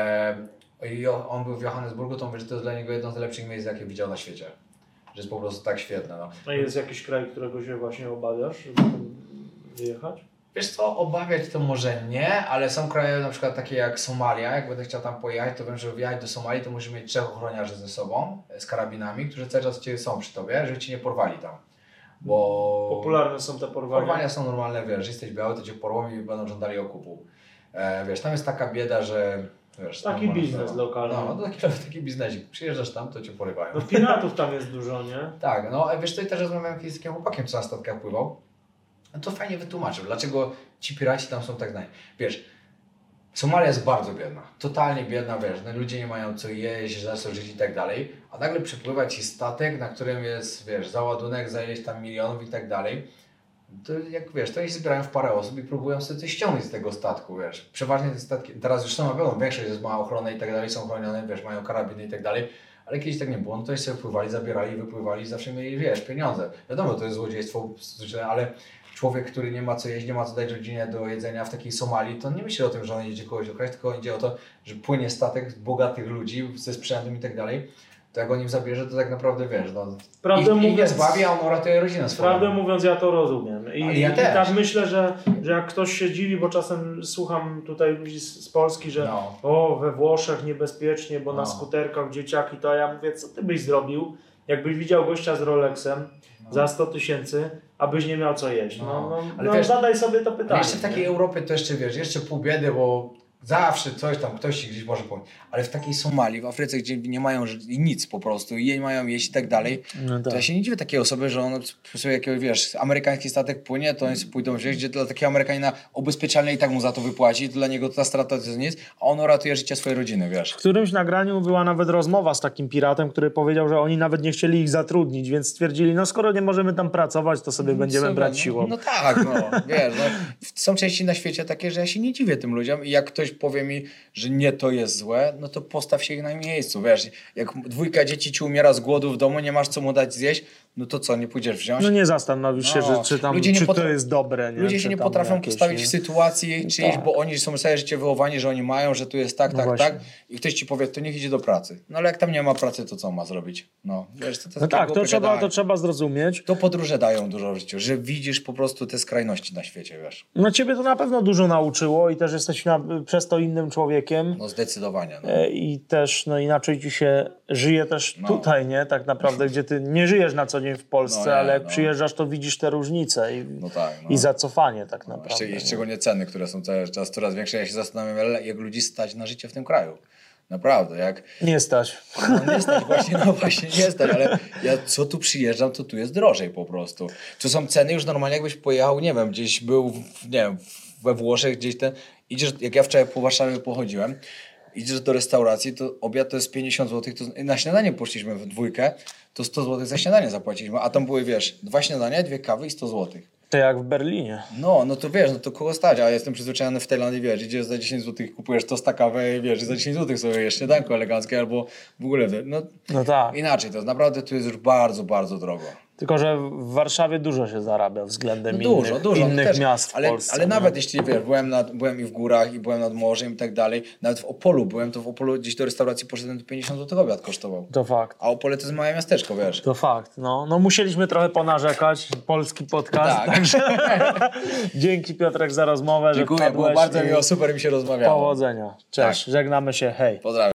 on był w Johannesburgu, to mówi, że to jest dla niego jedno z lepszych miejsc, jakie widział na świecie. Że jest po prostu tak świetne. No. A jest jakiś kraj, którego się właśnie obawiasz, żeby tam wyjechać? Wiesz co, obawiać to może nie, ale są kraje na przykład takie jak Somalia, jak będę chciał tam pojechać, to wiem, że wyjechać do Somalii to musisz mieć 3 ochroniarzy ze sobą, z karabinami, którzy cały czas są przy tobie, żeby cię nie porwali tam. Bo popularne są te porwania. Porwania są normalne, wiesz, jesteś biały, to cię porwą i będą żądali okupu. Wiesz, tam jest taka bieda, że... Wiesz, taki biznes lokalny. No, taki biznesik. Przyjeżdżasz tam, to cię porywają. No piratów tam jest dużo, nie? Tak, no wiesz, tutaj też rozmawiałem kiedyś z takim chłopakiem, co na statkach pływał. No to fajnie wytłumaczył, dlaczego ci piraci tam są tak znani. Wiesz, Somalia jest bardzo biedna, totalnie biedna, wiesz, no, ludzie nie mają co jeść, za co żyć i tak dalej, a nagle przypływa ci statek, na którym jest, wiesz, załadunek za ileś tam milionów i tak dalej. To jak wiesz, to oni się zbierają w parę osób i próbują sobie coś ściągnąć z tego statku, wiesz. Przeważnie te statki, teraz już są na pewno, większość jest ma ochronę i tak dalej, są chronione, wiesz, mają karabiny i tak dalej, ale kiedyś tak nie było, no to sobie pływali, zabierali, wypływali i zawsze mieli, wiesz, pieniądze. Wiadomo, to jest złodziejstwo, ale człowiek, który nie ma co jeść, nie ma co dać rodzinie do jedzenia w takiej Somalii, to nie myśli o tym, że on jedzie kogoś okraść, tylko idzie o to, że płynie statek bogatych ludzi ze sprzętem i tak dalej. To jak on im zabierze, to tak naprawdę wiesz, no, ich nie zbawi, a on uratuje rodzinę swoją. Prawdę mówiąc, ja to rozumiem. Ja też. I tak myślę, że jak ktoś się dziwi, bo czasem słucham tutaj ludzi z Polski, że we Włoszech niebezpiecznie, bo na skuterkach dzieciaki, to ja mówię, co ty byś zrobił, jakbyś widział gościa z Rolexem za 100 000, abyś nie miał co jeść. Ale wiesz, zadaj sobie to pytanie. Jeszcze w takiej Europie to jeszcze wiesz, jeszcze pół biedy, bo Zawsze coś tam, ktoś ci gdzieś może pomóc. Ale w takiej Somalii, w Afryce, gdzie nie mają nic po prostu i nie mają jeść i tak dalej, No tak. to ja się nie dziwię takiej osoby, że on sobie jakiegoś, wiesz, amerykański statek płynie, to oni sobie pójdą wziąć, gdzie dla takiego Amerykanina ubezpieczalny i tak mu za to wypłaci, to dla niego ta strata to jest nic, a on ratuje życie swojej rodziny, wiesz. W którymś nagraniu była nawet rozmowa z takim piratem, który powiedział, że oni nawet nie chcieli ich zatrudnić, więc stwierdzili, no skoro nie możemy tam pracować, to sobie będziemy Sobie, brać siłą. No tak, no, wiesz, no, są części na świecie takie, że ja się nie dziwię tym ludziom i jak ktoś powie mi, że nie to jest złe, no to postaw się ich na miejscu, wiesz, jak 2 dzieci ci umiera z głodu w domu, nie masz co mu dać zjeść, no to co, nie pójdziesz wziąć? No nie zastanowisz się, No, że, czy, tam, ludzie nie czy to potra- jest dobre. Nie? Ludzie Czy się nie tam potrafią jakieś, postawić nie? w sytuacji czyjejś, tak. bo oni są całe życie wychowani, że oni mają, że tu jest tak, No tak, właśnie. tak i ktoś ci powie, to niech idzie do pracy. No ale jak tam nie ma pracy, to co ma zrobić? No, wiesz, to No takie tak, głupie to gadanie. trzeba zrozumieć. To podróże dają dużo w życiu, że widzisz po prostu te skrajności na świecie, wiesz. No ciebie to na pewno dużo nauczyło i też jesteś przez to innym człowiekiem. No zdecydowanie. No. I też no inaczej ci się żyje też No. tutaj, nie? Tak naprawdę, gdzie ty nie żyjesz na co dzień w Polsce, No nie, ale jak no. przyjeżdżasz, to widzisz te różnice No tak, no. i zacofanie tak naprawdę. I nie? szczególnie ceny, które są cały czas coraz większe. Ja się zastanawiam, jak ludzi stać na życie w tym kraju. Naprawdę, jak... Nie stać. No nie stać, właśnie nie stać, ale ja co tu przyjeżdżam, to tu jest drożej po prostu. Tu są ceny już normalnie, jakbyś pojechał, nie wiem, gdzieś był, nie wiem, we Włoszech, gdzieś idziesz, jak ja wczoraj po Warszawie pochodziłem, idziesz do restauracji, to obiad to jest 50 zł, to na śniadanie poszliśmy w 2, to 100 zł za śniadanie zapłaciliśmy, a tam były, wiesz, 2 śniadania, 2 kawy i 100 zł. To jak w Berlinie. No to wiesz, no to kogo stać, a ja jestem przyzwyczajony w Tajlandii, wiesz, idziesz za 10 zł, kupujesz tosta kawę i wiesz, za 10 zł sobie jesz śniadanko eleganckie albo w ogóle, no No tak. inaczej, to naprawdę tu jest już bardzo, bardzo drogo. Tylko, że w Warszawie dużo się zarabia względem Dużo, no innych też, miast w Polsce. ale nie? nawet jeśli wiesz, byłem i w górach, i byłem nad morzem i tak dalej, nawet w Opolu byłem, to w Opolu gdzieś do restauracji poszedłem, to 50 zł obiad kosztował. To fakt. A Opole to jest małe miasteczko, wiesz. To fakt. No musieliśmy trochę ponarzekać. Polski podcast. Tak. Także dzięki Piotrek za rozmowę, Dziękuję, że było wpadłeś bardzo i miło, super mi się rozmawiało. Powodzenia. Cześć. Żegnamy się. Hej. Pozdrawiam.